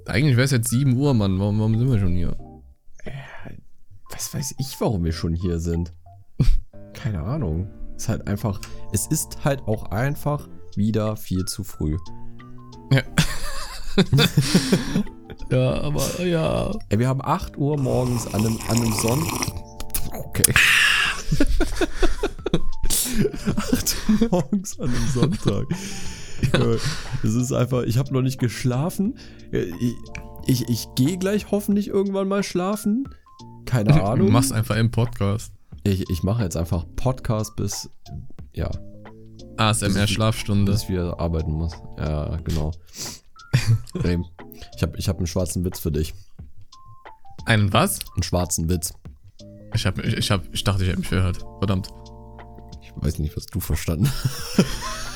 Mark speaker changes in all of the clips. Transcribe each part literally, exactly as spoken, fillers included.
Speaker 1: Eigentlich wäre es jetzt sieben Uhr, Mann. Warum, warum sind wir schon hier?
Speaker 2: Äh, was weiß ich, warum wir schon hier sind? Keine Ahnung. Ist halt einfach, es ist halt auch einfach wieder viel zu früh.
Speaker 1: Ja. Ja, aber ja.
Speaker 2: Ey, wir haben acht Uhr morgens an einem, an einem Sonntag. Okay. acht Uhr morgens an einem Sonntag. Ja. Es ist einfach, ich habe noch nicht geschlafen. Ich, ich, ich gehe gleich hoffentlich irgendwann mal schlafen. Keine Ahnung.
Speaker 1: Du machst einfach im Podcast.
Speaker 2: Ich, ich mache jetzt einfach Podcast bis, ja.
Speaker 1: A S M R-Schlafstunde.
Speaker 2: Bis wir arbeiten muss. Ja, genau. Hey, ich habe ich hab einen schwarzen Witz für dich.
Speaker 1: Einen was?
Speaker 2: Einen schwarzen Witz.
Speaker 1: Ich, hab, ich, ich, hab, ich dachte, ich hätte mich verhört. Verdammt.
Speaker 2: Ich weiß nicht, was du verstanden hast.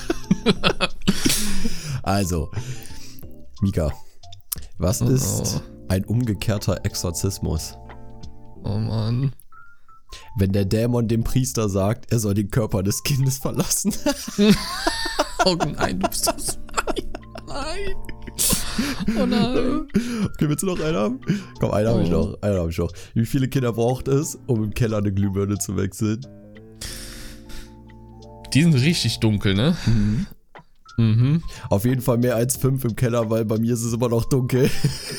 Speaker 2: Also, Mika, was
Speaker 1: Oh,
Speaker 2: ist ein umgekehrter Exorzismus?
Speaker 1: Oh Mann.
Speaker 2: Wenn der Dämon dem Priester sagt, er soll den Körper des Kindes verlassen.
Speaker 1: Oh nein, du bist das. Nein, nein. Oh nein.
Speaker 2: Okay, willst du noch einen haben? Komm, einen
Speaker 1: Oh.
Speaker 2: habe ich noch. Einen habe ich noch. Wie viele Kinder braucht es, um im Keller eine Glühbirne zu wechseln?
Speaker 1: Die sind richtig dunkel, ne?
Speaker 2: Mhm.
Speaker 1: Mhm.
Speaker 2: Auf jeden Fall mehr als fünf im Keller, weil bei mir ist es immer noch dunkel.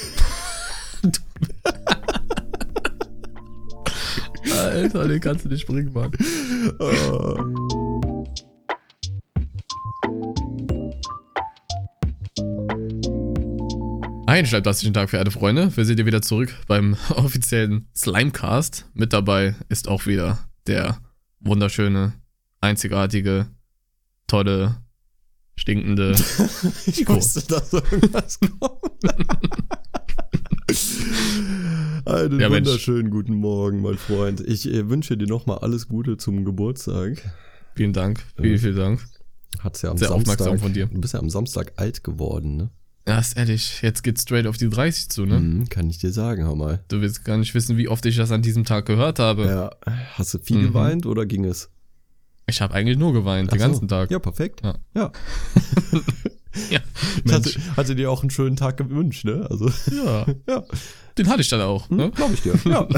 Speaker 1: Alter, den kannst du nicht bringen, Mann. Einen schleimtastischen Tag, verehrte Freunde. Wir sind hier wieder zurück beim offiziellen Slimecast. Mit dabei ist auch wieder der wunderschöne, einzigartige, tolle, stinkende
Speaker 2: Ich
Speaker 1: Nico.
Speaker 2: wusste, dass irgendwas kommt. Einen
Speaker 1: Ja, Mensch.
Speaker 2: wunderschönen guten Morgen, mein Freund. Ich äh, wünsche dir nochmal alles Gute zum Geburtstag.
Speaker 1: Vielen Dank, vielen, vielen Dank.
Speaker 2: Hat's ja am
Speaker 1: Sehr
Speaker 2: Samstag,
Speaker 1: aufmerksam von dir.
Speaker 2: Du bist ja am Samstag alt geworden, ne?
Speaker 1: Ja, ist ehrlich, jetzt geht's straight auf die dreißig zu, ne?
Speaker 2: Mhm, kann ich dir sagen, hör mal.
Speaker 1: Du willst gar nicht wissen, wie oft ich das an diesem Tag gehört habe.
Speaker 2: Ja, hast du viel
Speaker 1: Mhm.
Speaker 2: geweint oder ging es?
Speaker 1: Ich habe eigentlich nur geweint, den
Speaker 2: Ach so.
Speaker 1: ganzen Tag.
Speaker 2: Ja, perfekt.
Speaker 1: Ja.
Speaker 2: Ja.
Speaker 1: Ja,
Speaker 2: Ich hatte,
Speaker 1: Mensch.
Speaker 2: hatte dir auch einen schönen Tag gewünscht, ne? Also,
Speaker 1: Ja,
Speaker 2: ja,
Speaker 1: den hatte ich dann auch, ne?
Speaker 2: hm, glaube ich dir. Ja.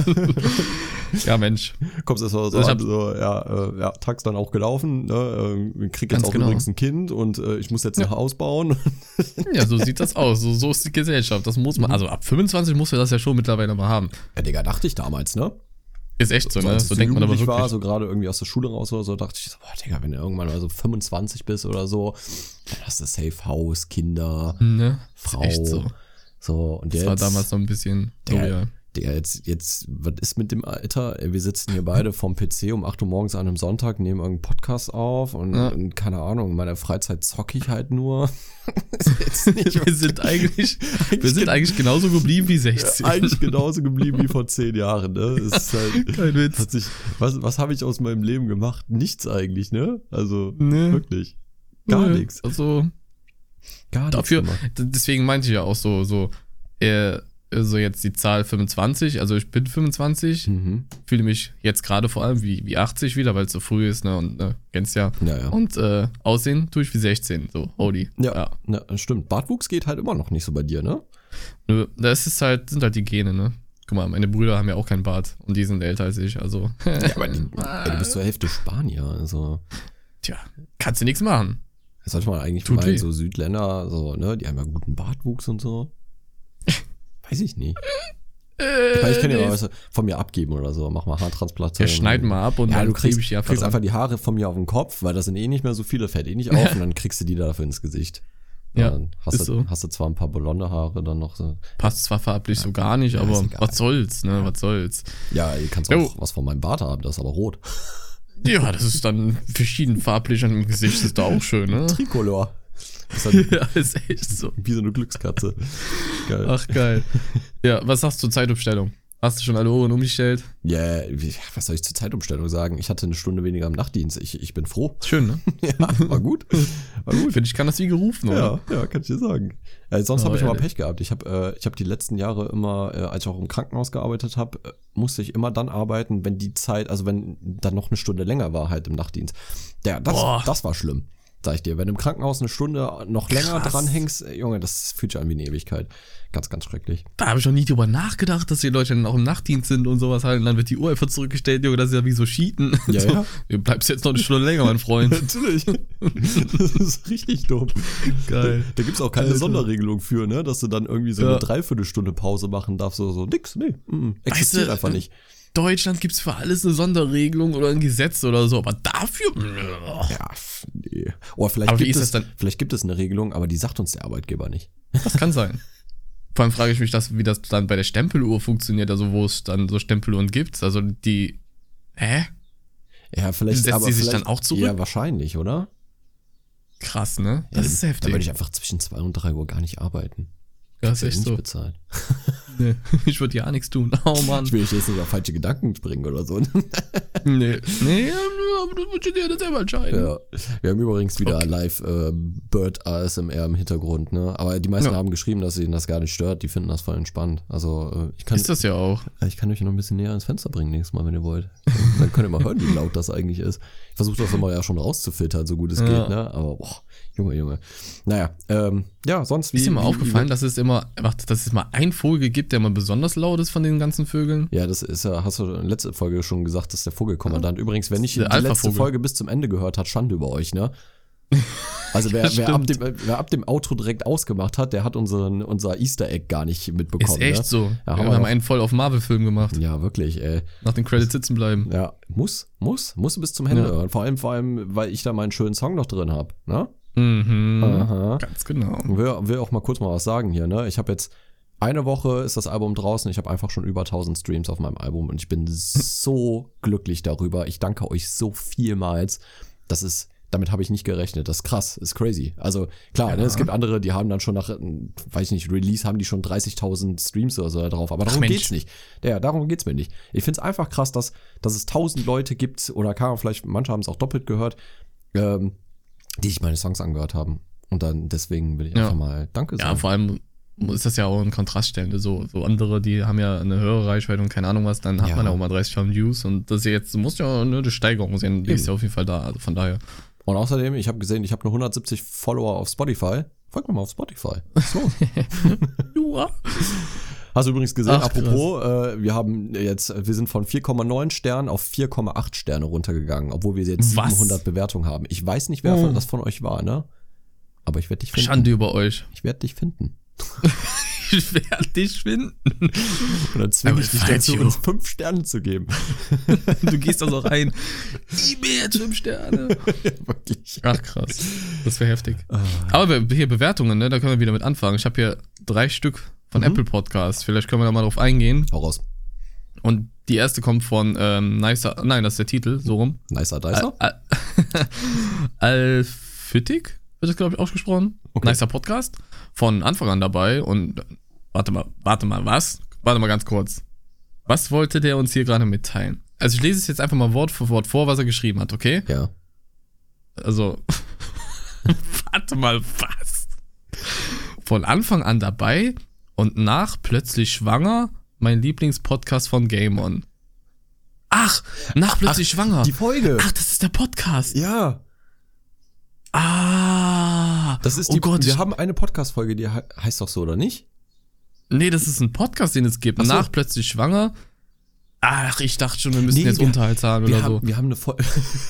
Speaker 1: Ja, Mensch.
Speaker 2: Kommst erst mal so,
Speaker 1: Ich
Speaker 2: an,
Speaker 1: hab-
Speaker 2: so ja, äh, ja, Tag ist dann auch gelaufen, ne? äh, krieg jetzt
Speaker 1: Ganz
Speaker 2: auch
Speaker 1: genau.
Speaker 2: übrigens ein Kind und äh, ich muss jetzt
Speaker 1: Ja.
Speaker 2: ein Haus bauen.
Speaker 1: Ja, so sieht das aus. So, so ist die Gesellschaft. Das muss man, also ab fünfundzwanzig muss wir das ja schon mittlerweile mal haben.
Speaker 2: Ja, Digga, dachte ich damals, ne?
Speaker 1: Ist echt so, ne?
Speaker 2: als ich
Speaker 1: So denkt man aber
Speaker 2: jugendlich
Speaker 1: wirklich.
Speaker 2: war, so gerade irgendwie aus der Schule raus oder so, dachte ich so, boah, Digga, wenn du irgendwann mal so fünfundzwanzig bist oder so, dann hast du Safe Haus, Kinder,
Speaker 1: Ne?
Speaker 2: Frau.
Speaker 1: Ist echt so.
Speaker 2: So, und
Speaker 1: Das
Speaker 2: jetzt,
Speaker 1: war damals noch ein bisschen
Speaker 2: Der-
Speaker 1: surreal.
Speaker 2: Digga, jetzt, jetzt, was ist mit dem Alter? Ey, wir sitzen hier beide vorm P C um acht Uhr morgens an einem Sonntag, nehmen irgendeinen Podcast auf und,
Speaker 1: Ja.
Speaker 2: und keine Ahnung, in meiner Freizeit zocke ich halt nur. Ist jetzt nicht
Speaker 1: Wir sind eigentlich, wir sind
Speaker 2: gen-
Speaker 1: eigentlich genauso geblieben wie sechzehn.
Speaker 2: eigentlich genauso geblieben wie vor zehn Jahren, ne? Es ist halt,
Speaker 1: Kein Witz.
Speaker 2: hat sich, was, was habe ich aus meinem Leben gemacht? Nichts eigentlich, ne? Also,
Speaker 1: Ne.
Speaker 2: wirklich. Gar
Speaker 1: Ne.
Speaker 2: nichts.
Speaker 1: Also,
Speaker 2: Gar nichts
Speaker 1: dafür,
Speaker 2: gemacht.
Speaker 1: d- deswegen meinte ich ja auch so, so, äh, so jetzt die Zahl fünfundzwanzig, also ich bin fünfundzwanzig,
Speaker 2: Mhm.
Speaker 1: fühle mich jetzt gerade vor allem wie, wie achtzig wieder, weil es so früh ist, ne, und, ne, kennst ja.
Speaker 2: Ja, ja.
Speaker 1: Und, äh, aussehen tue ich wie sechzehn, so, holy.
Speaker 2: Ja, ja, stimmt. Bartwuchs geht halt immer noch nicht so bei dir, ne?
Speaker 1: Nö, das ist halt, sind halt die Gene, ne. Guck mal, meine Brüder haben ja auch keinen Bart und die sind älter als ich, also.
Speaker 2: Ja, aber die, ey, du bist zur Hälfte Spanier, also.
Speaker 1: Tja, kannst du nichts machen.
Speaker 2: Das sollte man eigentlich
Speaker 1: Tut
Speaker 2: meinen,
Speaker 1: weh.
Speaker 2: so Südländer, so, ne, die haben ja guten Bartwuchs und so. Weiß ich nicht.
Speaker 1: Äh,
Speaker 2: Ich kann ja
Speaker 1: nee.
Speaker 2: mal was von mir abgeben oder so. Mach mal Haartransplantation.
Speaker 1: Wir schneiden mal ab und
Speaker 2: Ja,
Speaker 1: dann
Speaker 2: du kriegst,
Speaker 1: klebe ich die einfach
Speaker 2: kriegst
Speaker 1: dran.
Speaker 2: einfach die Haare von mir auf den Kopf, weil das sind eh nicht mehr so viele, fällt eh nicht auf und dann kriegst du die da dafür ins Gesicht.
Speaker 1: Ja,
Speaker 2: dann hast
Speaker 1: ist
Speaker 2: du,
Speaker 1: so.
Speaker 2: hast du zwar ein paar blonde Haare dann noch so.
Speaker 1: Passt zwar farblich so gar nicht,
Speaker 2: Ja,
Speaker 1: aber
Speaker 2: ist egal.
Speaker 1: was soll's, ne, was soll's.
Speaker 2: Ja, ihr kannst
Speaker 1: Jo.
Speaker 2: auch was von meinem Bart haben, das ist aber rot.
Speaker 1: Ja, das ist dann verschieden farblich an dem Gesicht, ist da auch schön, ne?
Speaker 2: Tricolor. Das ist halt
Speaker 1: Ja, ist echt so.
Speaker 2: wie so eine Glückskatze. Geil.
Speaker 1: Ach, geil. Ja, was sagst du zur Zeitumstellung? Hast du schon alle Ohren umgestellt?
Speaker 2: Ja, wie- was soll ich zur Zeitumstellung sagen? Ich hatte eine Stunde weniger im Nachtdienst. Ich, ich bin froh.
Speaker 1: Schön, ne?
Speaker 2: Ja, war gut. War gut.
Speaker 1: Finde ich, kann das wie gerufen, oder?
Speaker 2: Ja, ja, kann ich dir sagen. Ja, sonst
Speaker 1: Oh,
Speaker 2: habe ich immer
Speaker 1: ehrlich.
Speaker 2: Pech gehabt. Ich habe äh, ich hab die letzten Jahre immer, äh, als ich auch im Krankenhaus gearbeitet habe, äh, musste ich immer dann arbeiten, wenn die Zeit, also wenn dann noch eine Stunde länger war halt im Nachtdienst. Ja, das,
Speaker 1: Boah.
Speaker 2: das war schlimm. Sag ich dir, wenn du im Krankenhaus eine Stunde noch länger
Speaker 1: Krass.
Speaker 2: dranhängst, ey, Junge, das fühlt sich an wie eine Ewigkeit. Ganz, ganz schrecklich.
Speaker 1: Da habe ich noch nie drüber nachgedacht, dass die Leute dann auch im Nachtdienst sind und sowas halt. Und dann wird die Uhr einfach zurückgestellt, Junge, das ist ja wie so Cheaten.
Speaker 2: Ja,
Speaker 1: so,
Speaker 2: ja.
Speaker 1: Du bleibst jetzt noch eine Stunde länger, mein Freund.
Speaker 2: Natürlich. Das ist richtig dumm.
Speaker 1: Geil.
Speaker 2: Da gibt's auch keine
Speaker 1: Alter.
Speaker 2: Sonderregelung für, ne? Dass du dann irgendwie so
Speaker 1: Ja.
Speaker 2: eine Dreiviertelstunde Pause machen darfst. So, so nix, nee. Mm, existiert
Speaker 1: Weißt du,
Speaker 2: einfach nicht.
Speaker 1: Deutschland gibt's für alles eine Sonderregelung oder ein Gesetz oder so, aber dafür.
Speaker 2: Ja, pf, nee. Oder vielleicht,
Speaker 1: Aber wie
Speaker 2: gibt
Speaker 1: ist
Speaker 2: es,
Speaker 1: das dann?
Speaker 2: vielleicht gibt es eine Regelung, aber die sagt uns der Arbeitgeber nicht.
Speaker 1: Das kann sein. Vor allem frage ich mich, das, wie das dann bei der Stempeluhr funktioniert, also wo es dann so Stempeluhren gibt. Also die. Hä?
Speaker 2: Ja, vielleicht.
Speaker 1: Setzt
Speaker 2: aber
Speaker 1: die sich
Speaker 2: vielleicht,
Speaker 1: dann auch zurück?
Speaker 2: Ja, wahrscheinlich, oder?
Speaker 1: Krass, ne?
Speaker 2: Ja,
Speaker 1: Das ist
Speaker 2: Da
Speaker 1: heftig.
Speaker 2: würde ich einfach zwischen zwei und drei Uhr gar nicht arbeiten.
Speaker 1: Ja, ist
Speaker 2: Kriegst ja
Speaker 1: echt
Speaker 2: nicht
Speaker 1: so.
Speaker 2: bezahlt.
Speaker 1: Nee, ich würde ja nichts tun. Oh Mann.
Speaker 2: Ich will jetzt nicht auf falsche Gedanken springen oder so.
Speaker 1: Nee. Nee, aber du musst dir das selber entscheiden.
Speaker 2: Ja. Wir haben übrigens wieder
Speaker 1: Okay.
Speaker 2: live äh, Bird A S M R im Hintergrund, ne? Aber die meisten
Speaker 1: Ja.
Speaker 2: haben geschrieben, dass ihnen das gar nicht stört. Die finden das voll entspannt. Also äh, ich kann,
Speaker 1: Ist das ja auch.
Speaker 2: ich kann euch noch ein bisschen näher ins Fenster bringen nächstes Mal, wenn ihr wollt. Dann könnt ihr mal hören, wie laut das eigentlich ist. Ich versuche das immer ja schon rauszufiltern, so gut es
Speaker 1: Ja.
Speaker 2: geht, ne? Aber boah, Junge, Junge. Naja, ähm, ja, sonst wie.
Speaker 1: Ist dir mal
Speaker 2: wie,
Speaker 1: aufgefallen,
Speaker 2: wie,
Speaker 1: dass es immer, warte, dass es mal einen Vogel gibt, der mal besonders laut ist von den ganzen Vögeln?
Speaker 2: Ja, das ist ja, hast du in der letzten Folge schon gesagt, dass der Vogelkommandant. Übrigens, wenn nicht die
Speaker 1: Der
Speaker 2: letzte
Speaker 1: Alpha-Vogel.
Speaker 2: Folge bis zum Ende gehört hat, Schande über euch, ne? Also wer,
Speaker 1: Das
Speaker 2: wer, ab
Speaker 1: stimmt.
Speaker 2: dem, wer ab dem Outro direkt ausgemacht hat, der hat unseren, unser Easter Egg gar nicht mitbekommen.
Speaker 1: Ist echt
Speaker 2: ne?
Speaker 1: so.
Speaker 2: Ja,
Speaker 1: wir
Speaker 2: haben wir
Speaker 1: haben
Speaker 2: noch.
Speaker 1: einen voll auf Marvel-Film gemacht.
Speaker 2: Ja, wirklich, ey.
Speaker 1: Nach den Credits sitzen bleiben.
Speaker 2: Ja, muss, muss, muss bis zum Ende
Speaker 1: Ja.
Speaker 2: hören. Vor allem, vor allem, weil ich da meinen schönen Song noch drin habe, ne?
Speaker 1: Mhm.
Speaker 2: Aha.
Speaker 1: Ganz genau.
Speaker 2: Will, will auch mal kurz mal was sagen hier, ne? Ich habe jetzt eine Woche ist das Album draußen. Ich habe einfach schon über tausend Streams auf meinem Album und ich bin so glücklich darüber. Ich danke euch so vielmals. Das ist, damit habe ich nicht gerechnet. Das ist krass, ist crazy. Also klar,
Speaker 1: Ja.
Speaker 2: ne, es gibt andere, die haben dann schon nach, weiß ich nicht, Release haben die schon dreißigtausend Streams oder so da drauf. Aber darum
Speaker 1: Mensch.
Speaker 2: geht's nicht. Ja, darum geht's mir nicht. Ich find's einfach krass, dass, dass es tausend Leute gibt oder kann man vielleicht, manche haben es auch doppelt gehört, ähm, die sich meine Songs angehört haben. Und dann deswegen will ich
Speaker 1: Ja.
Speaker 2: einfach mal Danke
Speaker 1: Ja,
Speaker 2: sagen.
Speaker 1: vor allem ist das ja auch ein Kontraststellen. So, so andere, die haben ja eine höhere Reichweite und keine Ahnung was, dann hat
Speaker 2: Ja.
Speaker 1: man ja auch mal dreißigtausend Views und das ist ja jetzt, du musst ja eine Steigerung sehen, die
Speaker 2: Eben.
Speaker 1: ist ja auf jeden Fall da, also von daher.
Speaker 2: Und außerdem, ich habe gesehen, ich habe nur hundertsiebzig Follower auf Spotify. Folgt mir mal auf Spotify. Was ist los?
Speaker 1: Ja.
Speaker 2: Hast du übrigens gesehen,
Speaker 1: Ach,
Speaker 2: apropos, äh, wir haben jetzt, wir sind von vier Komma neun Sternen auf vier Komma acht Sterne runtergegangen, obwohl wir jetzt
Speaker 1: Was?
Speaker 2: siebenhundert Bewertungen haben. Ich weiß nicht, wer
Speaker 1: Oh.
Speaker 2: von, das von euch war, ne? Aber ich werde dich finden.
Speaker 1: Schande über euch.
Speaker 2: Ich werde dich finden.
Speaker 1: Ich werde dich finden.
Speaker 2: Und dann zwinge
Speaker 1: Aber
Speaker 2: ich dich
Speaker 1: fight
Speaker 2: dazu,
Speaker 1: you.
Speaker 2: uns fünf Sterne zu geben.
Speaker 1: Du gehst da so rein. Gib mir jetzt fünf Sterne.
Speaker 2: Ja, wirklich.
Speaker 1: Ach krass. Das wäre heftig.
Speaker 2: Ah.
Speaker 1: Aber wir- hier Bewertungen, ne? Da können wir wieder mit anfangen. Ich habe hier drei Stück von
Speaker 2: Mhm.
Speaker 1: Apple Podcasts. Vielleicht können wir da mal drauf eingehen.
Speaker 2: Hau raus.
Speaker 1: Und die erste kommt von ähm, Nicer, nein, das ist der Titel, so rum.
Speaker 2: Nicer Dicer?
Speaker 1: Al- Alphytic wird das, glaube ich, ausgesprochen.
Speaker 2: Okay.
Speaker 1: Nicer Podcast. Von Anfang an dabei. Und warte mal, warte mal, was? Warte mal ganz kurz. Was wollte der uns hier gerade mitteilen? Also ich lese es jetzt einfach mal Wort für Wort vor, was er geschrieben hat, okay?
Speaker 2: Ja.
Speaker 1: Also, warte mal, was? Von Anfang an dabei und nach plötzlich schwanger, mein Lieblingspodcast von Game On. Ach, nach plötzlich schwanger.
Speaker 2: Die Folge.
Speaker 1: Ach, das ist der Podcast.
Speaker 2: Ja.
Speaker 1: Ah.
Speaker 2: Das ist
Speaker 1: oh
Speaker 2: die,
Speaker 1: Gott,
Speaker 2: wir
Speaker 1: ich,
Speaker 2: haben eine Podcast-Folge, die he- heißt doch so, oder nicht?
Speaker 1: nee, das ist ein Podcast, den es gibt.
Speaker 2: Ach so.
Speaker 1: Nach plötzlich schwanger. Ach, ich dachte schon, wir müssen
Speaker 2: Nee,
Speaker 1: jetzt
Speaker 2: wir-
Speaker 1: Unterhalt zahlen
Speaker 2: Wir
Speaker 1: oder
Speaker 2: haben,
Speaker 1: so.
Speaker 2: wir haben eine Folge.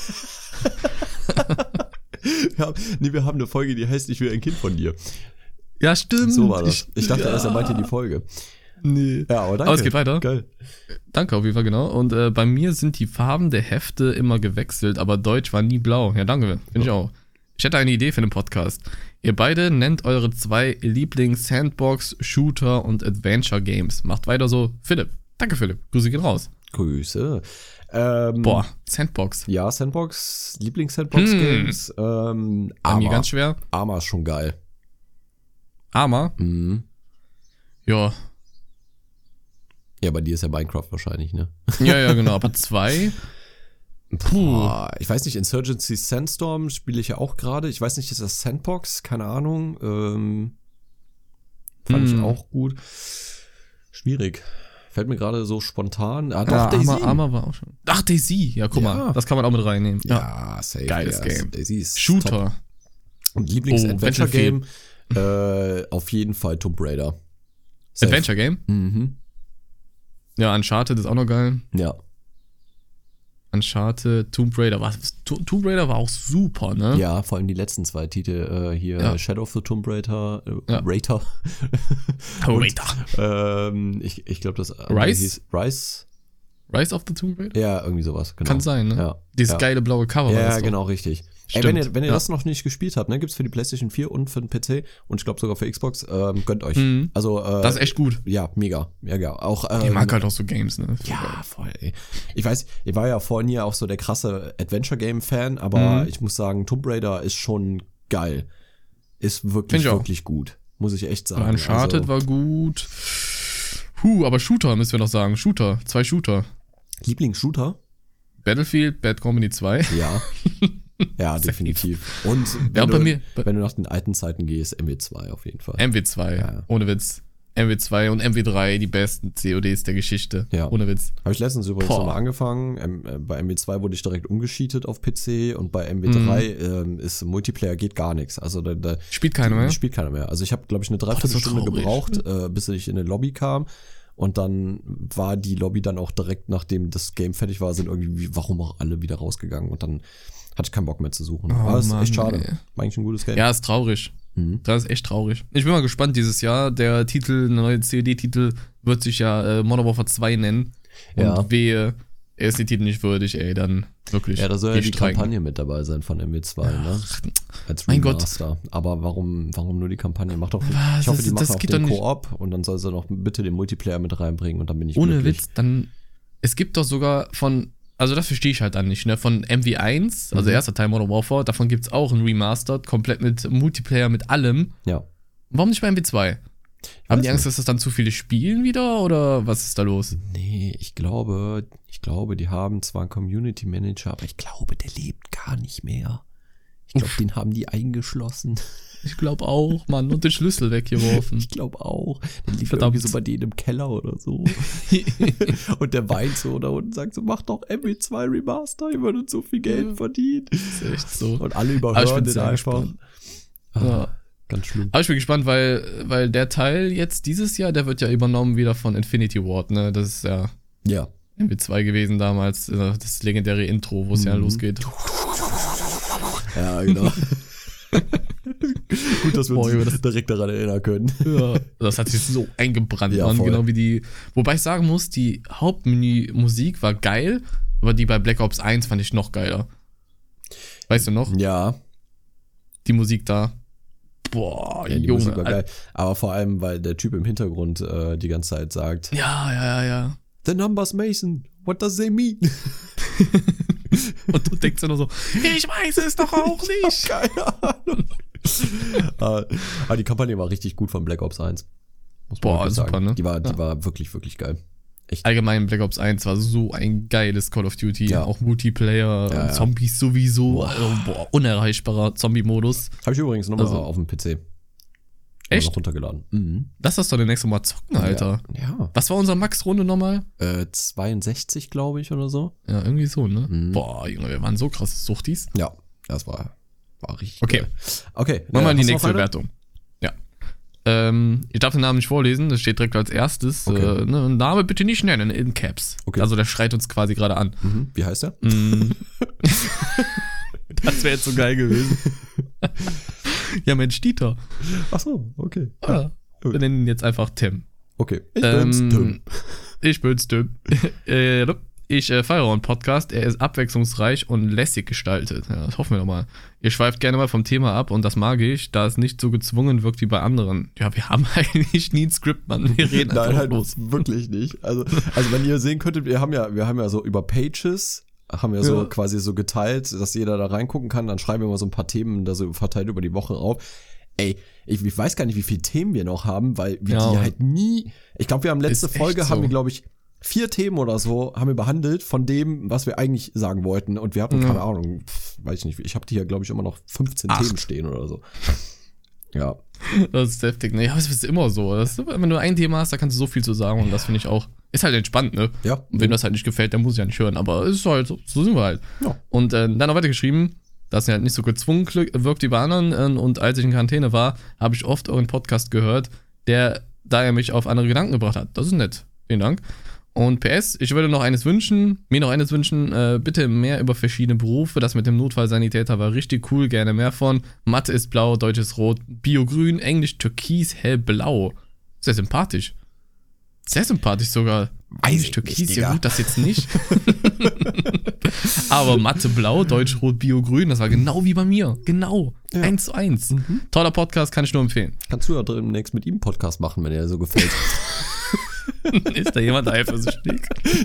Speaker 2: wir haben, nee, wir haben eine Folge, die heißt Ich will ein Kind von dir.
Speaker 1: Ja, stimmt.
Speaker 2: So war das. Ich dachte
Speaker 1: ja.
Speaker 2: erst, er meinte die Folge.
Speaker 1: Nee.
Speaker 2: Ja, aber danke.
Speaker 1: Aber es geht weiter.
Speaker 2: Geil.
Speaker 1: Danke auf jeden Fall, genau. Und äh, bei mir sind die Farben der Hefte immer gewechselt, aber Deutsch war nie blau. Ja, danke. Finde ich auch. Ich hätte eine Idee für den Podcast. Ihr beide nennt eure zwei Lieblings-Sandbox, Shooter und Adventure-Games. Macht weiter so. Philipp. Danke, Philipp. Grüße gehen raus.
Speaker 2: Grüße. Ähm,
Speaker 1: Boah, Sandbox.
Speaker 2: Ja, Sandbox, Lieblings-Sandbox-Games. Ähm,
Speaker 1: Bei mir
Speaker 2: Arma.
Speaker 1: ganz schwer.
Speaker 2: Arma ist schon geil.
Speaker 1: Arma.
Speaker 2: Mhm.
Speaker 1: Ja.
Speaker 2: Ja, bei dir ist ja Minecraft wahrscheinlich, ne?
Speaker 1: Ja, ja, genau. Aber zwei. Puh.
Speaker 2: Boah, ich weiß nicht, Insurgency Sandstorm spiele ich ja auch gerade. Ich weiß nicht, ist das Sandbox? Keine Ahnung. Ähm, fand ich
Speaker 1: Hm.
Speaker 2: auch gut. Schwierig. Fällt mir gerade so spontan. Ah, doch,
Speaker 1: Ja,
Speaker 2: Daisy.
Speaker 1: Arma, Arma war auch schon. Ach, Daisy. Ja, guck
Speaker 2: Ja.
Speaker 1: mal. Das kann man auch mit reinnehmen. Ja.
Speaker 2: Ja, safe.
Speaker 1: Geiles
Speaker 2: ja.
Speaker 1: Game.
Speaker 2: Daisy ist
Speaker 1: Shooter.
Speaker 2: top. Und Lieblings-Adventure-Game, äh, auf jeden Fall Tomb Raider.
Speaker 1: Safe. Adventure-Game?
Speaker 2: Mhm.
Speaker 1: Ja, Uncharted ist auch noch geil.
Speaker 2: Ja.
Speaker 1: Uncharted, Tomb Raider. War, Tomb Raider war auch super, ne?
Speaker 2: Ja, vor allem die letzten zwei Titel, äh, hier
Speaker 1: Ja.
Speaker 2: Shadow of the Tomb Raider, äh,
Speaker 1: Ja.
Speaker 2: Raider.
Speaker 1: Raider.
Speaker 2: ähm, ich ich glaube, das andere
Speaker 1: Rise?
Speaker 2: hieß Rise.
Speaker 1: Rise of the Tomb Raider?
Speaker 2: Ja, irgendwie sowas, genau.
Speaker 1: Kann sein, ne?
Speaker 2: Ja.
Speaker 1: Dieses
Speaker 2: ja.
Speaker 1: geile blaue Cover war
Speaker 2: Ja,
Speaker 1: das doch.
Speaker 2: genau, richtig. Ey,
Speaker 1: Stimmt.
Speaker 2: wenn ihr, wenn ihr
Speaker 1: Ja.
Speaker 2: das noch nicht gespielt habt, ne, gibt's für die PlayStation vier und für den P C und ich glaube sogar für Xbox, ähm, gönnt euch.
Speaker 1: Mhm.
Speaker 2: Also, äh,
Speaker 1: Das ist echt gut.
Speaker 2: ja, mega, mega. Auch, äh,
Speaker 1: Ich mag halt auch so Games, ne?
Speaker 2: ja, voll, ey. Ich weiß, ich war ja vorhin hier auch so der krasse Adventure-Game-Fan, aber
Speaker 1: Mhm.
Speaker 2: ich muss sagen, Tomb Raider ist schon geil. Ist wirklich,
Speaker 1: Find ich auch.
Speaker 2: wirklich gut. Muss ich echt sagen.
Speaker 1: Uncharted
Speaker 2: also,
Speaker 1: war gut. Puh, aber Shooter müssen wir noch sagen. Shooter. Zwei Shooter.
Speaker 2: Lieblingsshooter?
Speaker 1: Battlefield, Bad Company zwei.
Speaker 2: Ja. Ja, definitiv. Und wenn,
Speaker 1: Ja, und
Speaker 2: du,
Speaker 1: bei mir-
Speaker 2: wenn du nach den alten Zeiten gehst, M W zwei auf jeden Fall.
Speaker 1: M W zwei.
Speaker 2: Ja.
Speaker 1: Ohne Witz. M W zwei und M W drei, die besten C O Ds der Geschichte.
Speaker 2: Ja.
Speaker 1: Ohne Witz.
Speaker 2: Habe ich letztens übrigens
Speaker 1: Boah.
Speaker 2: nochmal angefangen. Ähm, äh, bei M W zwei wurde ich direkt umgescheatet auf P C und bei M W drei ähm, ist Multiplayer geht gar nichts. Also da, da
Speaker 1: Spielt keiner mehr?
Speaker 2: spielt keiner mehr. Also ich habe, glaube ich, eine
Speaker 1: das ist so
Speaker 2: Dreiviertelstunde
Speaker 1: traurig.
Speaker 2: gebraucht, äh, bis ich in eine Lobby kam. Und dann war die Lobby dann auch direkt, nachdem das Game fertig war, sind irgendwie, warum auch alle wieder rausgegangen. Und dann hatte ich keinen Bock mehr zu suchen.
Speaker 1: Oh,
Speaker 2: Aber es ist
Speaker 1: Mann,
Speaker 2: echt schade.
Speaker 1: ey.
Speaker 2: War eigentlich ein gutes Game.
Speaker 1: Ja, ist traurig.
Speaker 2: Mhm.
Speaker 1: Das ist echt traurig. Ich bin mal gespannt dieses Jahr. Der Titel, der neue C O D-Titel wird sich ja äh, Modern Warfare zwei nennen. Und
Speaker 2: Ja.
Speaker 1: wehe, er ist den Titel nicht würdig, ey, dann wirklich.
Speaker 2: Ja, da soll ja
Speaker 1: geh
Speaker 2: die
Speaker 1: streiken.
Speaker 2: Kampagne mit dabei sein von M W zwei, ne? Als
Speaker 1: mein Gott.
Speaker 2: Remaster. Aber warum, warum nur die Kampagne? Mach doch,
Speaker 1: Was?
Speaker 2: ich hoffe, die
Speaker 1: Das- das
Speaker 2: machen auch
Speaker 1: geht
Speaker 2: den
Speaker 1: doch nicht.
Speaker 2: Koop und dann soll sie noch bitte den Multiplayer mit reinbringen und dann bin ich
Speaker 1: Ohne
Speaker 2: glücklich.
Speaker 1: Witz, dann. Es gibt doch sogar von. Also, das verstehe ich halt dann nicht, ne? Von M W eins, also
Speaker 2: Mhm.
Speaker 1: erster Teil Modern Warfare, davon gibt es auch ein Remastered, komplett mit Multiplayer, mit allem.
Speaker 2: Ja.
Speaker 1: Warum nicht bei M W zwei?
Speaker 2: Ich
Speaker 1: Haben
Speaker 2: weiß
Speaker 1: die Angst,
Speaker 2: nicht.
Speaker 1: dass das dann zu viele spielen wieder oder was ist da los?
Speaker 2: Nee, ich glaube, ich glaube, die haben zwar einen Community Manager, aber ich glaube, der lebt gar nicht mehr. Ich glaube,
Speaker 1: Uff.
Speaker 2: den haben die eingeschlossen.
Speaker 1: Ich glaube auch, Mann, und den Schlüssel weggeworfen.
Speaker 2: Ich glaube auch. Der liegt
Speaker 1: Verdammt.
Speaker 2: irgendwie so bei denen im Keller oder so. Und der weint so da unten und sagt so, mach doch M W zwei Remaster, ihr würdet so viel Geld verdienen.
Speaker 1: ist echt so.
Speaker 2: Und alle
Speaker 1: Aber ich
Speaker 2: überhören
Speaker 1: bin
Speaker 2: den
Speaker 1: sehr
Speaker 2: einfach.
Speaker 1: gespannt.
Speaker 2: Ah,
Speaker 1: Ja.
Speaker 2: Ganz schlimm.
Speaker 1: Aber ich bin gespannt, weil, weil der Teil jetzt dieses Jahr, der wird ja übernommen wieder von Infinity Ward, ne? Das ist ja
Speaker 2: Ja.
Speaker 1: M W zwei gewesen damals, äh, das legendäre Intro, wo es ja
Speaker 2: Mhm.
Speaker 1: losgeht.
Speaker 2: Ja, genau. Gut, dass wir
Speaker 1: Boah,
Speaker 2: uns
Speaker 1: Junge, das-
Speaker 2: direkt daran erinnern können.
Speaker 1: Ja, das hat sich so eingebrannt,
Speaker 2: Ja,
Speaker 1: Mann,
Speaker 2: voll.
Speaker 1: genau wie die. Wobei ich sagen muss, die Hauptmenü-Musik war geil, aber die bei Black Ops eins fand ich noch geiler. Weißt du noch?
Speaker 2: Ja,
Speaker 1: Die Musik da. Boah,
Speaker 2: ja die
Speaker 1: Junge.
Speaker 2: Musik war geil. Aber vor allem, weil der Typ im Hintergrund äh, die ganze Zeit sagt,
Speaker 1: Ja, ja, ja, ja.
Speaker 2: The numbers Mason, what does they mean?
Speaker 1: Und du denkst ja nur so, ich weiß es doch auch nicht.
Speaker 2: Keine Ahnung. aber, aber die Kampagne war richtig gut von Black Ops eins. Muss man
Speaker 1: Boah,
Speaker 2: wirklich
Speaker 1: super,
Speaker 2: sagen.
Speaker 1: ne?
Speaker 2: Die war, die
Speaker 1: Ja.
Speaker 2: war wirklich, wirklich geil. Echt.
Speaker 1: Allgemein Black Ops eins war so ein geiles Call of Duty,
Speaker 2: Ja.
Speaker 1: auch Multiplayer,
Speaker 2: Ja, ja.
Speaker 1: Zombies sowieso,
Speaker 2: Boah.
Speaker 1: also, boah, unerreichbarer Zombie-Modus.
Speaker 2: Habe ich übrigens nochmal
Speaker 1: Also-
Speaker 2: auf dem P C.
Speaker 1: Echt?
Speaker 2: Noch runtergeladen. Mhm.
Speaker 1: Lass das doch demnächst Mal zocken, Alter.
Speaker 2: Ja.
Speaker 1: Was war unsere Max-Runde nochmal?
Speaker 2: ja. Äh, zweiundsechzig, glaube ich, oder so.
Speaker 1: Ja, irgendwie so, ne?
Speaker 2: Mhm.
Speaker 1: Boah, Junge, wir waren so krasse Suchtis.
Speaker 2: Ja, das war, war richtig
Speaker 1: Okay.
Speaker 2: geil. Okay.
Speaker 1: Machen wir
Speaker 2: äh,
Speaker 1: in die
Speaker 2: hast du
Speaker 1: nächste
Speaker 2: noch eine?
Speaker 1: Bewertung. Ja. Ähm, ich darf den Namen nicht vorlesen, das steht direkt als erstes.
Speaker 2: Okay.
Speaker 1: Äh, ne, Name bitte nicht nennen, in Caps.
Speaker 2: Okay.
Speaker 1: Also der schreit uns quasi gerade an.
Speaker 2: Mhm. Wie heißt der?
Speaker 1: Mm. Das wäre jetzt so geil gewesen. Ja, Mensch, Dieter.
Speaker 2: Ach so, okay.
Speaker 1: Ah, wir nennen ihn jetzt einfach Tim.
Speaker 2: Okay. Ich
Speaker 1: Ähm,
Speaker 2: bin's, Tim.
Speaker 1: Ich bin's, Tim. äh, ich äh, feiere euren Podcast. Er ist abwechslungsreich und lässig gestaltet. Ja, das hoffen wir doch mal. Ihr schweift gerne mal vom Thema ab und das mag ich, da es nicht so gezwungen wirkt wie bei anderen. Ja, wir haben eigentlich nie ein Skript, Mann. Wir reden einfach
Speaker 2: Nein, halt
Speaker 1: los.
Speaker 2: wirklich nicht. Also, also wenn ihr sehen könntet, wir haben ja, wir haben ja so über Pages, haben wir so
Speaker 1: Ja.
Speaker 2: quasi so geteilt, dass jeder da reingucken kann. Dann schreiben wir mal so ein paar Themen da so verteilt über die Woche auf. Ey, ich, ich weiß gar nicht, wie viele Themen wir noch haben, weil wir
Speaker 1: Ja.
Speaker 2: die halt nie. Ich glaube, wir haben letzte
Speaker 1: Ist echt
Speaker 2: Folge, haben
Speaker 1: so.
Speaker 2: wir, glaube ich, vier Themen oder so haben wir behandelt von dem, was wir eigentlich sagen wollten. Und wir hatten,
Speaker 1: Ja.
Speaker 2: keine Ahnung, pf, weiß ich nicht, ich habe hier, glaube ich, immer noch fünfzehn
Speaker 1: Acht.
Speaker 2: Themen stehen oder so. Ja.
Speaker 1: Das ist heftig, ne? Ja, aber es ist immer so. Das ist, wenn du ein Thema hast, da kannst du so viel zu sagen und das finde ich auch. Ist halt entspannt, ne?
Speaker 2: Ja.
Speaker 1: Und wem das halt nicht gefällt, der muss ja nicht hören. Aber es ist halt so, so sind wir halt.
Speaker 2: Ja.
Speaker 1: Und äh, dann noch weitergeschrieben, dass ihr halt nicht so gezwungen wirkt wie bei anderen. Und als ich in Quarantäne war, habe ich oft euren Podcast gehört, der, da er mich auf andere Gedanken gebracht hat. Das ist nett. Vielen Dank. Und P S, ich würde noch eines wünschen, mir noch eines wünschen, äh, bitte mehr über verschiedene Berufe. Das mit dem Notfallsanitäter war richtig cool, gerne mehr von. Mathe ist blau, Deutsch ist rot, Bio grün, Englisch türkis, hellblau. Sehr sympathisch. Sehr sympathisch sogar. Eigentlich türkis, ja gut, das jetzt nicht. Aber Mathe blau, Deutsch rot, Bio grün, das war genau wie bei mir. Genau. Ja. Eins zu eins. Mhm. Toller Podcast, kann ich nur empfehlen.
Speaker 2: Kannst du ja demnächst mit ihm einen Podcast machen, wenn er dir so gefällt.
Speaker 1: Ist da jemand eifersüchtig?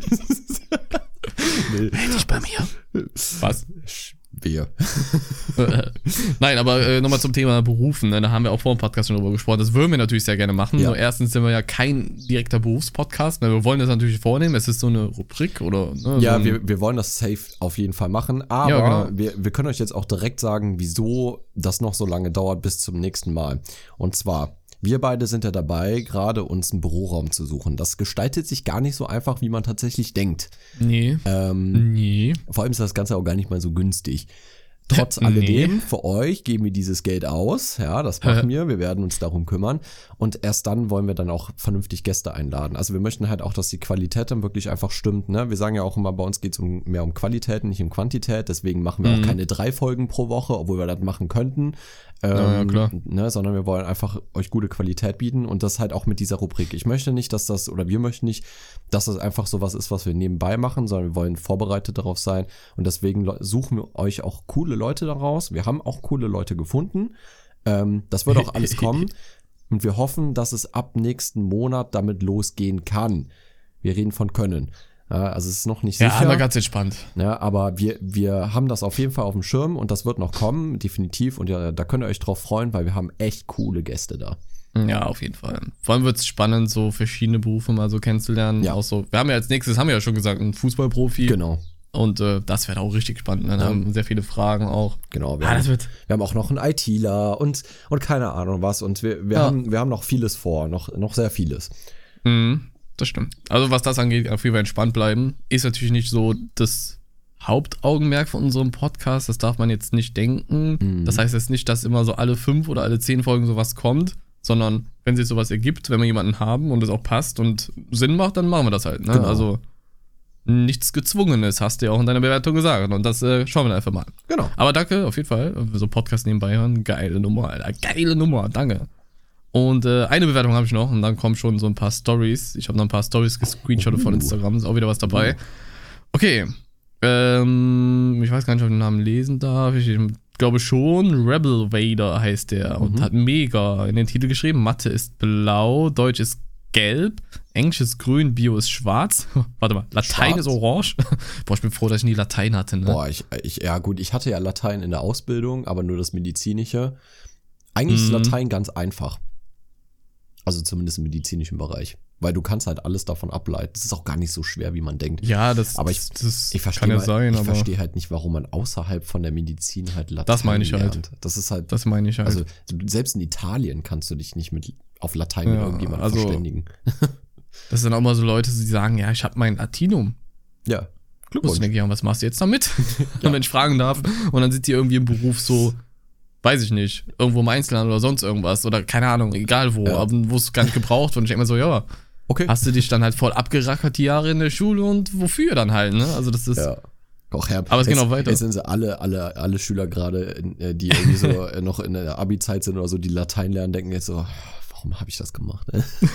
Speaker 2: Nee.
Speaker 1: Meld dich bei mir. Was?
Speaker 2: Wir.
Speaker 1: Nein, aber äh, nochmal zum Thema Berufen. Ne? Da haben wir auch vor dem Podcast schon drüber gesprochen. Das würden wir natürlich sehr gerne machen. Ja. Nur erstens sind wir ja kein direkter Berufspodcast. Ne? Wir wollen das natürlich vornehmen. Es ist so eine Rubrik oder. Ne,
Speaker 2: ja,
Speaker 1: so
Speaker 2: wir, wir wollen das safe auf jeden Fall machen. Aber ja, genau. wir, wir können euch jetzt auch direkt sagen, wieso das noch so lange dauert bis zum nächsten Mal. Und zwar. Wir beide sind ja dabei, gerade uns einen Büroraum zu suchen. Das gestaltet sich gar nicht so einfach, wie man tatsächlich denkt.
Speaker 1: Nee.
Speaker 2: Ähm,
Speaker 1: nee.
Speaker 2: Vor allem ist das Ganze auch gar nicht mal so günstig. Trotz alledem, nee. Für euch geben wir dieses Geld aus. Ja, das machen wir. Wir werden uns darum kümmern. Und erst dann wollen wir dann auch vernünftig Gäste einladen. Also wir möchten halt auch, dass die Qualität dann wirklich einfach stimmt. Ne? Wir sagen ja auch immer, bei uns geht es um, mehr um Qualität, nicht um Quantität. Deswegen machen wir mhm. auch keine drei Folgen pro Woche, obwohl wir das machen könnten. Ähm, ja, ja, klar. Ne, sondern wir wollen einfach euch gute Qualität bieten und das halt auch mit dieser Rubrik. Ich möchte nicht, dass das, oder wir möchten nicht, dass das einfach so was ist, was wir nebenbei machen, sondern wir wollen vorbereitet darauf sein und deswegen suchen wir euch auch coole Leute daraus. Wir haben auch coole Leute gefunden. Ähm, das wird auch alles kommen und wir hoffen, dass es ab nächsten Monat damit losgehen kann. Wir reden von können. Ja, also es ist noch nicht sicher.
Speaker 1: Ja, aber ganz entspannt.
Speaker 2: Ja, aber wir, wir haben das auf jeden Fall auf dem Schirm und das wird noch kommen, definitiv. Und ja, da könnt ihr euch drauf freuen, weil wir haben echt coole Gäste da.
Speaker 1: Ja, auf jeden Fall. Vor allem wird es spannend, so verschiedene Berufe mal so kennenzulernen. Ja. Auch so, wir haben ja als nächstes, haben wir ja schon gesagt, einen Fußballprofi.
Speaker 2: Genau.
Speaker 1: Und äh, das wird auch richtig spannend. Dann ja. haben wir sehr viele Fragen auch.
Speaker 2: Genau. Wir,
Speaker 1: ah,
Speaker 2: haben,
Speaker 1: das wird
Speaker 2: wir haben auch noch einen ITler und, und keine Ahnung was. Und wir, wir, ja. haben, wir haben noch vieles vor, noch, noch sehr vieles.
Speaker 1: Mhm. Das stimmt. Also was das angeht, auf jeden Fall entspannt bleiben. Ist natürlich nicht so das Hauptaugenmerk von unserem Podcast. Das darf man jetzt nicht denken. Mhm. Das heißt jetzt nicht, dass immer so alle fünf oder alle zehn Folgen sowas kommt, sondern wenn sich sowas ergibt, wenn wir jemanden haben und es auch passt und Sinn macht, dann machen wir das halt. Ne?
Speaker 2: Genau.
Speaker 1: Also nichts Gezwungenes, hast du ja auch in deiner Bewertung gesagt. Und das äh, schauen wir dann einfach mal.
Speaker 2: Genau.
Speaker 1: Aber danke, auf jeden Fall. So Podcast nebenbei hören. Geile Nummer, Alter. Geile Nummer. Danke. Und äh, eine Bewertung habe ich noch und dann kommen schon so ein paar Stories. Ich habe noch ein paar Stories gescreenshottet uh. von Instagram, ist auch wieder was dabei. Okay, ähm, ich weiß gar nicht, ob ich den Namen lesen darf. Ich glaube schon, Rebel Vader heißt der und mhm. hat mega in den Titel geschrieben. Mathe ist blau, Deutsch ist gelb, Englisch ist grün, Bio ist schwarz. Warte mal, Latein schwarz. Ist orange. Boah, ich bin froh, dass ich nie Latein hatte. Ne?
Speaker 2: Boah, ich, ich, ja gut, ich hatte ja Latein in der Ausbildung, aber nur das Medizinische. Eigentlich mhm. ist Latein ganz einfach. Also zumindest im medizinischen Bereich. Weil du kannst halt alles davon ableiten. Das ist auch gar nicht so schwer, wie man denkt.
Speaker 1: Ja, das,
Speaker 2: aber ich,
Speaker 1: das
Speaker 2: ich
Speaker 1: kann ja
Speaker 2: mal,
Speaker 1: sein.
Speaker 2: Ich
Speaker 1: aber
Speaker 2: verstehe halt nicht, warum man außerhalb von der Medizin halt Latein
Speaker 1: Das meine ich
Speaker 2: lernt.
Speaker 1: halt.
Speaker 2: Das ist halt.
Speaker 1: Das meine ich halt.
Speaker 2: Also selbst in Italien kannst du dich nicht mit auf Latein mit
Speaker 1: ja,
Speaker 2: irgendjemandem
Speaker 1: also,
Speaker 2: verständigen.
Speaker 1: Das sind auch mal so Leute, die sagen, ja, ich habe mein Latinum.
Speaker 2: Ja.
Speaker 1: Glückwunsch. Und denke ich, ja, was machst du jetzt damit? Ja. Und wenn ich fragen darf, und dann sind die irgendwie im Beruf so, weiß ich nicht, irgendwo im Einzelhandel oder sonst irgendwas oder keine Ahnung, egal wo, ja. aber wo es gar nicht gebraucht wird. Und ich denke mir so, ja,
Speaker 2: okay.
Speaker 1: Hast du dich dann halt voll abgerackert die Jahre in der Schule und wofür dann halt, ne? Also das ist...
Speaker 2: Ja. Auch herb.
Speaker 1: Aber es geht noch weiter.
Speaker 2: Jetzt sind sie alle, alle, alle Schüler gerade, die irgendwie so noch in der Abi-Zeit sind oder so, die Latein lernen, denken jetzt so, warum habe ich das gemacht?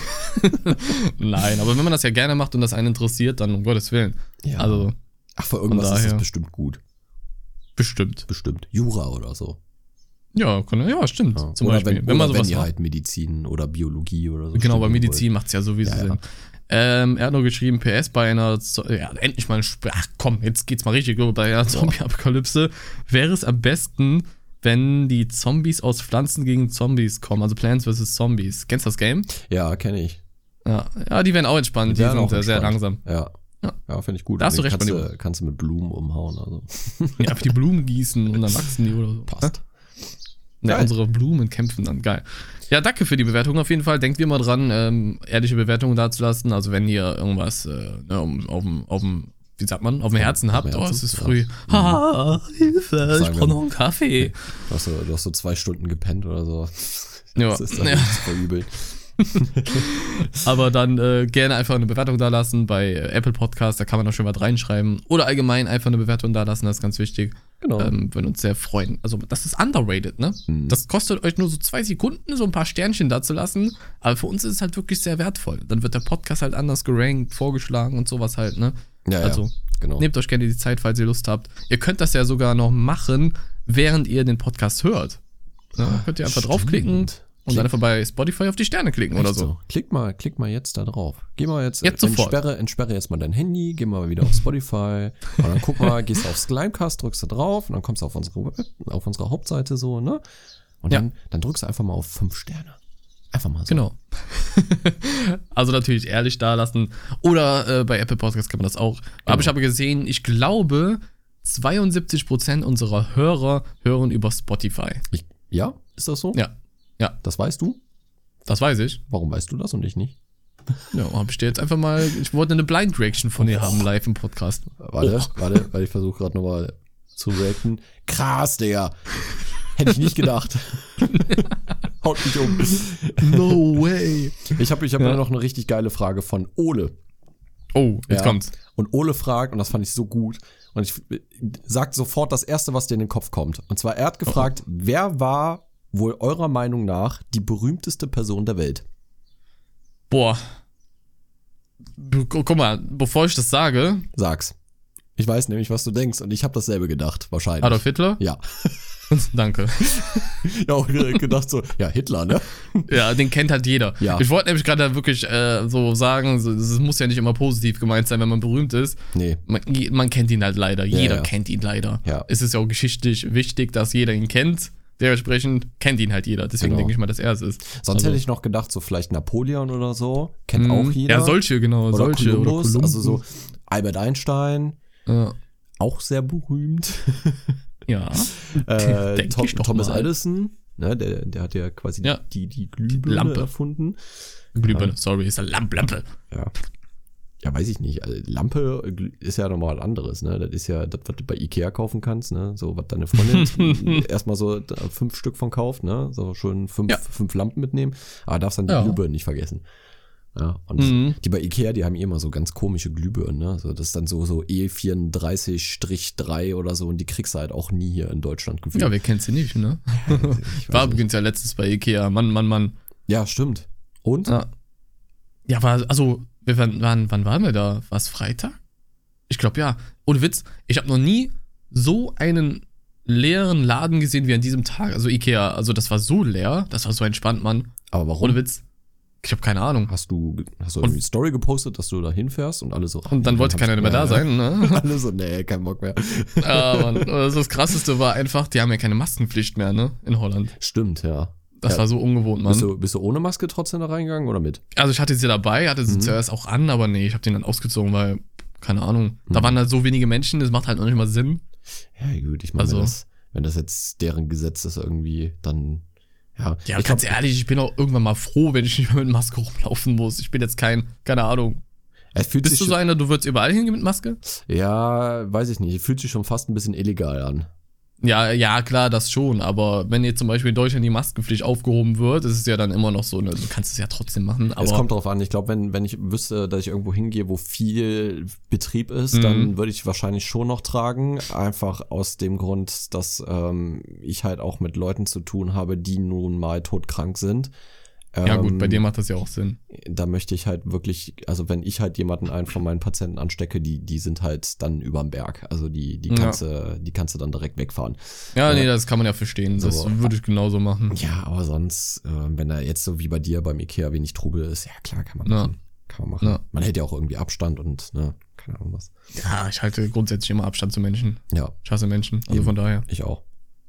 Speaker 1: Nein, aber wenn man das ja gerne macht und das einen interessiert, dann um Gottes Willen.
Speaker 2: Ja.
Speaker 1: Also,
Speaker 2: Ach, für irgendwas ist das bestimmt gut.
Speaker 1: Bestimmt.
Speaker 2: Bestimmt. Jura oder so.
Speaker 1: Ja, ja, stimmt.
Speaker 2: Ja.
Speaker 1: Zum
Speaker 2: oder
Speaker 1: Beispiel.
Speaker 2: wenn,
Speaker 1: wenn man
Speaker 2: oder
Speaker 1: sowas
Speaker 2: wenn ihr
Speaker 1: macht.
Speaker 2: halt Medizin oder Biologie oder so.
Speaker 1: Genau, bei Medizin macht es ja sowieso
Speaker 2: ja,
Speaker 1: Sinn.
Speaker 2: Ja.
Speaker 1: Ähm, er hat noch geschrieben, P S bei einer, Zo- ja, endlich mal ein Sp- ach komm, jetzt geht's mal richtig los, bei einer Zombie-Apokalypse wäre es am besten, wenn die Zombies aus Pflanzen gegen Zombies kommen, also Plants versus. Zombies. Kennst du das Game?
Speaker 2: Ja, kenne ich.
Speaker 1: Ja, ja, die werden auch entspannt, die, die sind auch sehr, sehr langsam.
Speaker 2: Ja, ja, ja finde ich gut.
Speaker 1: Da hast du recht,
Speaker 2: kannst, du, kannst du mit Blumen umhauen. Also.
Speaker 1: Ja, auf die Blumen gießen und dann wachsen die oder so.
Speaker 2: Passt.
Speaker 1: Ja, unsere Blumen kämpfen dann, geil. Ja, danke für die Bewertung auf jeden Fall. Denkt wie immer dran, ähm, ehrliche Bewertungen dazulassen. Also wenn ihr irgendwas äh, ne, um, auf dem, auf dem wie sagt man, auf dem Herzen
Speaker 2: auf
Speaker 1: habt,
Speaker 2: dem
Speaker 1: oh,
Speaker 2: Herzen,
Speaker 1: es ist
Speaker 2: ja.
Speaker 1: früh.
Speaker 2: Mhm.
Speaker 1: Ha, Hilfe, ich
Speaker 2: Sagen
Speaker 1: brauche
Speaker 2: wir-
Speaker 1: noch einen Kaffee.
Speaker 2: Du hast, so, du hast so zwei Stunden gepennt oder so.
Speaker 1: Ja,
Speaker 2: Das ist dann
Speaker 1: ja.
Speaker 2: nicht voll übel.
Speaker 1: Aber dann äh, gerne einfach eine Bewertung da lassen bei äh, Apple Podcast, da kann man auch schon was reinschreiben. Oder allgemein einfach eine Bewertung da lassen, das ist ganz wichtig.
Speaker 2: Genau.
Speaker 1: Ähm, würden uns sehr freuen. Also, das ist underrated, ne?
Speaker 2: Mhm.
Speaker 1: Das kostet euch nur so zwei Sekunden, so ein paar Sternchen da zu lassen. Aber für uns ist es halt wirklich sehr wertvoll. Dann wird der Podcast halt anders gerankt, vorgeschlagen und sowas halt, ne?
Speaker 2: ja,
Speaker 1: also,
Speaker 2: ja, genau.
Speaker 1: Nehmt euch gerne die Zeit, falls ihr Lust habt. Ihr könnt das ja sogar noch machen, während ihr den Podcast hört. Ja, könnt ihr einfach
Speaker 2: Stimmt.
Speaker 1: draufklicken und dann einfach bei Spotify auf die Sterne klicken oder
Speaker 2: Echt
Speaker 1: so.
Speaker 2: Klick mal, klick mal jetzt da drauf. Geh mal jetzt,
Speaker 1: Jetzt sofort.
Speaker 2: entsperre, entsperre jetzt mal dein Handy, geh mal wieder auf Spotify und dann guck mal, gehst auf Slimecast, drückst da drauf und dann kommst du auf unsere, Web- auf unsere Hauptseite so, ne? Und
Speaker 1: Ja.
Speaker 2: dann, dann drückst du einfach mal auf fünf Sterne. Einfach mal so.
Speaker 1: Genau. Also natürlich ehrlich da lassen. Oder äh, bei Apple Podcasts kann man das auch. Aber ich habe gesehen, ich glaube, zweiundsiebzig Prozent unserer Hörer hören über Spotify.
Speaker 2: Ich, ja? Ist das so?
Speaker 1: Ja. Ja,
Speaker 2: Das weißt du?
Speaker 1: das weiß ich.
Speaker 2: Warum weißt du das und ich nicht?
Speaker 1: Ja, habe ich dir jetzt einfach mal, ich wollte eine Blind Reaction von dir haben, live im Podcast.
Speaker 2: Warte,
Speaker 1: Oh.
Speaker 2: warte, weil ich versuche gerade nochmal zu reacten. Krass, Digga. Hätte ich nicht gedacht. Haut mich um.
Speaker 1: No way.
Speaker 2: Ich habe ich hab
Speaker 1: Ja.
Speaker 2: noch eine richtig geile Frage von Ole.
Speaker 1: Oh, jetzt
Speaker 2: Ja.
Speaker 1: kommt's.
Speaker 2: Und Ole fragt, und das fand ich so gut, und ich sag sofort das Erste, was dir in den Kopf kommt. Und zwar, er hat gefragt, wer war wohl eurer Meinung nach die berühmteste Person der Welt?
Speaker 1: Boah. Du, gu- guck mal, bevor ich das sage,
Speaker 2: Sag's. Ich weiß nämlich, was du denkst, und ich habe dasselbe gedacht, wahrscheinlich.
Speaker 1: Adolf Hitler?
Speaker 2: Ja.
Speaker 1: Danke.
Speaker 2: Ja, auch direkt gedacht so, ja, Hitler, ne?
Speaker 1: Ja, den kennt halt jeder.
Speaker 2: Ja.
Speaker 1: Ich wollte nämlich gerade wirklich äh, so sagen, so, es muss ja nicht immer positiv gemeint sein, wenn man berühmt ist.
Speaker 2: Nee.
Speaker 1: Man, je- man kennt ihn halt leider. Jeder
Speaker 2: ja.
Speaker 1: kennt ihn leider.
Speaker 2: Ja.
Speaker 1: Es ist ja auch geschichtlich wichtig, dass jeder ihn kennt. Dementsprechend kennt ihn halt jeder. Deswegen
Speaker 2: Genau.
Speaker 1: denke ich mal, dass er es ist.
Speaker 2: Sonst
Speaker 1: Also-
Speaker 2: hätte ich noch gedacht, so vielleicht Napoleon oder so. Kennt
Speaker 1: Mhm.
Speaker 2: auch jeder.
Speaker 1: Ja, solche, genau.
Speaker 2: oder
Speaker 1: solche.
Speaker 2: Kolumbus,
Speaker 1: oder Kolumbus.
Speaker 2: also so Albert Einstein,
Speaker 1: Ja.
Speaker 2: auch sehr berühmt.
Speaker 1: ja.
Speaker 2: Äh,
Speaker 1: Denk
Speaker 2: Tom,
Speaker 1: ich doch
Speaker 2: Thomas
Speaker 1: mal.
Speaker 2: Edison, ne, der, der hat ja quasi
Speaker 1: Ja.
Speaker 2: die, die Glühbirne
Speaker 1: Lampe.
Speaker 2: erfunden.
Speaker 1: Glühbirne, sorry, ist eine Lamp, Lampe.
Speaker 2: Ja. Ja, weiß ich nicht. Also Lampe ist ja nochmal was anderes, ne? Das ist ja das, was du bei Ikea kaufen kannst, ne? So, was deine Freundin erstmal so da fünf Stück von kauft, ne? So schon fünf,
Speaker 1: Ja.
Speaker 2: fünf Lampen mitnehmen. Aber darfst dann die
Speaker 1: Ja.
Speaker 2: Glühbirnen nicht vergessen. Ja, und
Speaker 1: Mhm.
Speaker 2: die bei Ikea, die haben eh immer so ganz komische Glühbirnen, ne? So, das ist dann so, so E vierunddreißig drei oder so und die kriegst du halt auch nie hier in Deutschland gefühlt.
Speaker 1: Ja, wer kennt sie nicht, ne?
Speaker 2: Ich weiß
Speaker 1: War
Speaker 2: nicht.
Speaker 1: übrigens ja letztens bei Ikea. Mann, Mann, Mann.
Speaker 2: Ja, stimmt. Und?
Speaker 1: Ja. Ja, war, also, wir waren, wann, wann waren wir da? War es Freitag? Ich glaube, ja. Ohne Witz, ich habe noch nie so einen leeren Laden gesehen wie an diesem Tag. Also Ikea, also das war so leer, das war so entspannt, Mann.
Speaker 2: Aber warum?
Speaker 1: Ohne Witz. Ich habe keine Ahnung.
Speaker 2: Hast du, hast du irgendwie Story gepostet, dass du da hinfährst und alle so.
Speaker 1: Und dann wollte keiner mehr da sein, ne?
Speaker 2: Alle so, nee, kein Bock mehr.
Speaker 1: Ja, Mann. Also das Krasseste war einfach, die haben ja keine Maskenpflicht mehr, ne? In Holland.
Speaker 2: Stimmt, ja.
Speaker 1: Das
Speaker 2: Ja.
Speaker 1: war so ungewohnt,
Speaker 2: Bist
Speaker 1: Mann.
Speaker 2: du, bist du ohne Maske trotzdem da reingegangen oder mit?
Speaker 1: Also ich hatte sie dabei, hatte sie
Speaker 2: Mhm.
Speaker 1: zuerst auch an, aber nee, ich habe den dann ausgezogen, weil, keine Ahnung. Da
Speaker 2: Mhm.
Speaker 1: waren halt so wenige Menschen, das macht halt noch nicht mal Sinn.
Speaker 2: Ja, gut, ich meine,
Speaker 1: Also-
Speaker 2: wenn, das, wenn das jetzt deren Gesetz ist irgendwie, dann, ja.
Speaker 1: Ja,
Speaker 2: ich
Speaker 1: ganz
Speaker 2: glaub,
Speaker 1: ehrlich, ich bin auch irgendwann mal froh, wenn ich nicht mehr mit Maske rumlaufen muss. Ich bin jetzt kein, keine Ahnung.
Speaker 2: es fühlt
Speaker 1: Bist
Speaker 2: sich
Speaker 1: du so
Speaker 2: schon,
Speaker 1: einer, du würdest überall hingehen mit Maske?
Speaker 2: ja, weiß ich nicht, es fühlt sich schon fast ein bisschen illegal an.
Speaker 1: Ja, ja, klar, das schon. Aber wenn jetzt zum Beispiel in Deutschland die Maskenpflicht aufgehoben wird, ist es ja dann immer noch so, ne, du kannst es ja trotzdem machen. Aber
Speaker 2: Es kommt drauf an. Ich glaube, wenn, wenn ich wüsste, dass ich irgendwo hingehe, wo viel Betrieb ist,
Speaker 1: Mhm.
Speaker 2: dann würde ich wahrscheinlich schon noch tragen. Einfach aus dem Grund, dass ähm, ich halt auch mit Leuten zu tun habe, die nun mal todkrank sind.
Speaker 1: ja gut,
Speaker 2: Ähm,
Speaker 1: bei dir macht das ja auch Sinn.
Speaker 2: Da möchte ich halt wirklich, also wenn ich halt jemanden einen von meinen Patienten anstecke, die, die sind halt dann überm Berg. Also die, die
Speaker 1: Ja.
Speaker 2: kannst du, die kannst du dann direkt wegfahren.
Speaker 1: Ja,
Speaker 2: Ja.
Speaker 1: nee, das kann man ja verstehen. Das
Speaker 2: So.
Speaker 1: würde ich genauso machen.
Speaker 2: Ja, aber sonst, äh, wenn da jetzt so wie bei dir beim Ikea wenig Trubel ist, ja klar, kann man
Speaker 1: Ja.
Speaker 2: machen. Kann man machen.
Speaker 1: Ja.
Speaker 2: Man hält ja auch irgendwie Abstand und, ne, keine Ahnung was.
Speaker 1: Ja, ich halte grundsätzlich immer Abstand zu Menschen.
Speaker 2: Ja,
Speaker 1: Ich hasse Menschen. Also
Speaker 2: Eben.
Speaker 1: von daher.
Speaker 2: ich auch.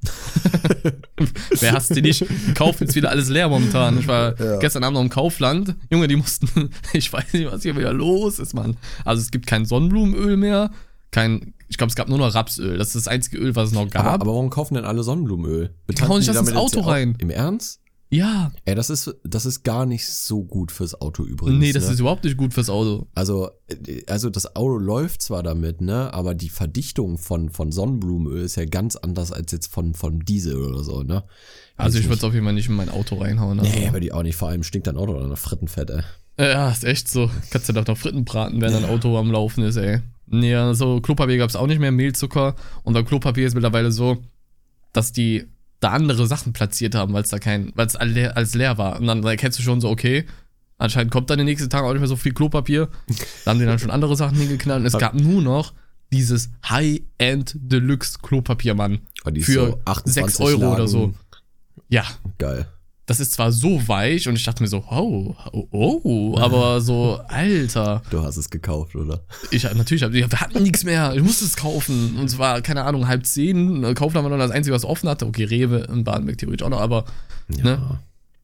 Speaker 1: Wer hasst die nicht? Kaufen ist wieder alles leer momentan. Ich war
Speaker 2: Ja.
Speaker 1: gestern Abend noch im Kaufland. Junge, die mussten, ich weiß nicht, was hier wieder los ist, Mann. Also es gibt kein Sonnenblumenöl mehr, kein, ich glaube, es gab nur noch Rapsöl. Das ist das einzige Öl, was es noch gab.
Speaker 2: Aber, aber warum kaufen denn alle Sonnenblumenöl?
Speaker 1: Die hauen sich
Speaker 2: die
Speaker 1: das ins
Speaker 2: damit jetzt
Speaker 1: Auto
Speaker 2: auch-
Speaker 1: rein.
Speaker 2: Im Ernst?
Speaker 1: Ja.
Speaker 2: Ey, das ist, das ist gar nicht so gut fürs Auto übrigens.
Speaker 1: Nee, das
Speaker 2: ne?
Speaker 1: ist überhaupt nicht gut fürs Auto.
Speaker 2: Also, äh, also das Auto läuft zwar damit, ne, aber die Verdichtung von, von Sonnenblumenöl ist ja ganz anders als jetzt von, von Diesel oder so, ne?
Speaker 1: Also ich
Speaker 2: nicht-
Speaker 1: würde es auf jeden Fall nicht in mein Auto reinhauen. Also.
Speaker 2: Nee, aber die auch nicht. Vor allem stinkt dein Auto nach Frittenfett, ey.
Speaker 1: Ja, ist echt so. Kannst du doch noch Fritten braten, während dein Auto am Laufen ist, ey. Nee, also Klopapier gab's auch nicht mehr, Mehlzucker. Und beim Klopapier ist mittlerweile so, dass die da andere Sachen platziert haben, weil es da kein, weil es als leer war. Und dann erkennst du schon so, okay, anscheinend kommt dann den nächsten Tag auch nicht mehr so viel Klopapier. Da haben die dann schon andere Sachen hingeknallt. Und es gab nur noch dieses High-End Deluxe Klopapier, Mann.
Speaker 2: Und die ist
Speaker 1: Für
Speaker 2: so achtundzwanzig
Speaker 1: sechs Euro
Speaker 2: Lagen.
Speaker 1: oder so. Ja.
Speaker 2: Geil.
Speaker 1: Das ist zwar so weich und ich dachte mir so, oh, oh, oh, aber so, Alter.
Speaker 2: Du hast es gekauft, oder?
Speaker 1: Ich natürlich, hab- wir hatten nichts mehr. Ich musste es kaufen. Und es war, keine Ahnung, halb zehn. Kaufen haben wir noch das Einzige, was offen hatte. Okay, Rewe in Badenbeck theoretisch auch noch, aber
Speaker 2: Ja.
Speaker 1: Ne?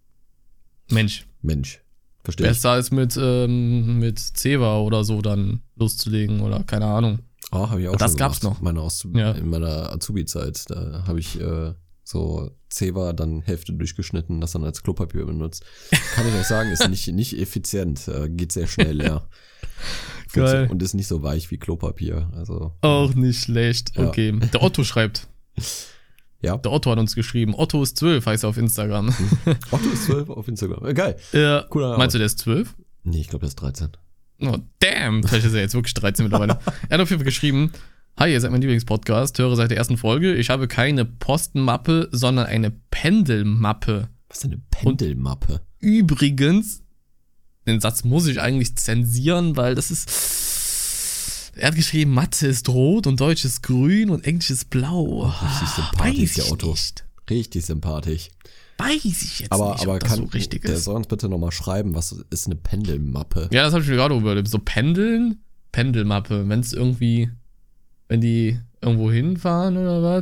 Speaker 1: Mensch,
Speaker 2: Mensch. Verstehe ich.
Speaker 1: besser als mit, ähm, mit Zewa oder so dann loszulegen oder keine Ahnung.
Speaker 2: Oh, habe ich auch
Speaker 1: Das
Speaker 2: schon
Speaker 1: gab's
Speaker 2: gemacht.
Speaker 1: noch.
Speaker 2: Meine Auszub-
Speaker 1: Ja.
Speaker 2: In meiner Azubi-Zeit. Da habe ich äh, so Zewa dann Hälfte durchgeschnitten, das dann als Klopapier benutzt. Kann ich euch sagen, ist nicht, nicht effizient. Äh, geht sehr schnell leer.
Speaker 1: Geil.
Speaker 2: Und ist nicht so weich wie Klopapier. Also,
Speaker 1: Auch nicht schlecht.
Speaker 2: Ja.
Speaker 1: Okay. Der Otto schreibt.
Speaker 2: ja.
Speaker 1: Der Otto hat uns geschrieben. Otto ist zwölf, heißt er auf Instagram.
Speaker 2: Otto ist zwölf auf Instagram. Äh, geil.
Speaker 1: Ja.
Speaker 2: Cooler Name.
Speaker 1: Meinst du, der ist zwölf?
Speaker 2: Nee, ich glaube, der ist dreizehn.
Speaker 1: Oh, damn. Vielleicht ist er jetzt wirklich dreizehn mittlerweile. Er hat auf jeden Fall geschrieben: Hi, ihr seid mein Lieblingspodcast, höre seit der ersten Folge. Ich habe keine Postenmappe, sondern eine Pendelmappe.
Speaker 2: Was ist denn eine Pendelmappe?
Speaker 1: Übrigens, den Satz muss ich eigentlich zensieren, weil das ist. Er hat geschrieben, Mathe ist rot und Deutsch ist grün und Englisch ist blau.
Speaker 2: Richtig sympathisch,
Speaker 1: Weiß
Speaker 2: der
Speaker 1: ich
Speaker 2: Otto.
Speaker 1: nicht.
Speaker 2: Richtig sympathisch.
Speaker 1: Weiß ich jetzt
Speaker 2: Aber,
Speaker 1: nicht,
Speaker 2: aber
Speaker 1: ob das
Speaker 2: kann
Speaker 1: so richtig
Speaker 2: der
Speaker 1: ist.
Speaker 2: soll uns bitte nochmal schreiben, was ist eine Pendelmappe?
Speaker 1: Ja, das habe ich mir gerade überlegt. So Pendeln? Pendelmappe. Wenn es irgendwie, wenn die irgendwo hinfahren oder was?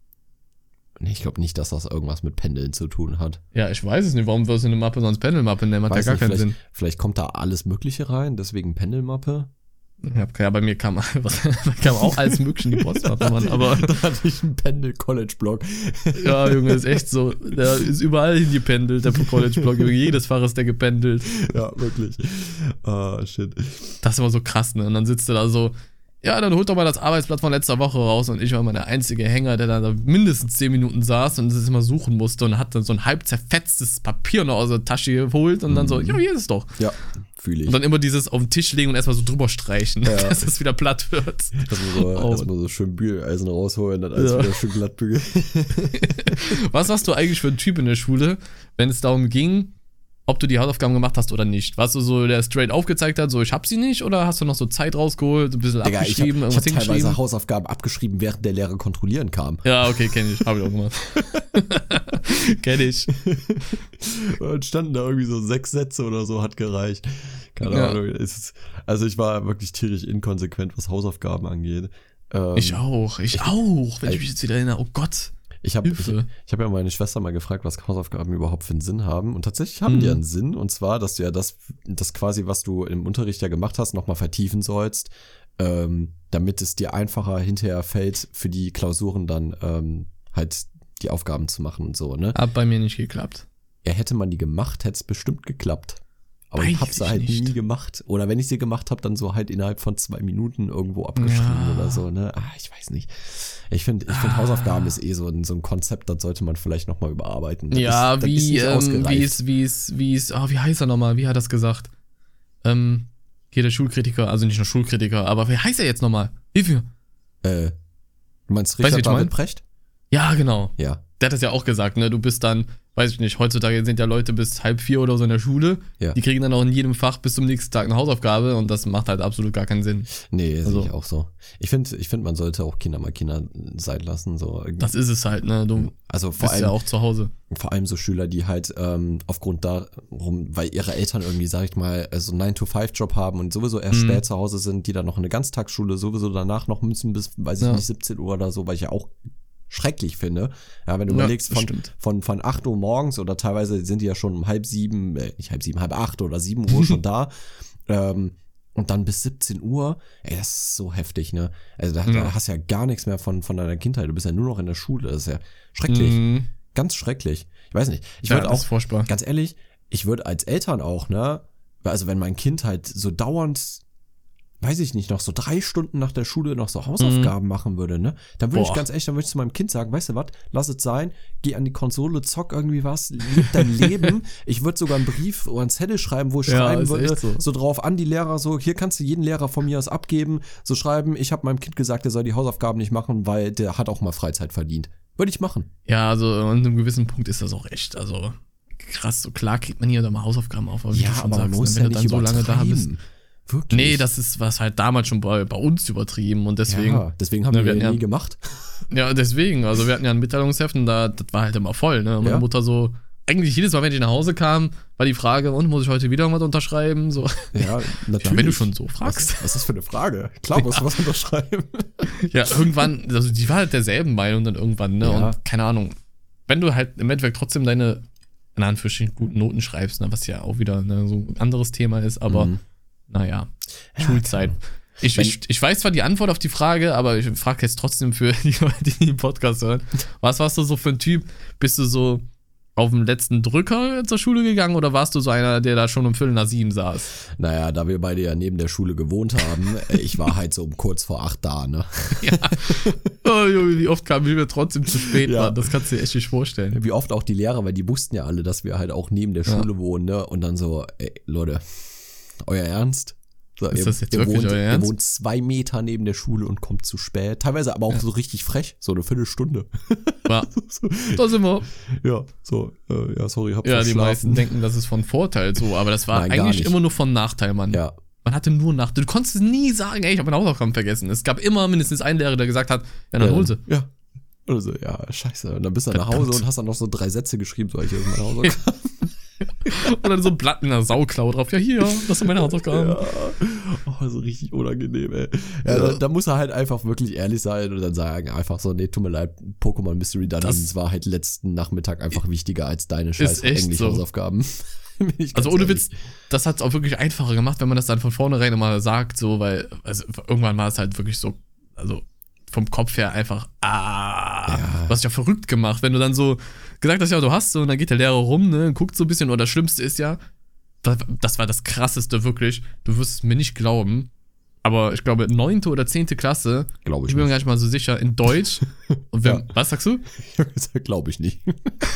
Speaker 2: Nee, ich glaube nicht, dass das irgendwas mit Pendeln zu tun hat.
Speaker 1: Ja, ich weiß es nicht. Warum wirst du eine Mappe sonst Pendelmappe nennen? Hat ja
Speaker 2: Weiß
Speaker 1: gar
Speaker 2: nicht,
Speaker 1: keinen
Speaker 2: vielleicht,
Speaker 1: Sinn.
Speaker 2: vielleicht kommt da alles Mögliche rein, deswegen Pendelmappe.
Speaker 1: Ja, ja, bei mir kam, was, kam auch alles Mögliche in die Postmappe, Mann. Aber
Speaker 2: Da hatte ich einen Pendel-College-Blog.
Speaker 1: ja, Junge, ist echt so. Der ist überall hingependelt, der College-Blog. Jedes Fach ist der gependelt.
Speaker 2: Ja, wirklich. Ah, shit.
Speaker 1: Das ist immer so krass, ne? Und dann sitzt du da so, ja, dann holt doch mal das Arbeitsblatt von letzter Woche raus. Und ich war mal der einzige Hänger, der da mindestens zehn Minuten saß und das immer suchen musste und hat dann so ein halb zerfetztes Papier noch aus der Tasche geholt und dann so, ja, hier ist es doch.
Speaker 2: Ja, fühle ich.
Speaker 1: Und dann immer dieses auf den Tisch legen und erstmal so drüber streichen,
Speaker 2: Ja.
Speaker 1: dass es wieder platt wird.
Speaker 2: Erstmal so,
Speaker 1: Oh.
Speaker 2: erstmal so schön Bügeleisen rausholen, dann alles
Speaker 1: Ja.
Speaker 2: wieder schön glatt bügeln.
Speaker 1: Was warst du eigentlich für ein Typ in der Schule, wenn es darum ging, ob du die Hausaufgaben gemacht hast oder nicht? Warst du so, der straight aufgezeigt hat, so ich hab sie nicht, oder hast du noch so Zeit rausgeholt, ein bisschen
Speaker 2: Digga, ich
Speaker 1: abgeschrieben,
Speaker 2: habe hab
Speaker 1: irgendwas
Speaker 2: teilweise
Speaker 1: hingeschrieben?
Speaker 2: Hausaufgaben abgeschrieben, während der Lehrer kontrollieren kam.
Speaker 1: Ja, okay, kenn ich, hab ich auch gemacht. Kenn ich.
Speaker 2: Und standen da irgendwie so sechs Sätze oder so, hat gereicht. Keine
Speaker 1: Ja.
Speaker 2: Ahnung. Es ist, also ich war wirklich tierisch inkonsequent, was Hausaufgaben angeht. Ähm,
Speaker 1: Ich auch, ich auch, wenn ich
Speaker 2: Ey.
Speaker 1: mich jetzt wieder erinnere, oh Gott.
Speaker 2: Ich habe ich,
Speaker 1: Hilfe.
Speaker 2: ich hab ja meine Schwester mal gefragt, was Hausaufgaben überhaupt für einen Sinn haben. Und tatsächlich haben
Speaker 1: Mhm.
Speaker 2: die einen Sinn. Und zwar, dass du ja das, das quasi, was du im Unterricht ja gemacht hast, nochmal vertiefen sollst, ähm, damit es dir einfacher hinterher fällt, für die Klausuren dann ähm, halt die Aufgaben zu machen und so, ne?
Speaker 1: Hat bei mir nicht geklappt.
Speaker 2: Ja, hätte man die gemacht, hätte es bestimmt geklappt. Aber ich
Speaker 1: Weiß
Speaker 2: habe sie
Speaker 1: ich
Speaker 2: halt
Speaker 1: nicht.
Speaker 2: nie gemacht. Oder wenn ich sie gemacht habe, dann so halt innerhalb von zwei Minuten irgendwo abgeschrieben
Speaker 1: Ja.
Speaker 2: oder so, ne? Ah, ich weiß nicht. Ich finde, ich find,
Speaker 1: Ah.
Speaker 2: Hausaufgaben ist eh so ein, so ein Konzept, das sollte man vielleicht nochmal überarbeiten. Das
Speaker 1: Ja,
Speaker 2: ist, das ist
Speaker 1: wie,
Speaker 2: nicht
Speaker 1: ähm,
Speaker 2: ausgereift.
Speaker 1: wie ist, wie ist, wie ist, oh, wie heißt er nochmal? Wie hat er das gesagt? Ähm, hier der Schulkritiker, also nicht nur Schulkritiker, aber wie heißt er jetzt nochmal? Hilf mir.
Speaker 2: Äh, du meinst
Speaker 1: Weißt du, wie
Speaker 2: Richard
Speaker 1: ich mein?
Speaker 2: David Precht?
Speaker 1: Ja, genau.
Speaker 2: Ja.
Speaker 1: Der hat das ja auch gesagt, ne? Du bist dann, weiß ich nicht, heutzutage sind ja Leute bis halb vier oder so in der Schule.
Speaker 2: Ja.
Speaker 1: Die kriegen dann auch in jedem Fach bis zum nächsten Tag eine Hausaufgabe und das macht halt absolut gar keinen Sinn.
Speaker 2: Nee,
Speaker 1: Also-
Speaker 2: sehe ich auch so. Ich finde, ich find, man sollte auch Kinder mal Kinder sein lassen. So.
Speaker 1: Das ist es halt, ne? Du
Speaker 2: also vor
Speaker 1: bist
Speaker 2: allem,
Speaker 1: ja auch zu Hause.
Speaker 2: vor allem so Schüler, die halt ähm, aufgrund darum, weil ihre Eltern irgendwie, sag ich mal, so einen nine to five Job haben und sowieso erst
Speaker 1: Mhm.
Speaker 2: spät zu Hause sind, die dann noch in eine Ganztagsschule sowieso danach noch müssen bis, weiß ich
Speaker 1: Ja.
Speaker 2: nicht, siebzehn Uhr oder so, weil ich ja auch schrecklich finde. Ja, wenn du
Speaker 1: Ja,
Speaker 2: überlegst,
Speaker 1: das
Speaker 2: von,
Speaker 1: stimmt.
Speaker 2: von, von acht Uhr morgens oder teilweise sind die ja schon um halb sieben, äh, nicht halb sieben, halb acht oder sieben Uhr schon da. Ähm, und dann bis siebzehn Uhr, ey, das ist so heftig, ne? Also da,
Speaker 1: Ja.
Speaker 2: da hast du ja gar nichts mehr von, von deiner Kindheit. Du bist ja nur noch in der Schule. Das ist ja schrecklich.
Speaker 1: Mhm.
Speaker 2: ganz schrecklich. Ich weiß nicht. Ich
Speaker 1: Ja,
Speaker 2: würde
Speaker 1: das
Speaker 2: auch,
Speaker 1: ist furchtbar.
Speaker 2: ganz ehrlich, ich würde als Eltern auch, ne, also wenn mein Kind halt so dauernd, weiß ich nicht, noch so drei Stunden nach der Schule noch so Hausaufgaben mhm. machen würde, ne, dann würde ich ganz ehrlich, dann würde ich zu meinem Kind sagen, weißt du was, lass es sein, geh an die Konsole, zock irgendwie was, leb dein Leben. Ich würde sogar einen Brief oder einen Zettel schreiben, wo ich
Speaker 1: Ja,
Speaker 2: schreiben
Speaker 1: ist
Speaker 2: würde,
Speaker 1: echt so.
Speaker 2: so drauf an die Lehrer, so, hier kannst du jeden Lehrer von mir aus abgeben, so schreiben, ich habe meinem Kind gesagt, er soll die Hausaufgaben nicht machen, weil der hat auch mal Freizeit verdient. Würde ich machen.
Speaker 1: Ja, also an einem gewissen Punkt ist das auch echt, also krass, so klar kriegt man hier oder mal Hausaufgaben auf, aber wie
Speaker 2: Ja,
Speaker 1: du schon
Speaker 2: aber man
Speaker 1: sagst,
Speaker 2: muss
Speaker 1: wenn
Speaker 2: ja
Speaker 1: du
Speaker 2: nicht
Speaker 1: dann so lange da bist.
Speaker 2: übertreiben. Wirklich.
Speaker 1: Nee, das ist was halt damals schon bei, bei uns übertrieben und deswegen,
Speaker 2: ja, deswegen haben
Speaker 1: ne,
Speaker 2: wir
Speaker 1: wir
Speaker 2: ja
Speaker 1: hatten
Speaker 2: nie gemacht.
Speaker 1: ja, deswegen, also wir hatten ja ein Mitteilungsheft und da, das war halt immer voll, ne, und meine
Speaker 2: Ja.
Speaker 1: Mutter so, eigentlich jedes Mal, wenn ich nach Hause kam, war die Frage, und muss ich heute wieder was unterschreiben, so.
Speaker 2: Ja, natürlich.
Speaker 1: Ja, wenn du schon so fragst.
Speaker 2: Was, was ist das für eine Frage? Klar, musst du was unterschreiben.
Speaker 1: Ja, irgendwann, also die war halt derselben Meinung dann irgendwann, ne,
Speaker 2: Ja.
Speaker 1: und keine Ahnung, wenn du halt im Endeffekt trotzdem deine, in Anführungsstrichen, guten Noten schreibst, ne, was ja auch wieder ne, so ein anderes Thema ist, aber
Speaker 2: Mhm.
Speaker 1: naja,
Speaker 2: Ja,
Speaker 1: Schulzeit.
Speaker 2: klar.
Speaker 1: Ich,
Speaker 2: Wenn-
Speaker 1: ich, ich weiß zwar die Antwort auf die Frage, aber ich frage jetzt trotzdem für die Leute, die den Podcast hören. Was warst du so für ein Typ? Bist du so auf dem letzten Drücker zur Schule gegangen oder warst du so einer, der da schon um Viertel nach sieben saß?
Speaker 2: Naja, da wir beide ja neben der Schule gewohnt haben, äh, ich war halt so um kurz vor acht da, ne?
Speaker 1: Ja. Oh, Junge, wie oft kamen wir trotzdem zu spät,
Speaker 2: Ja.
Speaker 1: Mann. Das kannst du dir echt nicht vorstellen.
Speaker 2: Wie oft auch die Lehrer, weil die wussten ja alle, dass wir halt auch neben der
Speaker 1: Ja.
Speaker 2: Schule wohnen, ne? Und dann so, ey, Leute, euer Ernst? So,
Speaker 1: Ist
Speaker 2: ihr,
Speaker 1: das jetzt
Speaker 2: ihr
Speaker 1: wirklich
Speaker 2: wohnt,
Speaker 1: euer Ernst?
Speaker 2: Ihr wohnt zwei Meter neben der Schule und kommt zu spät. Teilweise aber auch
Speaker 1: Ja.
Speaker 2: so richtig frech, so eine Viertelstunde.
Speaker 1: Ja,
Speaker 2: so,
Speaker 1: da sind wir.
Speaker 2: ja, so, äh, ja, sorry, hab
Speaker 1: Ja, die
Speaker 2: verschlafen.
Speaker 1: meisten denken, das ist von Vorteil so, aber das war
Speaker 2: Nein, gar
Speaker 1: eigentlich
Speaker 2: nicht.
Speaker 1: immer nur von Nachteil, Mann.
Speaker 2: Ja,
Speaker 1: Man hatte nur Nachteil. Du konntest nie sagen, ey, ich habe meine Hausaufgaben vergessen. Es gab immer mindestens einen Lehrer, der gesagt hat, ja, dann
Speaker 2: ja,
Speaker 1: hol sie.
Speaker 2: Ja. Oder so, ja, scheiße. Und dann bist du nach
Speaker 1: Verdammt.
Speaker 2: Hause und hast dann noch so drei Sätze geschrieben, so, ich hier ist meine Hausaufgaben.
Speaker 1: Und dann so ein Blatt mit einer Sauklau drauf. Ja, hier, das sind meine Hausaufgaben.
Speaker 2: Ja. Oh, so richtig unangenehm, ey. Ja,
Speaker 1: Ja.
Speaker 2: Da, da muss er halt einfach wirklich ehrlich sein und dann sagen einfach so, nee, tut mir leid, Pokémon Mystery Dungeons war halt letzten Nachmittag einfach wichtiger als deine scheiß
Speaker 1: echt so.
Speaker 2: Englisch-Hausaufgaben. Bin ich ganz
Speaker 1: Also ohne
Speaker 2: ehrlich.
Speaker 1: Witz, das hat es auch wirklich einfacher gemacht, wenn man das dann von vornherein immer sagt, so, weil also irgendwann war es halt wirklich so, also vom Kopf her einfach, ah,
Speaker 2: Ja.
Speaker 1: du hast dich ja verrückt gemacht, wenn du dann so gesagt hast, ja, du hast so, und dann geht der Lehrer rum, ne, und guckt so ein bisschen, und das Schlimmste ist ja, das, das war das Krasseste wirklich, du wirst es mir nicht glauben, aber ich glaube, neunte oder zehnte Klasse,
Speaker 2: Glaube
Speaker 1: ich
Speaker 2: ich
Speaker 1: bin mir
Speaker 2: nicht.
Speaker 1: gar nicht mal so sicher, in Deutsch, und wenn,
Speaker 2: Ja.
Speaker 1: was sagst du?
Speaker 2: Glaube ich nicht.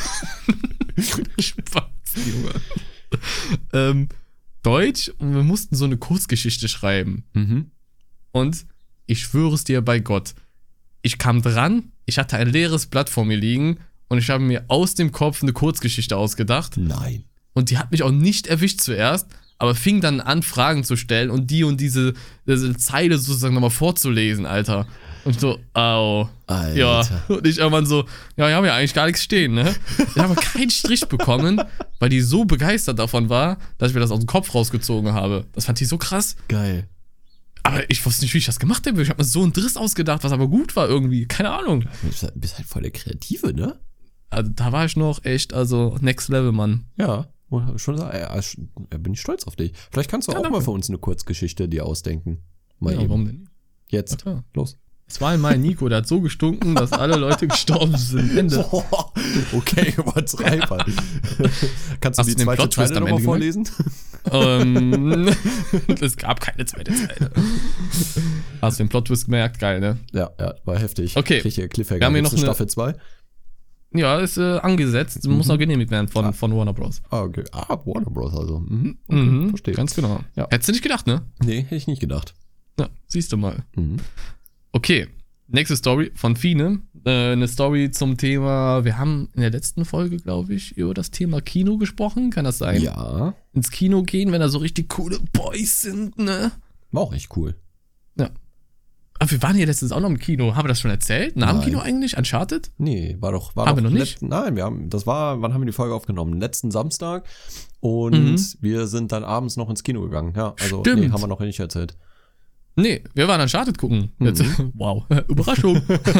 Speaker 1: Spaß, Junge. ähm, Deutsch, und wir mussten so eine Kurzgeschichte schreiben.
Speaker 2: Mhm.
Speaker 1: Und ich schwöre es dir bei Gott, ich kam dran, ich hatte ein leeres Blatt vor mir liegen und ich habe mir aus dem Kopf eine Kurzgeschichte ausgedacht.
Speaker 2: Nein.
Speaker 1: Und die hat mich auch nicht erwischt zuerst, aber fing dann an, Fragen zu stellen und die und diese, diese Zeile sozusagen nochmal vorzulesen, Alter. Und so, au.
Speaker 2: Alter.
Speaker 1: Ja, und ich irgendwann so, ja, ich habe ja eigentlich gar nichts stehen, ne? Ich habe keinen Strich bekommen, weil die so begeistert davon war, dass ich mir das aus dem Kopf rausgezogen habe. Das fand die so krass.
Speaker 2: Geil.
Speaker 1: Aber ich wusste nicht, wie ich das gemacht habe. Ich habe mir so einen Driss ausgedacht, was aber gut war irgendwie. Keine Ahnung.
Speaker 2: Du bist halt, bist halt voll der Kreative, ne?
Speaker 1: Also, da war ich noch echt, also Next Level, Mann.
Speaker 2: Ja. Und schon, ja, ja, bin ich stolz auf dich. Vielleicht kannst du
Speaker 1: Ja,
Speaker 2: auch
Speaker 1: danke.
Speaker 2: mal für uns eine Kurzgeschichte dir ausdenken. Mal
Speaker 1: Ja,
Speaker 2: eben.
Speaker 1: warum denn nicht?
Speaker 2: Jetzt.
Speaker 1: Warte.
Speaker 2: Los.
Speaker 1: Zweimal Nico, der hat so gestunken, dass alle Leute gestorben sind. Ende.
Speaker 2: Okay, übertreiber. Kannst du
Speaker 1: Hast
Speaker 2: die
Speaker 1: du den
Speaker 2: zweite
Speaker 1: Plot-Twist
Speaker 2: Zeile
Speaker 1: am
Speaker 2: nochmal
Speaker 1: Ende
Speaker 2: vorlesen?
Speaker 1: ähm, es gab keine zweite Zeile. Hast du den Plot-Twist gemerkt? Geil, ne?
Speaker 2: Ja, ja, war heftig.
Speaker 1: Okay.
Speaker 2: Richtiger Cliffhanger.
Speaker 1: Wir haben hier
Speaker 2: Gibt's
Speaker 1: noch
Speaker 2: eine
Speaker 1: eine-
Speaker 2: Staffel zwei?
Speaker 1: Ja, ist äh, angesetzt. Muss noch genehmigt werden von,
Speaker 2: Ah.
Speaker 1: von Warner Bros.
Speaker 2: Ah, okay. Ah, Warner Bros. also. Mhm. Okay,
Speaker 1: Mhm,
Speaker 2: verstehe.
Speaker 1: ganz genau.
Speaker 2: Ja.
Speaker 1: Hättest du nicht gedacht, ne?
Speaker 2: Nee, hätte ich nicht gedacht.
Speaker 1: Ja, siehst du mal.
Speaker 2: Mhm.
Speaker 1: Okay, nächste Story von Fine. Äh, eine Story zum Thema, wir haben in der letzten Folge, glaube ich, über das Thema Kino gesprochen. Kann das sein?
Speaker 2: Ja,
Speaker 1: Ins Kino gehen, wenn da so richtig coole Boys sind, ne?
Speaker 2: war auch echt cool.
Speaker 1: Ja. Aber wir waren hier letztens auch noch im Kino. Haben wir das schon erzählt? Nach dem
Speaker 2: Nein.
Speaker 1: Kino eigentlich? Uncharted?
Speaker 2: Nee, war doch. War
Speaker 1: Haben
Speaker 2: doch
Speaker 1: wir noch
Speaker 2: let-
Speaker 1: nicht?
Speaker 2: Nein, wir haben, das war, wann haben wir die Folge aufgenommen? Letzten Samstag. Und
Speaker 1: Mhm.
Speaker 2: wir sind dann abends noch ins Kino gegangen. Ja, also,
Speaker 1: Stimmt.
Speaker 2: nee, haben wir noch nicht erzählt.
Speaker 1: Nee, wir waren Uncharted gucken. Jetzt, wow, Überraschung.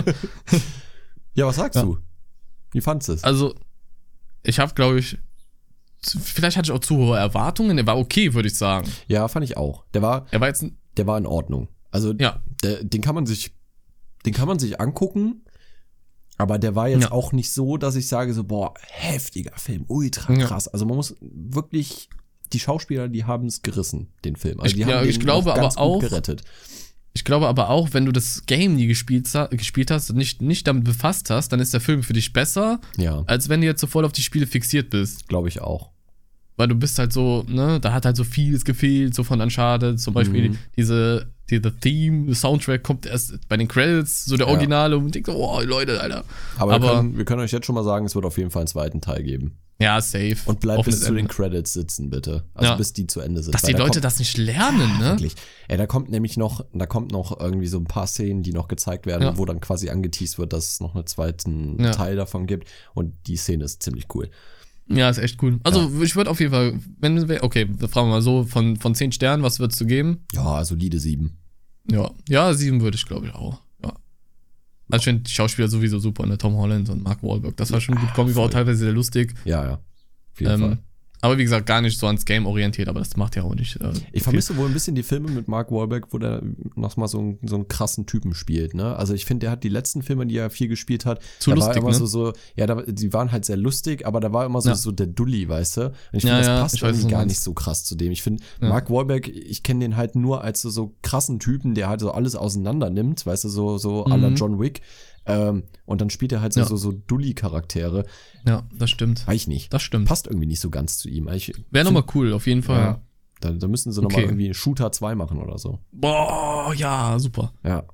Speaker 2: Ja, was sagst
Speaker 1: Ja.
Speaker 2: du? Wie fandst du es?
Speaker 1: Also, ich habe, glaube ich, zu- vielleicht hatte ich auch zu hohe Erwartungen. Der war okay, würde ich sagen.
Speaker 2: Ja, fand ich auch. Der war,
Speaker 1: Er war jetzt, ein-
Speaker 2: der war in Ordnung. Also,
Speaker 1: ja,
Speaker 2: der, den kann man sich, den kann man sich angucken, Aber der war jetzt
Speaker 1: Ja.
Speaker 2: auch nicht so, dass ich sage so, boah, heftiger Film, ultra
Speaker 1: Ja.
Speaker 2: krass. Also man muss wirklich, die Schauspieler, die haben es gerissen, den Film. Also
Speaker 1: Ich-
Speaker 2: die
Speaker 1: ja,
Speaker 2: haben
Speaker 1: ich
Speaker 2: den
Speaker 1: glaube
Speaker 2: noch ganz
Speaker 1: aber
Speaker 2: gut
Speaker 1: auch-
Speaker 2: gerettet.
Speaker 1: Ich glaube aber auch, wenn du das Game nie gespielt, sa- gespielt hast und nicht, nicht damit befasst hast, dann ist der Film für dich besser,
Speaker 2: Ja,
Speaker 1: als wenn du jetzt so voll auf die Spiele fixiert bist.
Speaker 2: glaube ich auch.
Speaker 1: Weil du bist halt so, ne, da hat halt so vieles gefehlt, so von Uncharted, zum Beispiel
Speaker 2: Mhm.
Speaker 1: diese, diese Theme, der Soundtrack kommt erst bei den Credits, so der
Speaker 2: Ja.
Speaker 1: Originale und denkst so, oh Leute, Alter.
Speaker 2: Aber, wir,
Speaker 1: Aber-
Speaker 2: können, wir können euch jetzt schon mal sagen, es wird auf jeden Fall einen zweiten Teil geben.
Speaker 1: Ja, safe.
Speaker 2: Und bleibt bis
Speaker 1: Offenes
Speaker 2: zu den
Speaker 1: Ende.
Speaker 2: Credits sitzen, bitte. Also
Speaker 1: Ja.
Speaker 2: bis die zu Ende sind.
Speaker 1: Dass
Speaker 2: Weil
Speaker 1: die
Speaker 2: da
Speaker 1: Leute
Speaker 2: kommt,
Speaker 1: das nicht lernen, ne?
Speaker 2: Wirklich. Ey, da kommt nämlich noch, da kommt noch irgendwie so ein paar Szenen, die noch gezeigt werden,
Speaker 1: Ja.
Speaker 2: wo dann quasi angeteased wird, dass es noch einen zweiten
Speaker 1: Ja.
Speaker 2: Teil davon gibt. Und die Szene ist ziemlich cool.
Speaker 1: Ja, ist echt cool. Also, ich würde auf jeden Fall, wenn, okay, da fragen wir mal so, von, von zehn Sternen, was würdest du geben?
Speaker 2: Ja, solide sieben.
Speaker 1: Ja, ja, sieben würde ich, glaube ich, auch. Ja. Also, ich finde die Schauspieler sowieso super, ne? Tom Holland und Mark Wahlberg. Das war schon gut. Kombi war auch
Speaker 2: voll.
Speaker 1: teilweise sehr lustig.
Speaker 2: Ja, ja. Auf jeden Fall.
Speaker 1: Ähm, aber wie gesagt, gar nicht so ans Game orientiert, aber das macht ja auch nicht. Äh,
Speaker 2: Ich
Speaker 1: viel.
Speaker 2: vermisse wohl ein bisschen die Filme mit Mark Wahlberg, wo der nochmal so, einen- so einen krassen Typen spielt, ne? Also ich finde, der hat die letzten Filme, die er viel gespielt hat,
Speaker 1: Zu
Speaker 2: da
Speaker 1: lustig,
Speaker 2: war immer
Speaker 1: ne?
Speaker 2: so, so, ja, da, die waren halt sehr lustig, aber da war immer so,
Speaker 1: Ja.
Speaker 2: so der Dulli, weißt du? Und ich
Speaker 1: Ja,
Speaker 2: finde, das
Speaker 1: ja,
Speaker 2: passt
Speaker 1: ich weiß, was
Speaker 2: irgendwie
Speaker 1: du
Speaker 2: gar
Speaker 1: meinst.
Speaker 2: nicht so krass zu dem. Ich finde,
Speaker 1: Ja.
Speaker 2: Mark Wahlberg, ich kenne den halt nur als so, so krassen Typen, der halt so alles auseinander nimmt, weißt du, so, so à la
Speaker 1: Mhm.
Speaker 2: John Wick. Ähm, und dann spielt er halt so,
Speaker 1: Ja.
Speaker 2: so, so Dulli-Charaktere.
Speaker 1: Ja, das stimmt.
Speaker 2: Weiß ich nicht.
Speaker 1: Das stimmt.
Speaker 2: Passt irgendwie nicht so ganz zu ihm. Ich
Speaker 1: Wäre nochmal cool, auf jeden Fall.
Speaker 2: Ja. Da, da müssen sie nochmal
Speaker 1: Okay.
Speaker 2: irgendwie Shooter zwei machen oder so.
Speaker 1: Boah, ja, super.
Speaker 2: Ja.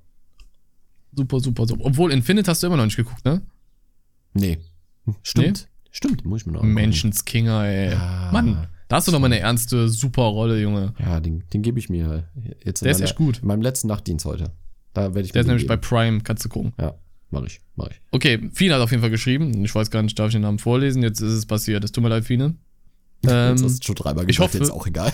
Speaker 1: Super, super, super. Obwohl, Infinite hast du immer noch nicht geguckt, ne?
Speaker 2: Nee. Stimmt. Stimmt, muss ich mir noch angucken.
Speaker 1: Menschenskinger, ey.
Speaker 2: Ja.
Speaker 1: Mann, da hast du noch mal eine ernste, super Rolle, Junge.
Speaker 2: Ja, den, den gebe ich mir jetzt in,
Speaker 1: Der ist
Speaker 2: meiner,
Speaker 1: echt gut.
Speaker 2: in meinem letzten Nachtdienst heute. Da werde ich
Speaker 1: Der ist
Speaker 2: mir den
Speaker 1: nämlich bei
Speaker 2: geben.
Speaker 1: Prime, kannst du gucken.
Speaker 2: Ja, mach ich, mach ich.
Speaker 1: Okay, Fine hat auf jeden Fall geschrieben. Ich weiß gar nicht, darf ich den Namen vorlesen? Jetzt ist es passiert. Es tut mir leid, Fine. Ähm,
Speaker 2: jetzt hast du schon dreimal
Speaker 1: ich
Speaker 2: gesagt,
Speaker 1: hoffe-
Speaker 2: jetzt auch egal.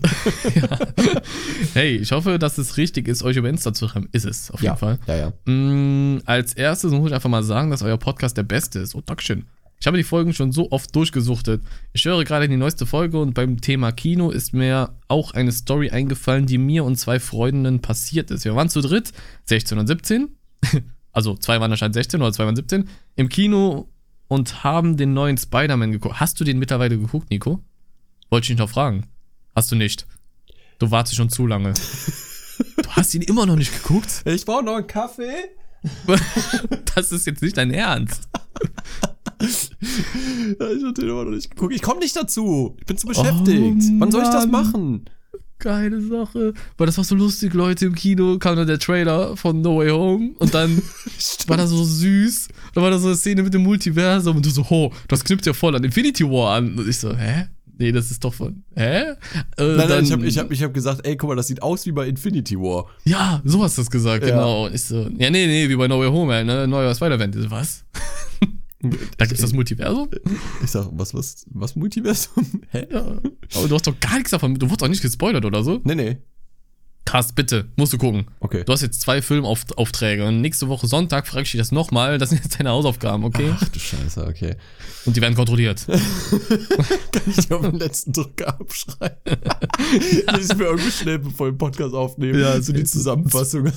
Speaker 1: hey, ich hoffe, dass es richtig ist, euch über Insta zu schreiben. Ist es, auf
Speaker 2: ja,
Speaker 1: jeden Fall.
Speaker 2: ja, ja.
Speaker 1: Mm, als erstes muss ich einfach mal sagen, dass euer Podcast der beste ist. Oh, Dankeschön. Ich habe die Folgen schon so oft durchgesuchtet. Ich höre gerade die neueste Folge und beim Thema Kino ist mir auch eine Story eingefallen, die mir und zwei Freundinnen passiert ist. Wir waren zu dritt, sechzehn und siebzehn. Also zwei waren anscheinend sechzehn oder zwei waren siebzehn. Im Kino und haben den neuen Spider-Man geguckt. Hast du den mittlerweile geguckt, Nico? Wollte ich dich noch fragen. Hast du nicht. Du wartest schon zu lange. Du hast ihn immer noch nicht geguckt?
Speaker 2: Ich brauche noch einen Kaffee.
Speaker 1: Das ist jetzt nicht dein Ernst.
Speaker 2: Ja, ich habe den immer noch nicht geguckt. Ich komme nicht dazu. Ich bin zu beschäftigt.
Speaker 1: Oh,
Speaker 2: Wann soll ich das
Speaker 1: Mann.
Speaker 2: machen?
Speaker 1: Geile Sache. Weil das war so lustig, Leute, im Kino kam dann der Trailer von No Way Home und dann war das so süß. Da war da so eine Szene mit dem Multiversum und du so, oh, das knüpft ja voll an Infinity War an. Und ich so, hä? Nee, das ist doch von, hä? Äh,
Speaker 2: Nein, nein,
Speaker 1: dann-
Speaker 2: ich habe ich hab, ich hab gesagt, ey, guck mal, das sieht aus wie bei Infinity War.
Speaker 1: Ja, so hast du es gesagt,
Speaker 2: Ja.
Speaker 1: genau. Und ich so, ja, nee, nee, wie bei No Way Home, halt, ne? Neuer Spider-Man. Ich so, was? Da gibt's das Multiversum?
Speaker 2: Ich sag, was, was, was Multiversum? Hä?
Speaker 1: Ja. Aber du hast doch gar nichts davon. Du wurdest doch nicht gespoilert oder so.
Speaker 2: Nee, nee.
Speaker 1: Krass, bitte, musst du gucken.
Speaker 2: Okay.
Speaker 1: Du hast jetzt zwei Filmaufträge und nächste Woche Sonntag frage ich dich das nochmal. Das sind jetzt deine Hausaufgaben, okay?
Speaker 2: Ach du Scheiße, okay.
Speaker 1: Und die werden kontrolliert.
Speaker 2: Kann ich dir auf den letzten Drücker abschreiben? Das ist mir irgendwie schnell, bevor wir den Podcast aufnehmen.
Speaker 1: Ja,
Speaker 2: so die Zusammenfassung.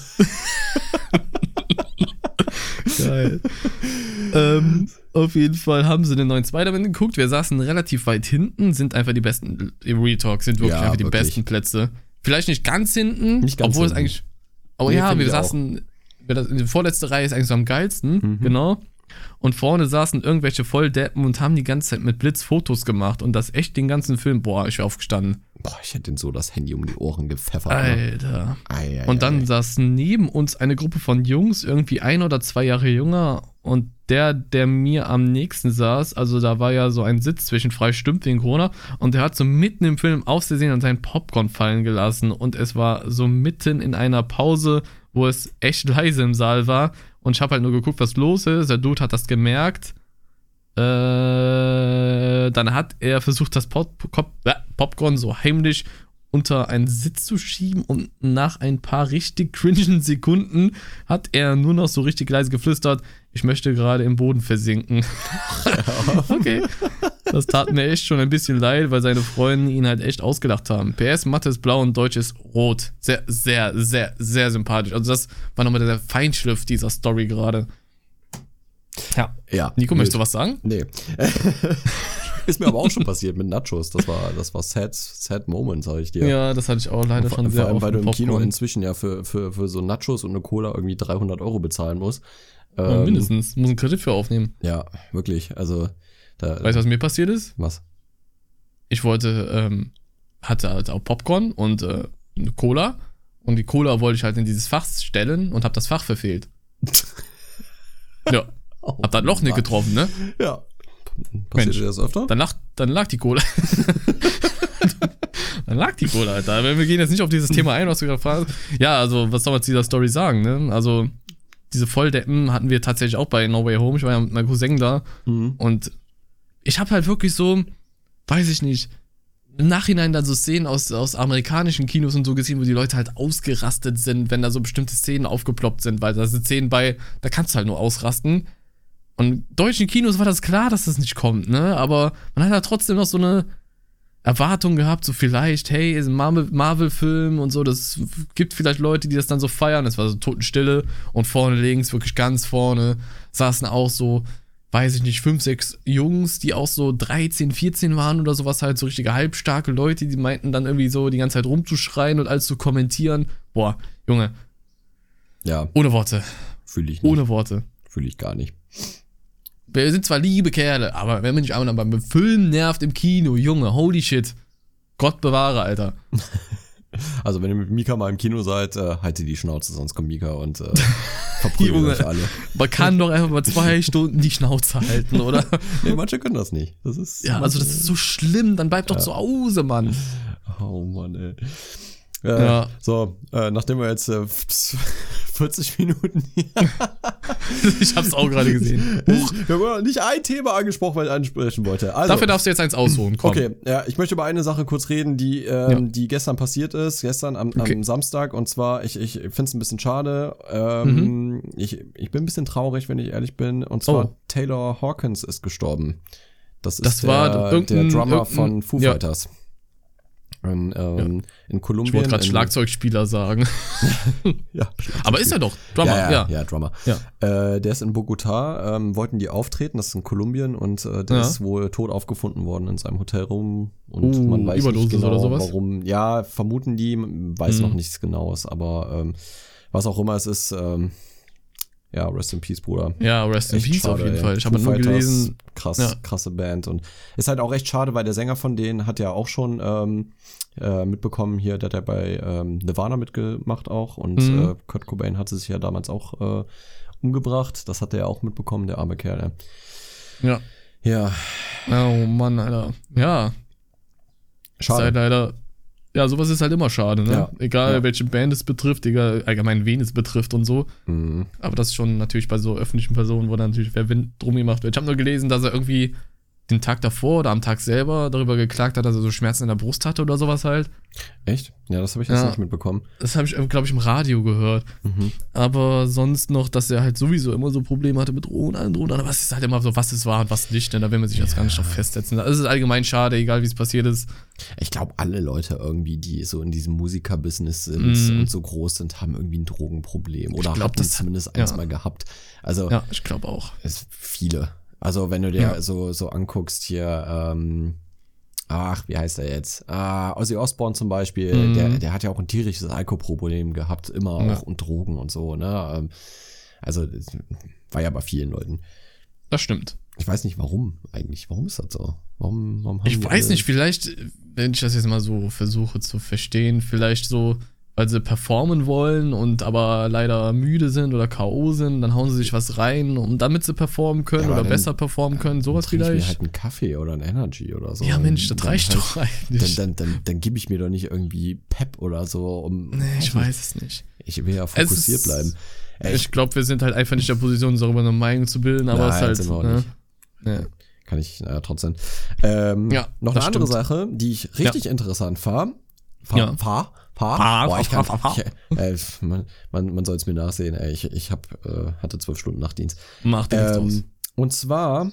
Speaker 1: Geil. ähm, auf jeden Fall haben sie den neuen Spider-Man geguckt. Wir saßen relativ weit hinten, sind einfach die besten, im Real Talk sind wirklich
Speaker 2: Ja,
Speaker 1: einfach die
Speaker 2: wirklich.
Speaker 1: besten Plätze. Vielleicht nicht ganz hinten,
Speaker 2: Nicht ganz
Speaker 1: obwohl es
Speaker 2: hinten.
Speaker 1: eigentlich. Aber
Speaker 2: Nee,
Speaker 1: ja,
Speaker 2: find
Speaker 1: wir
Speaker 2: ich auch.
Speaker 1: saßen. wir das- Die vorletzte Reihe ist eigentlich so am geilsten,
Speaker 2: Mhm.
Speaker 1: genau. Und vorne saßen irgendwelche Volldeppen und haben die ganze Zeit mit Blitz Fotos gemacht und das echt den ganzen Film. Boah, ich wäre aufgestanden.
Speaker 2: Boah, ich hätte den so das Handy um die Ohren gepfeffert. Ne?
Speaker 1: Alter.
Speaker 2: Ei, ei,
Speaker 1: Und dann
Speaker 2: ei.
Speaker 1: saß neben uns eine Gruppe von Jungs, irgendwie ein oder zwei Jahre jünger. Und der, der mir am nächsten saß, also da war ja so ein Sitz zwischen frei stimmt wegen Corona. Und der hat so mitten im Film aufgesehen und seinen Popcorn fallen gelassen. Und es war so mitten in einer Pause, wo es echt leise im Saal war. Und ich habe halt nur geguckt, was los ist. Der Dude hat das gemerkt. Äh, dann hat er versucht, das Pop Pop äh, Popcorn so heimlich unter einen Sitz zu schieben und nach ein paar richtig cringen Sekunden hat er nur noch so richtig leise geflüstert, ich möchte gerade im Boden versinken. Okay. Das tat mir echt schon ein bisschen leid, weil seine Freunde ihn halt echt ausgelacht haben. P S, Mathe ist blau und Deutsch ist rot. Sehr, sehr, sehr, sehr sympathisch. Also das war nochmal der Feinschliff dieser Story gerade. Ja.
Speaker 2: Ja.
Speaker 1: Nico,
Speaker 2: wild.
Speaker 1: möchtest du was sagen?
Speaker 2: Nee. Ist mir aber auch schon passiert mit Nachos. Das war, das war sad, sad Moment, sag ich dir.
Speaker 1: Ja, das hatte ich auch leider
Speaker 2: vor,
Speaker 1: schon
Speaker 2: vor
Speaker 1: sehr
Speaker 2: allem,
Speaker 1: oft
Speaker 2: weil du
Speaker 1: mit
Speaker 2: im Kino
Speaker 1: Popcorn.
Speaker 2: inzwischen ja für, für, für so Nachos und eine Cola irgendwie dreihundert Euro bezahlen musst.
Speaker 1: Ja,
Speaker 2: Ähm,
Speaker 1: mindestens. Muss einen Kredit für aufnehmen.
Speaker 2: Ja, wirklich. Also, da.
Speaker 1: Weißt du, was mir passiert ist?
Speaker 2: Was?
Speaker 1: Ich wollte, ähm, hatte halt auch Popcorn und äh, eine Cola. Und die Cola wollte ich halt in dieses Fach stellen und hab das Fach verfehlt. Ja.
Speaker 2: Oh,
Speaker 1: Hab das Loch nicht
Speaker 2: Mann.
Speaker 1: getroffen, ne?
Speaker 2: Ja. Passiert
Speaker 1: Mensch.
Speaker 2: dir das öfter?
Speaker 1: Dann lag, dann lag die Cola. Dann lag die Cola, Alter. Wir gehen jetzt nicht auf dieses Thema ein, was du gerade fragst. Ja, also, was soll man zu dieser Story sagen, ne? Also, diese Volldeppen hatten wir tatsächlich auch bei No Way Home. Ich war ja mit meinem Cousin da.
Speaker 2: Mhm.
Speaker 1: Und ich habe halt wirklich so, weiß ich nicht, im Nachhinein dann so Szenen aus, aus amerikanischen Kinos und so gesehen, wo die Leute halt ausgerastet sind, wenn da so bestimmte Szenen aufgeploppt sind, weil da sind Szenen bei, da kannst du halt nur ausrasten. Und in deutschen Kinos war das klar, dass das nicht kommt, ne? Aber man hat halt trotzdem noch so eine Erwartung gehabt, so vielleicht, hey, ist ein Marvel- Marvel-Film und so, das gibt vielleicht Leute, die das dann so feiern. Es war so Totenstille und vorne links, wirklich ganz vorne, saßen auch so, weiß ich nicht, fünf, sechs Jungs, die auch so dreizehn, vierzehn waren oder sowas, halt so richtige halbstarke Leute, die meinten dann irgendwie so die ganze Zeit rumzuschreien und alles zu kommentieren. Boah, Junge,
Speaker 2: Ja,
Speaker 1: ohne Worte,
Speaker 2: fühle ich nicht.
Speaker 1: ohne Worte.
Speaker 2: Fühle ich gar nicht.
Speaker 1: Wir sind zwar liebe Kerle, aber wenn man nicht einmal beim Film nervt im Kino, Junge, holy shit. Gott bewahre, Alter.
Speaker 2: Also, wenn ihr mit Mika mal im Kino seid, äh, haltet die Schnauze, sonst kommt Mika und äh, verprügelt
Speaker 1: Junge.
Speaker 2: euch alle.
Speaker 1: Man kann doch einfach mal zwei Stunden die Schnauze halten, oder?
Speaker 2: Nee, manche können das nicht. Das ist.
Speaker 1: Ja, also das ist so schlimm, dann bleib doch
Speaker 2: Ja.
Speaker 1: zu Hause, Mann.
Speaker 2: Oh Mann, ey. Äh,
Speaker 1: Ja.
Speaker 2: So, äh, nachdem wir jetzt äh, vierzig Minuten hier.
Speaker 1: Ich hab's auch gerade gesehen. Huch.
Speaker 2: Wir haben noch nicht ein Thema angesprochen, weil ich ansprechen wollte. Also,
Speaker 1: Dafür darfst du jetzt eins aussuchen, komm.
Speaker 2: okay, ja, ich möchte über eine Sache kurz reden, die, ähm,
Speaker 1: Ja.
Speaker 2: die gestern passiert ist, gestern am,
Speaker 1: Okay.
Speaker 2: am Samstag. Und zwar, ich, ich finde es ein bisschen schade. Ähm, ich, ich bin ein bisschen traurig, wenn ich ehrlich bin. Und zwar,
Speaker 1: Oh.
Speaker 2: Taylor Hawkins ist gestorben. Das ist
Speaker 1: Das
Speaker 2: der,
Speaker 1: war
Speaker 2: der
Speaker 1: irgendein-
Speaker 2: Drummer
Speaker 1: irgendein-
Speaker 2: von Foo
Speaker 1: ja.
Speaker 2: Fighters. In, ähm, in
Speaker 1: Ich
Speaker 2: Kolumbien.
Speaker 1: wollte gerade
Speaker 2: in-
Speaker 1: Schlagzeugspieler sagen.
Speaker 2: Ja,
Speaker 1: Aber ist er doch. Drummer,
Speaker 2: ja, ja,
Speaker 1: ja.
Speaker 2: ja, Drummer.
Speaker 1: Ja.
Speaker 2: Äh, der ist in Bogotá, ähm, wollten die auftreten, das ist in Kolumbien und äh, der
Speaker 1: Ja.
Speaker 2: ist wohl tot aufgefunden worden in seinem Hotelraum und
Speaker 1: Uh,
Speaker 2: man weiß nicht
Speaker 1: Überdosis
Speaker 2: genau,
Speaker 1: oder sowas?
Speaker 2: warum. Ja, vermuten die, m- weiß
Speaker 1: Mhm.
Speaker 2: noch nichts Genaues, aber ähm, was auch immer es ist, ähm, ja, rest in peace, Bruder.
Speaker 1: Ja, Rest in
Speaker 2: Echt
Speaker 1: Peace
Speaker 2: schade,
Speaker 1: auf jeden
Speaker 2: ey.
Speaker 1: Fall. Ich
Speaker 2: Foo
Speaker 1: habe nur
Speaker 2: Fighters,
Speaker 1: gelesen,
Speaker 2: Krass,
Speaker 1: Ja.
Speaker 2: krasse Band. Und ist halt auch recht schade, weil der Sänger von denen hat ja auch schon ähm, äh, mitbekommen, hier, der hat ja bei ähm, Nirvana mitgemacht auch. Und
Speaker 1: Mhm.
Speaker 2: äh, Kurt Cobain hatte sich ja damals auch äh, umgebracht. Das hat er ja auch mitbekommen, der arme Kerl.
Speaker 1: ja.
Speaker 2: Ja,
Speaker 1: Oh Mann, Alter. Ja, ist halt
Speaker 2: schade.
Speaker 1: leider. Ja, sowas ist halt immer schade, ne?
Speaker 2: Ja.
Speaker 1: Egal,
Speaker 2: Ja.
Speaker 1: welche Band es betrifft, egal allgemein wen es betrifft und so.
Speaker 2: Mhm.
Speaker 1: Aber das ist schon natürlich bei so öffentlichen Personen, wo dann natürlich wer Wind drum gemacht wird. Ich habe nur gelesen, dass er irgendwie den Tag davor oder am Tag selber darüber geklagt hat, dass er so Schmerzen in der Brust hatte oder sowas halt.
Speaker 2: Echt? Ja, das habe ich jetzt
Speaker 1: Ja.
Speaker 2: nicht mitbekommen.
Speaker 1: Das habe ich, glaube ich, im Radio gehört.
Speaker 2: Mhm.
Speaker 1: Aber sonst noch, dass er halt sowieso immer so Probleme hatte mit Drohnen, allen Drohnen. Aber es ist halt immer so, was es war und was nicht. Denn da will man sich jetzt gar nicht drauf festsetzen. Das ist allgemein schade, egal wie es passiert ist.
Speaker 2: Ich glaube, alle Leute irgendwie, die so in diesem Musiker-Business sind
Speaker 1: Mhm.
Speaker 2: und so groß sind, haben irgendwie ein Drogenproblem oder
Speaker 1: glaub,
Speaker 2: hatten
Speaker 1: das-
Speaker 2: zumindest eins
Speaker 1: ja.
Speaker 2: mal gehabt. Also
Speaker 1: Ja, ich glaube auch.
Speaker 2: es viele. Also wenn du dir
Speaker 1: Ja.
Speaker 2: so so anguckst hier, ähm, ach, wie heißt er jetzt? Ah, Ozzy Osbourne zum Beispiel,
Speaker 1: Mhm.
Speaker 2: der, der hat ja auch ein tierisches Alkoholproblem gehabt, immer
Speaker 1: Ja.
Speaker 2: auch und Drogen und so, ne? Ähm, Also das war ja bei vielen Leuten.
Speaker 1: Das stimmt.
Speaker 2: Ich weiß nicht warum eigentlich. Warum ist das so? Warum, warum haben
Speaker 1: Ich
Speaker 2: die
Speaker 1: weiß
Speaker 2: alle-
Speaker 1: nicht, vielleicht, wenn ich das jetzt mal so versuche zu verstehen, vielleicht so, weil sie performen wollen und aber leider müde sind oder K O sind, dann hauen sie sich was rein, um damit sie performen können
Speaker 2: Ja, aber
Speaker 1: oder
Speaker 2: dann-
Speaker 1: besser performen können, sowas
Speaker 2: Trinke ich mir
Speaker 1: vielleicht.
Speaker 2: halt einen Kaffee oder einen Energy oder so.
Speaker 1: Ja, Mensch, das
Speaker 2: Dann
Speaker 1: reicht
Speaker 2: halt-
Speaker 1: doch eigentlich.
Speaker 2: Dann, dann, dann, dann gebe ich mir doch nicht irgendwie Pep oder so, um.
Speaker 1: nee, ich weiß es nicht.
Speaker 2: Ich will ja
Speaker 1: Es
Speaker 2: fokussiert
Speaker 1: ist-
Speaker 2: bleiben. Ey,
Speaker 1: Ich glaube, wir sind halt einfach nicht in der Position, darüber eine Meinung zu bilden, aber es ist
Speaker 2: Nein,
Speaker 1: halt.
Speaker 2: sind wir auch
Speaker 1: ne?
Speaker 2: nicht.
Speaker 1: Ja.
Speaker 2: Kann ich naja, trotzdem. Ähm,
Speaker 1: Ja,
Speaker 2: noch eine
Speaker 1: das
Speaker 2: andere
Speaker 1: stimmt.
Speaker 2: Sache, die ich richtig interessant fahr. Fahr,
Speaker 1: Ja.
Speaker 2: fahr, fahr.
Speaker 1: Fahr,
Speaker 2: Boah, ich
Speaker 1: fahr,
Speaker 2: kann,
Speaker 1: fahr, fahr.
Speaker 2: ich, äh, man man, man soll es mir nachsehen. Ey, ich ich hab, äh, hatte zwölf Stunden Nachtdienst.
Speaker 1: Macht dir nichts aus.
Speaker 2: Ähm, und zwar,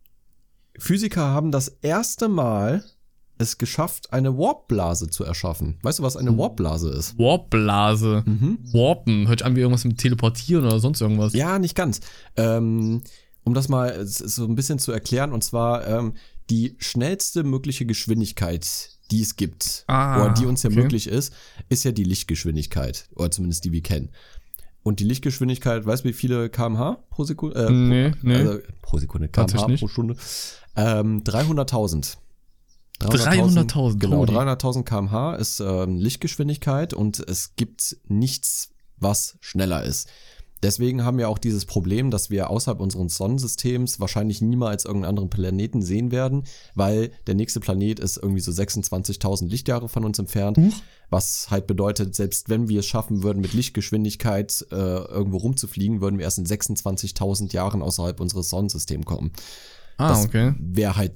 Speaker 2: Physiker haben das erste Mal es geschafft, eine Warpblase zu erschaffen. Weißt du, was
Speaker 1: Hm.
Speaker 2: eine Warpblase ist?
Speaker 1: Warpblase.
Speaker 2: Mhm.
Speaker 1: Warpen. Hört sich an wie irgendwas mit Teleportieren oder sonst irgendwas.
Speaker 2: Ja, nicht ganz. Ähm, um das mal so ein bisschen zu erklären, und zwar ähm, die schnellste mögliche Geschwindigkeit, die es gibt,
Speaker 1: Ah,
Speaker 2: oder die uns ja
Speaker 1: okay.
Speaker 2: möglich ist, ist ja die Lichtgeschwindigkeit, oder zumindest die wir kennen. Und die Lichtgeschwindigkeit, weißt du, wie viele Kilometer pro Sekunde? Äh,
Speaker 1: Nee, nee.
Speaker 2: Also pro Sekunde,
Speaker 1: Tatsächlich
Speaker 2: Kilometer
Speaker 1: nicht.
Speaker 2: pro Stunde. Ähm, dreihunderttausend.
Speaker 1: dreihunderttausend,
Speaker 2: Genau,
Speaker 1: holy.
Speaker 2: dreihunderttausend Kilometer ist ähm, Lichtgeschwindigkeit und es gibt nichts, was schneller ist. Deswegen haben wir auch dieses Problem, dass wir außerhalb unseres Sonnensystems wahrscheinlich niemals irgendeinen anderen Planeten sehen werden, weil der nächste Planet ist irgendwie so sechsundzwanzigtausend Lichtjahre von uns entfernt,
Speaker 1: Huch.
Speaker 2: was halt bedeutet, selbst wenn wir es schaffen würden, mit Lichtgeschwindigkeit äh, irgendwo rumzufliegen, würden wir erst in sechsundzwanzigtausend Jahren außerhalb unseres Sonnensystems kommen.
Speaker 1: Ah,
Speaker 2: das
Speaker 1: okay.
Speaker 2: wäre halt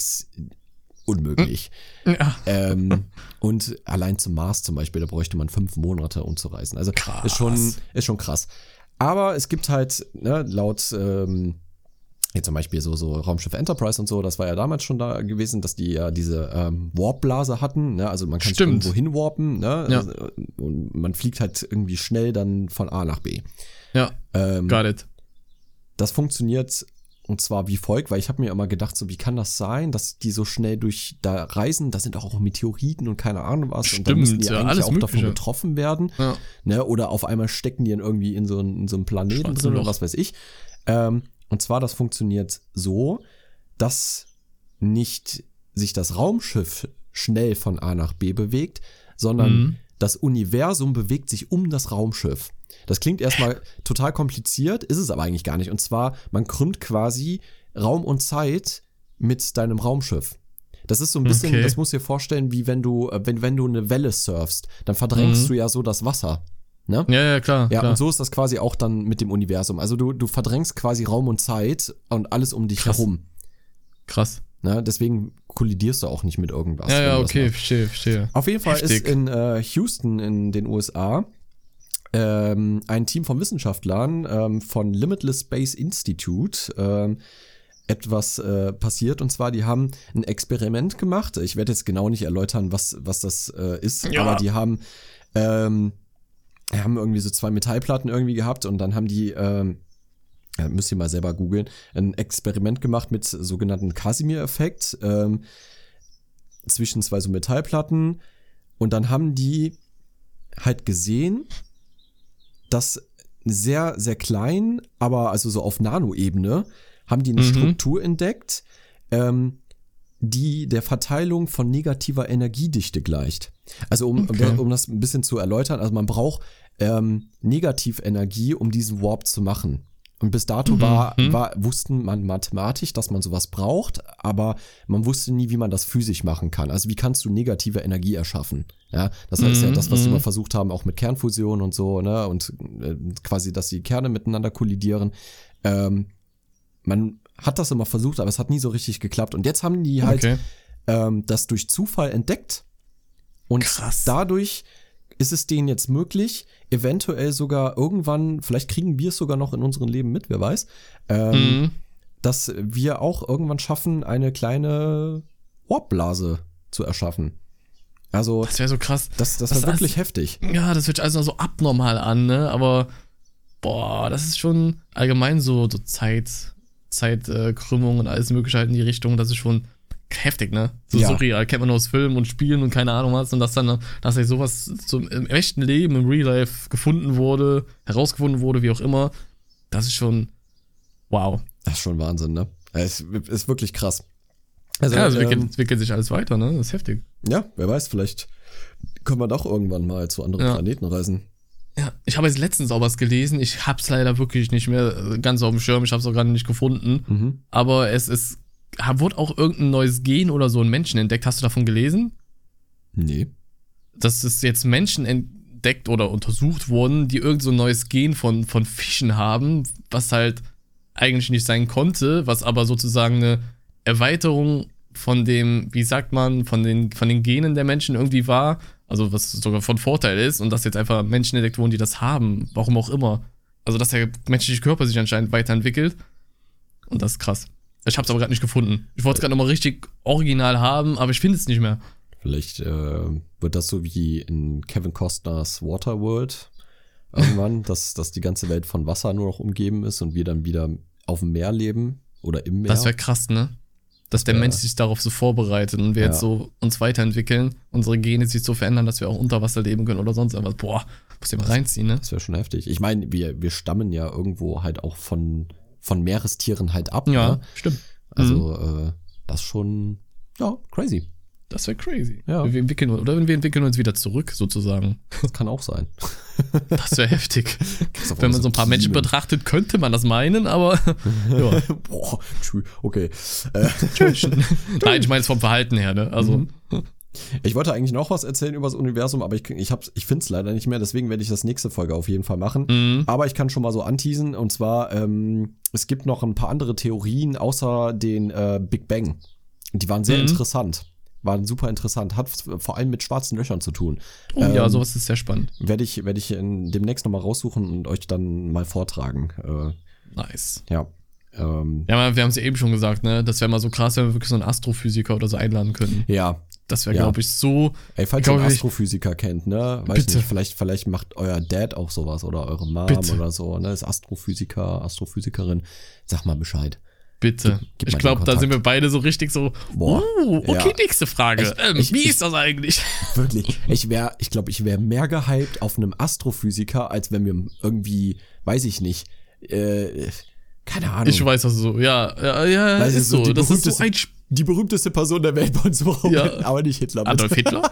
Speaker 2: unmöglich.
Speaker 1: Ja.
Speaker 2: ähm, und allein zum Mars zum Beispiel, da bräuchte man fünf Monate, um zu reisen. Also
Speaker 1: Krass.
Speaker 2: ist schon, ist schon krass. Aber es gibt halt, ne, laut ähm, jetzt zum Beispiel so, so Raumschiff Enterprise und so, das war ja damals schon da gewesen, dass die ja diese ähm, Warpblase hatten, ne? Also man kann sich
Speaker 1: Stimmt.
Speaker 2: irgendwo hinwarpen, ne?
Speaker 1: Ja.
Speaker 2: Also, und man fliegt halt irgendwie schnell dann von A nach B.
Speaker 1: Ja,
Speaker 2: Ähm,
Speaker 1: got it.
Speaker 2: das funktioniert und zwar wie folgt, weil ich habe mir immer gedacht, so wie kann das sein, dass die so schnell durch da reisen, da sind auch Meteoriten und keine Ahnung was und dann
Speaker 1: Stimmt,
Speaker 2: müssen die
Speaker 1: ja,
Speaker 2: eigentlich
Speaker 1: alles
Speaker 2: auch davon
Speaker 1: Mögliche.
Speaker 2: getroffen werden,
Speaker 1: Ja.
Speaker 2: ne? Oder auf einmal stecken die dann irgendwie in so, einen- in so einem Planeten
Speaker 1: Schwarze
Speaker 2: drin oder
Speaker 1: Loch.
Speaker 2: was weiß ich. Ähm, und zwar, das funktioniert so, dass nicht sich das Raumschiff schnell von A nach B bewegt, sondern
Speaker 1: Mhm.
Speaker 2: das Universum bewegt sich um das Raumschiff. Das klingt erstmal total kompliziert, ist es aber eigentlich gar nicht. Und zwar, man krümmt quasi Raum und Zeit mit deinem Raumschiff. Das ist so ein bisschen,
Speaker 1: Okay.
Speaker 2: das musst du dir vorstellen, wie wenn du, äh, wenn, wenn du eine Welle surfst, dann verdrängst
Speaker 1: Mhm.
Speaker 2: du ja so das Wasser. Ne?
Speaker 1: Ja, ja, klar.
Speaker 2: Ja,
Speaker 1: klar.
Speaker 2: und so ist das quasi auch dann mit dem Universum. Also du, du verdrängst quasi Raum und Zeit und alles um dich
Speaker 1: Krass.
Speaker 2: herum.
Speaker 1: Krass.
Speaker 2: Ne? Deswegen kollidierst du auch nicht mit irgendwas.
Speaker 1: Ja,
Speaker 2: wenn
Speaker 1: ja,
Speaker 2: du das
Speaker 1: okay,
Speaker 2: machst.
Speaker 1: verstehe, verstehe.
Speaker 2: Auf jeden Fall
Speaker 1: Heftig.
Speaker 2: ist in äh, Houston in den U S A ähm, ein Team von Wissenschaftlern ähm, von Limitless Space Institute ähm, etwas äh, passiert. Und zwar, die haben ein Experiment gemacht. Ich werde jetzt genau nicht erläutern, was, was das äh, ist,
Speaker 1: Ja.
Speaker 2: aber die haben, ähm, haben irgendwie so zwei Metallplatten irgendwie gehabt und dann haben die, ähm, ja, müsst ihr mal selber googeln, ein Experiment gemacht mit sogenannten Casimir-Effekt ähm, zwischen zwei so Metallplatten und dann haben die halt gesehen, dass sehr, sehr klein, aber also so auf Nanoebene, haben die eine
Speaker 1: Mhm.
Speaker 2: Struktur entdeckt, ähm, die der Verteilung von negativer Energiedichte gleicht. Also um,
Speaker 1: Okay.
Speaker 2: um, um das ein bisschen zu erläutern, also man braucht ähm, Negativenergie, um diesen Warp zu machen. Und bis dato
Speaker 1: Mhm.
Speaker 2: war,
Speaker 1: Mhm.
Speaker 2: war, wussten man mathematisch, dass man sowas braucht, aber man wusste nie, wie man das physisch machen kann. Also wie kannst du negative Energie erschaffen? Ja, das ist ja
Speaker 1: Mhm,
Speaker 2: das, was sie
Speaker 1: mhm.
Speaker 2: immer versucht haben, auch mit Kernfusion und so, ne, und äh, quasi, dass die Kerne miteinander kollidieren. Ähm, man hat das immer versucht, aber es hat nie so richtig geklappt. Und jetzt haben die halt
Speaker 1: Okay.
Speaker 2: ähm, das durch Zufall entdeckt. Und
Speaker 1: Krass.
Speaker 2: dadurch ist es denen jetzt möglich, eventuell sogar irgendwann, vielleicht kriegen wir es sogar noch in unserem Leben mit, wer weiß, ähm,
Speaker 1: Mhm.
Speaker 2: dass wir auch irgendwann schaffen, eine kleine Warpblase zu erschaffen. Also,
Speaker 1: Das wäre so krass.
Speaker 2: das, das
Speaker 1: Was
Speaker 2: war wirklich
Speaker 1: alles-
Speaker 2: heftig.
Speaker 1: Ja, das hört sich also so abnormal an, ne? Aber boah, das ist schon allgemein so, so Zeit, Zeitkrümmung und alles mögliche halt in die Richtung, das ist schon heftig, ne? So
Speaker 2: Ja.
Speaker 1: surreal, kennt man nur aus Filmen und Spielen und keine Ahnung was und dass dann, dass halt sowas so im echten Leben, im Real Life gefunden wurde, herausgefunden wurde, wie auch immer, das ist schon wow.
Speaker 2: Das ist schon Wahnsinn, ne? Es ist wirklich krass. Also,
Speaker 1: Ja, es
Speaker 2: ähm,
Speaker 1: entwickelt, entwickelt sich alles weiter, ne? Das ist heftig.
Speaker 2: ja, wer weiß, vielleicht können wir doch irgendwann mal zu anderen
Speaker 1: Ja.
Speaker 2: Planeten reisen.
Speaker 1: Ja, ich habe jetzt letztens auch was gelesen, ich hab's leider wirklich nicht mehr äh, ganz auf dem Schirm, ich hab's auch gerade nicht gefunden,
Speaker 2: Mhm.
Speaker 1: aber es ist, wurde auch irgendein neues Gen oder so in Menschen entdeckt, hast du davon gelesen?
Speaker 2: Nee.
Speaker 1: Dass es jetzt Menschen entdeckt oder untersucht wurden, die irgend so ein neues Gen von, von Fischen haben, was halt eigentlich nicht sein konnte, was aber sozusagen eine Erweiterung von dem, wie sagt man, von den, von den Genen der Menschen irgendwie war, also was sogar von Vorteil ist und dass jetzt einfach Menschen entdeckt wurden, die das haben, warum auch immer. Also dass der menschliche Körper sich anscheinend weiterentwickelt und das ist krass. Ich hab's aber gerade nicht gefunden. Ich wollte es gerade nochmal richtig original haben, aber ich finde es nicht mehr.
Speaker 2: Vielleicht äh, wird das so wie in Kevin Costners Waterworld irgendwann, dass, dass die ganze Welt von Wasser nur noch umgeben ist und wir dann wieder auf dem Meer leben oder im Meer.
Speaker 1: Das wäre krass, ne? Dass der
Speaker 2: Ja.
Speaker 1: Mensch sich darauf so vorbereitet und wir
Speaker 2: Ja.
Speaker 1: jetzt so uns weiterentwickeln, unsere Gene sich so verändern, dass wir auch unter Wasser leben können oder sonst irgendwas. Boah, muss ich mal reinziehen, ne?
Speaker 2: Das wäre schon heftig. Ich meine, wir, wir stammen ja irgendwo halt auch von, von Meerestieren halt ab.
Speaker 1: Ja,
Speaker 2: Ne?
Speaker 1: stimmt.
Speaker 2: Also äh, das schon, ja, crazy.
Speaker 1: Das wäre crazy.
Speaker 2: Ja.
Speaker 1: Wir entwickeln, oder wir entwickeln uns wieder zurück, sozusagen.
Speaker 2: Das kann auch sein.
Speaker 1: Das wäre heftig.
Speaker 2: Wenn
Speaker 1: Wenn man so ein paar Menschen betrachtet, könnte man das meinen, aber ja.
Speaker 2: Boah, tschü, okay. Äh,
Speaker 1: Nein, ich meine es vom Verhalten her, ne? Also,
Speaker 2: Mhm. Ich wollte eigentlich noch was erzählen über das Universum, aber ich, ich, hab's- ich finde es leider nicht mehr, deswegen werde ich das nächste Folge auf jeden Fall machen.
Speaker 1: mhm.
Speaker 2: Aber ich kann schon mal so anteasen, und zwar, ähm, es gibt noch ein paar andere Theorien außer den äh, Big Bang. Und die waren sehr
Speaker 1: Mhm.
Speaker 2: interessant. Waren super interessant. Hat vor allem mit schwarzen Löchern zu tun.
Speaker 1: Oh ja,
Speaker 2: Ähm,
Speaker 1: sowas ist sehr spannend.
Speaker 2: Werde ich, werde ich in, demnächst nochmal raussuchen und euch dann mal vortragen. Äh,
Speaker 1: Nice.
Speaker 2: ja. Ähm,
Speaker 1: Ja, man, wir haben es ja eben schon gesagt, ne? Das wäre mal so krass, wenn wir wirklich so einen Astrophysiker oder so einladen könnten.
Speaker 2: ja.
Speaker 1: Das wäre,
Speaker 2: Ja.
Speaker 1: glaube ich, so.
Speaker 2: Ey, falls
Speaker 1: Ich
Speaker 2: ihr einen
Speaker 1: glaube, ich-
Speaker 2: Astrophysiker kennt, ne? Weiß
Speaker 1: Bitte.
Speaker 2: nicht, vielleicht, vielleicht macht euer Dad auch sowas oder eure Mom
Speaker 1: Bitte.
Speaker 2: oder so, ne? Ist Astrophysiker, Astrophysikerin. Sag mal Bescheid.
Speaker 1: Bitte.
Speaker 2: Gib- gib
Speaker 1: ich
Speaker 2: mal
Speaker 1: glaube,
Speaker 2: den
Speaker 1: da sind
Speaker 2: Kontakt.
Speaker 1: wir beide so richtig so.
Speaker 2: Boah.
Speaker 1: Uh, okay,
Speaker 2: Ja.
Speaker 1: nächste Frage.
Speaker 2: Ich-
Speaker 1: ähm,
Speaker 2: ich-
Speaker 1: wie
Speaker 2: ich-
Speaker 1: ist das eigentlich?
Speaker 2: Wirklich. Ich wäre, ich glaube, ich wäre mehr gehypt auf einem Astrophysiker, als wenn wir irgendwie, weiß ich nicht, äh, keine Ahnung.
Speaker 1: Ich weiß das so. Ja, ja, ja,
Speaker 2: Weißt du,
Speaker 1: ist
Speaker 2: so
Speaker 1: so.
Speaker 2: die
Speaker 1: Das ist so
Speaker 2: berühmteste-
Speaker 1: ein Sp
Speaker 2: die berühmteste Person der Welt bei uns im Raum,
Speaker 1: Ja.
Speaker 2: aber nicht Hitler. bitte.
Speaker 1: Adolf Hitler?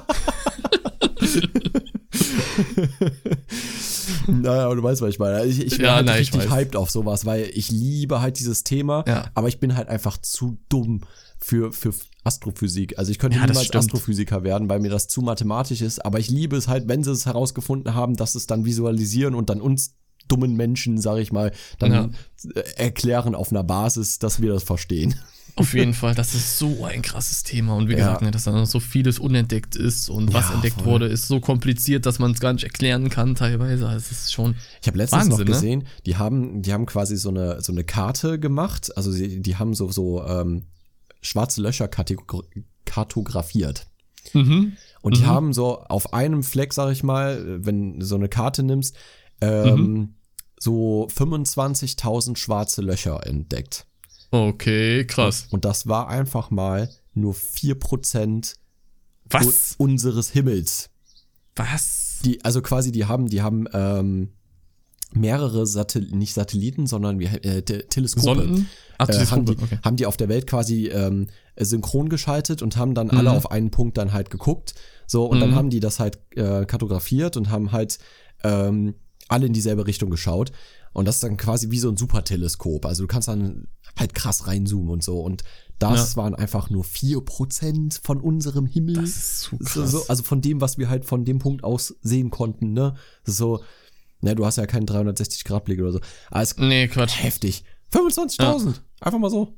Speaker 2: Naja, aber du weißt, was ich meine. Ich, ich wäre
Speaker 1: Ja,
Speaker 2: halt
Speaker 1: nein, ich
Speaker 2: richtig
Speaker 1: weiß.
Speaker 2: hyped auf sowas, weil ich liebe halt dieses Thema,
Speaker 1: Ja.
Speaker 2: aber ich bin halt einfach zu dumm für, für Astrophysik. Also ich könnte
Speaker 1: Ja, das
Speaker 2: niemals
Speaker 1: stimmt.
Speaker 2: Astrophysiker werden, weil mir das zu mathematisch ist, aber ich liebe es halt, wenn sie es herausgefunden haben, dass es dann visualisieren und dann uns dummen Menschen, sag ich mal, dann
Speaker 1: Ja.
Speaker 2: äh, erklären auf einer Basis, dass wir das verstehen.
Speaker 1: Auf jeden Fall, das ist so ein krasses Thema. Und wie
Speaker 2: Ja.
Speaker 1: gesagt, ne, dass da noch so vieles unentdeckt ist und was
Speaker 2: Ja,
Speaker 1: entdeckt
Speaker 2: voll.
Speaker 1: wurde, ist so kompliziert, dass man es gar nicht erklären kann teilweise. Also es ist schon.
Speaker 2: Ich habe letztens
Speaker 1: Wahnsinn,
Speaker 2: noch
Speaker 1: ne?
Speaker 2: gesehen, die haben, die haben quasi so eine, so eine Karte gemacht. Also sie, die haben so, so ähm, schwarze Löcher kategor- kartografiert.
Speaker 1: Mhm.
Speaker 2: Und die
Speaker 1: Mhm.
Speaker 2: haben so auf einem Fleck, sag ich mal, wenn du so eine Karte nimmst, ähm,
Speaker 1: Mhm.
Speaker 2: so fünfundzwanzigtausend schwarze Löcher entdeckt.
Speaker 1: Okay, krass.
Speaker 2: Und das war einfach mal nur vier Prozent
Speaker 1: Was?
Speaker 2: u- unseres Himmels.
Speaker 1: Was?
Speaker 2: Die, also quasi, die haben, die haben ähm, mehrere Satelliten, nicht Satelliten, sondern wie, äh, Te- Teleskope.
Speaker 1: Sonden? Ach,
Speaker 2: Äh, haben,
Speaker 1: Teleskope,
Speaker 2: die,
Speaker 1: okay.
Speaker 2: haben die auf der Welt quasi ähm, synchron geschaltet und haben dann alle
Speaker 1: Mhm.
Speaker 2: auf einen Punkt dann halt geguckt. So, und dann
Speaker 1: Mhm.
Speaker 2: haben die das halt äh, kartografiert und haben halt ähm, alle in dieselbe Richtung geschaut. Und das ist dann quasi wie so ein Superteleskop. Also du kannst dann halt krass reinzoomen und so. Und das waren einfach nur vier Prozent von unserem Himmel.
Speaker 1: Das ist zu
Speaker 2: So,
Speaker 1: krass.
Speaker 2: so, also von dem, was wir halt von dem Punkt aus sehen konnten, ne? Das ist so, ne, du hast ja keinen dreihundertsechzig-Grad-Blick oder so. Aber es ist
Speaker 1: Nee, Quatsch.
Speaker 2: heftig. fünfundzwanzigtausend. Einfach mal so.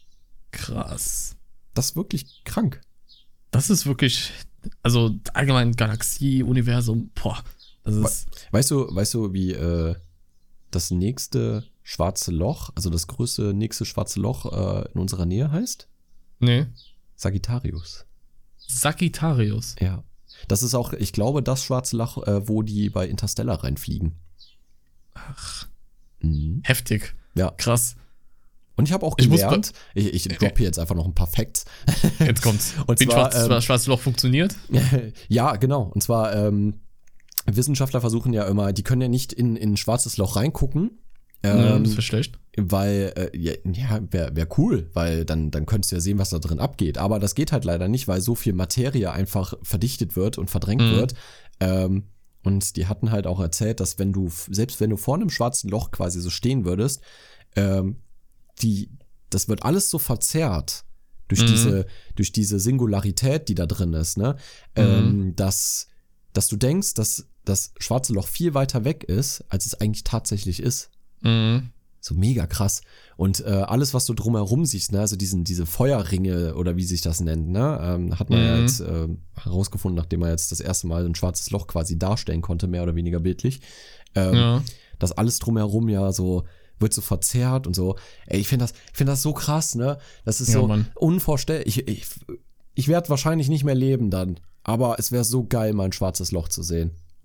Speaker 1: Krass.
Speaker 2: Das ist wirklich krank.
Speaker 1: Das ist wirklich, also allgemein Galaxie, Universum, boah, das ist,
Speaker 2: Weißt du, weißt du, wie äh, das nächste schwarze Loch, also das größte nächste schwarze Loch äh, in unserer Nähe heißt?
Speaker 1: nee,
Speaker 2: Sagittarius.
Speaker 1: Sagittarius.
Speaker 2: Ja. Das ist auch, ich glaube, das schwarze Loch, äh, wo die bei Interstellar reinfliegen.
Speaker 1: Ach,
Speaker 2: Mhm.
Speaker 1: heftig,
Speaker 2: Ja.
Speaker 1: krass.
Speaker 2: Und ich habe auch
Speaker 1: Ich muss
Speaker 2: gelernt, ich, ich droppe hier jetzt einfach noch ein paar Facts.
Speaker 1: Jetzt kommt's.
Speaker 2: Und
Speaker 1: Wie ein
Speaker 2: zwar,
Speaker 1: schwarzes,
Speaker 2: ähm,
Speaker 1: schwarzes Loch funktioniert?
Speaker 2: Ja, genau. Und zwar, ähm, Wissenschaftler versuchen ja immer, die können ja nicht in, in ein schwarzes Loch reingucken.
Speaker 1: Ähm,
Speaker 2: Ähm,
Speaker 1: das wäre schlecht.
Speaker 2: weil, äh, ja, ja wäre wär cool, weil dann, dann könntest du ja sehen, was da drin abgeht. Aber das geht halt leider nicht, weil so viel Materie einfach verdichtet wird und verdrängt
Speaker 1: Mhm.
Speaker 2: wird. Ähm, und die hatten halt auch erzählt, dass wenn du, selbst wenn du vor einem schwarzen Loch quasi so stehen würdest, ähm, die, das wird alles so verzerrt durch
Speaker 1: Mhm.
Speaker 2: diese, durch diese Singularität, die da drin ist, ne? Ähm, dass, dass du denkst, dass das schwarze Loch viel weiter weg ist, als es eigentlich tatsächlich ist.
Speaker 1: Mhm.
Speaker 2: So mega krass. Und äh, alles, was du drumherum siehst, ne, also diesen, diese Feuerringe oder wie sich das nennt, ne, ähm, hat man ja
Speaker 1: Mhm.
Speaker 2: jetzt äh, herausgefunden, nachdem man jetzt das erste Mal ein schwarzes Loch quasi darstellen konnte, mehr oder weniger bildlich. Ähm,
Speaker 1: Ja.
Speaker 2: dass alles drumherum ja so wird so verzerrt und so. Ey, ich finde das, ich finde das so krass, ne? Das ist
Speaker 1: Ja,
Speaker 2: so
Speaker 1: Mann.
Speaker 2: unvorstellbar. Ich, ich, ich werde wahrscheinlich nicht mehr leben dann, aber es wäre so geil, mal ein schwarzes Loch zu sehen.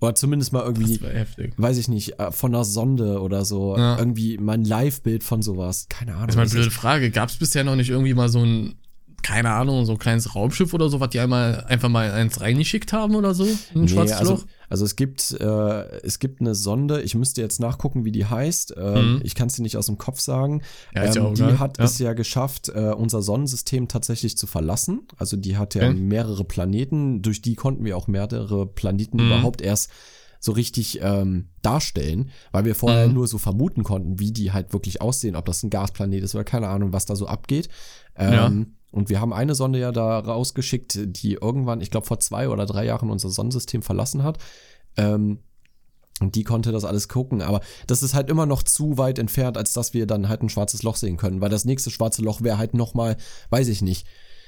Speaker 2: Oder zumindest mal irgendwie,
Speaker 1: Das war heftig.
Speaker 2: weiß ich nicht, von einer Sonde oder so.
Speaker 1: Ja.
Speaker 2: Irgendwie mal ein Live-Bild von sowas. Keine Ahnung.
Speaker 1: Das ist mal eine
Speaker 2: Das
Speaker 1: blöde
Speaker 2: ist-
Speaker 1: Frage. Gab es bisher noch nicht irgendwie mal so ein, keine Ahnung, so ein kleines Raumschiff oder so, was die einmal einfach mal eins reingeschickt haben oder so? Ein
Speaker 2: Nee,
Speaker 1: schwarzes
Speaker 2: also,
Speaker 1: Loch?
Speaker 2: also es gibt äh, es gibt eine Sonde, ich müsste jetzt nachgucken, wie die heißt. Ähm,
Speaker 1: Mhm.
Speaker 2: Ich kann es dir nicht aus dem Kopf sagen.
Speaker 1: Ja, ist ja
Speaker 2: ähm,
Speaker 1: auch
Speaker 2: die
Speaker 1: egal.
Speaker 2: hat
Speaker 1: Ja.
Speaker 2: es ja geschafft, äh, unser Sonnensystem tatsächlich zu verlassen. Also die hat ja
Speaker 1: Okay.
Speaker 2: mehrere Planeten, durch die konnten wir auch mehrere Planeten
Speaker 1: Mhm.
Speaker 2: überhaupt erst so richtig ähm, darstellen, weil wir vorher
Speaker 1: Mhm.
Speaker 2: nur so vermuten konnten, wie die halt wirklich aussehen, ob das ein Gasplanet ist oder keine Ahnung, was da so abgeht. Ähm,
Speaker 1: Ja.
Speaker 2: Und wir haben eine Sonde ja da rausgeschickt, die irgendwann, ich glaube vor zwei oder drei Jahren unser Sonnensystem verlassen hat. Ähm, und die konnte das alles gucken, aber das ist halt immer noch zu weit entfernt, als dass wir dann halt ein schwarzes Loch sehen können, weil das nächste schwarze Loch wäre halt nochmal, weiß ich nicht,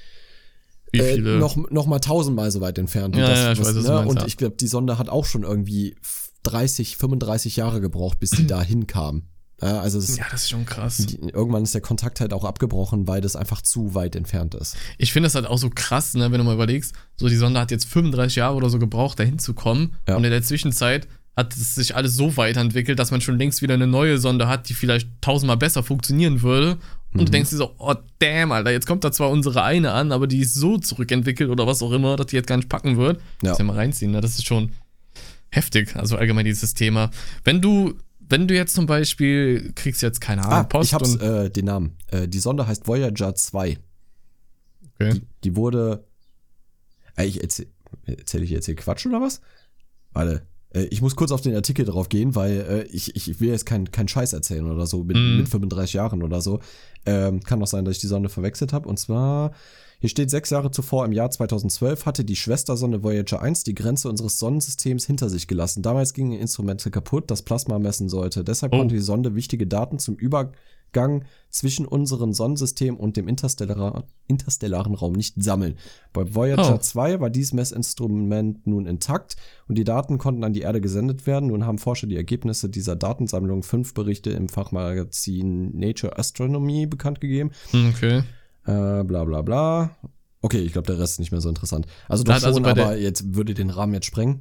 Speaker 1: Wie
Speaker 2: äh,
Speaker 1: viele?
Speaker 2: noch, noch mal tausendmal so weit entfernt. wie
Speaker 1: Ja, ja, ich weiß, was du meinst,
Speaker 2: Und
Speaker 1: ja.
Speaker 2: ich glaube, die Sonde hat auch schon irgendwie dreißig, fünfunddreißig Jahre gebraucht, bis die da hinkam. Ja, also es,
Speaker 1: Ja, das ist schon krass.
Speaker 2: die, irgendwann ist der Kontakt halt auch abgebrochen, weil das einfach zu weit entfernt ist.
Speaker 1: Ich finde das halt auch so krass, ne, wenn du mal überlegst, so die Sonde hat jetzt fünfunddreißig Jahre oder so gebraucht, dahin zu kommen.
Speaker 2: Ja.
Speaker 1: Und in der Zwischenzeit hat es sich alles so weiterentwickelt, dass man schon längst wieder eine neue Sonde hat, die vielleicht tausendmal besser funktionieren würde. Und
Speaker 2: Mhm.
Speaker 1: du denkst dir so, oh damn, Alter, jetzt kommt da zwar unsere eine an, aber die ist so zurückentwickelt oder was auch immer, dass die jetzt gar nicht packen wird.
Speaker 2: Ja.
Speaker 1: Muss ja mal reinziehen, ne? Das ist schon heftig, also allgemein dieses Thema. Wenn du, wenn du jetzt zum Beispiel kriegst jetzt keine Ahnung,
Speaker 2: Ah,
Speaker 1: Post
Speaker 2: ich hab's,
Speaker 1: und
Speaker 2: äh, den Namen. Äh, die Sonde heißt Voyager zwei.
Speaker 1: okay.
Speaker 2: Die, die wurde. Äh, ich erzähl, erzähl ich jetzt hier Quatsch oder was? Warte. Äh, ich muss kurz auf den Artikel drauf gehen, weil äh, ich, ich will jetzt keinen kein Scheiß erzählen oder so mit,
Speaker 1: Mhm.
Speaker 2: mit fünfunddreißig Jahren oder so. Ähm, kann auch sein, dass ich die Sonde verwechselt habe. Und zwar, hier steht, sechs Jahre zuvor, im Jahr zweitausendzwölf, hatte die Schwestersonde Voyager eins die Grenze unseres Sonnensystems hinter sich gelassen. Damals gingen Instrumente kaputt, das Plasma messen sollte. Deshalb
Speaker 1: Oh.
Speaker 2: konnte die Sonde wichtige Daten zum Übergang zwischen unserem Sonnensystem und dem interstellar, interstellaren Raum nicht sammeln. Bei Voyager
Speaker 1: Oh.
Speaker 2: zwei war dieses Messinstrument nun intakt und die Daten konnten an die Erde gesendet werden. Nun haben Forscher die Ergebnisse dieser Datensammlung fünf Berichte im Fachmagazin Nature Astronomy bekannt gegeben.
Speaker 1: Okay.
Speaker 2: Äh, bla bla bla. Okay, ich glaube, der Rest ist nicht mehr so interessant. Also
Speaker 1: Da
Speaker 2: doch
Speaker 1: hat also
Speaker 2: schon,
Speaker 1: bei der-
Speaker 2: aber jetzt würde den Rahmen jetzt sprengen.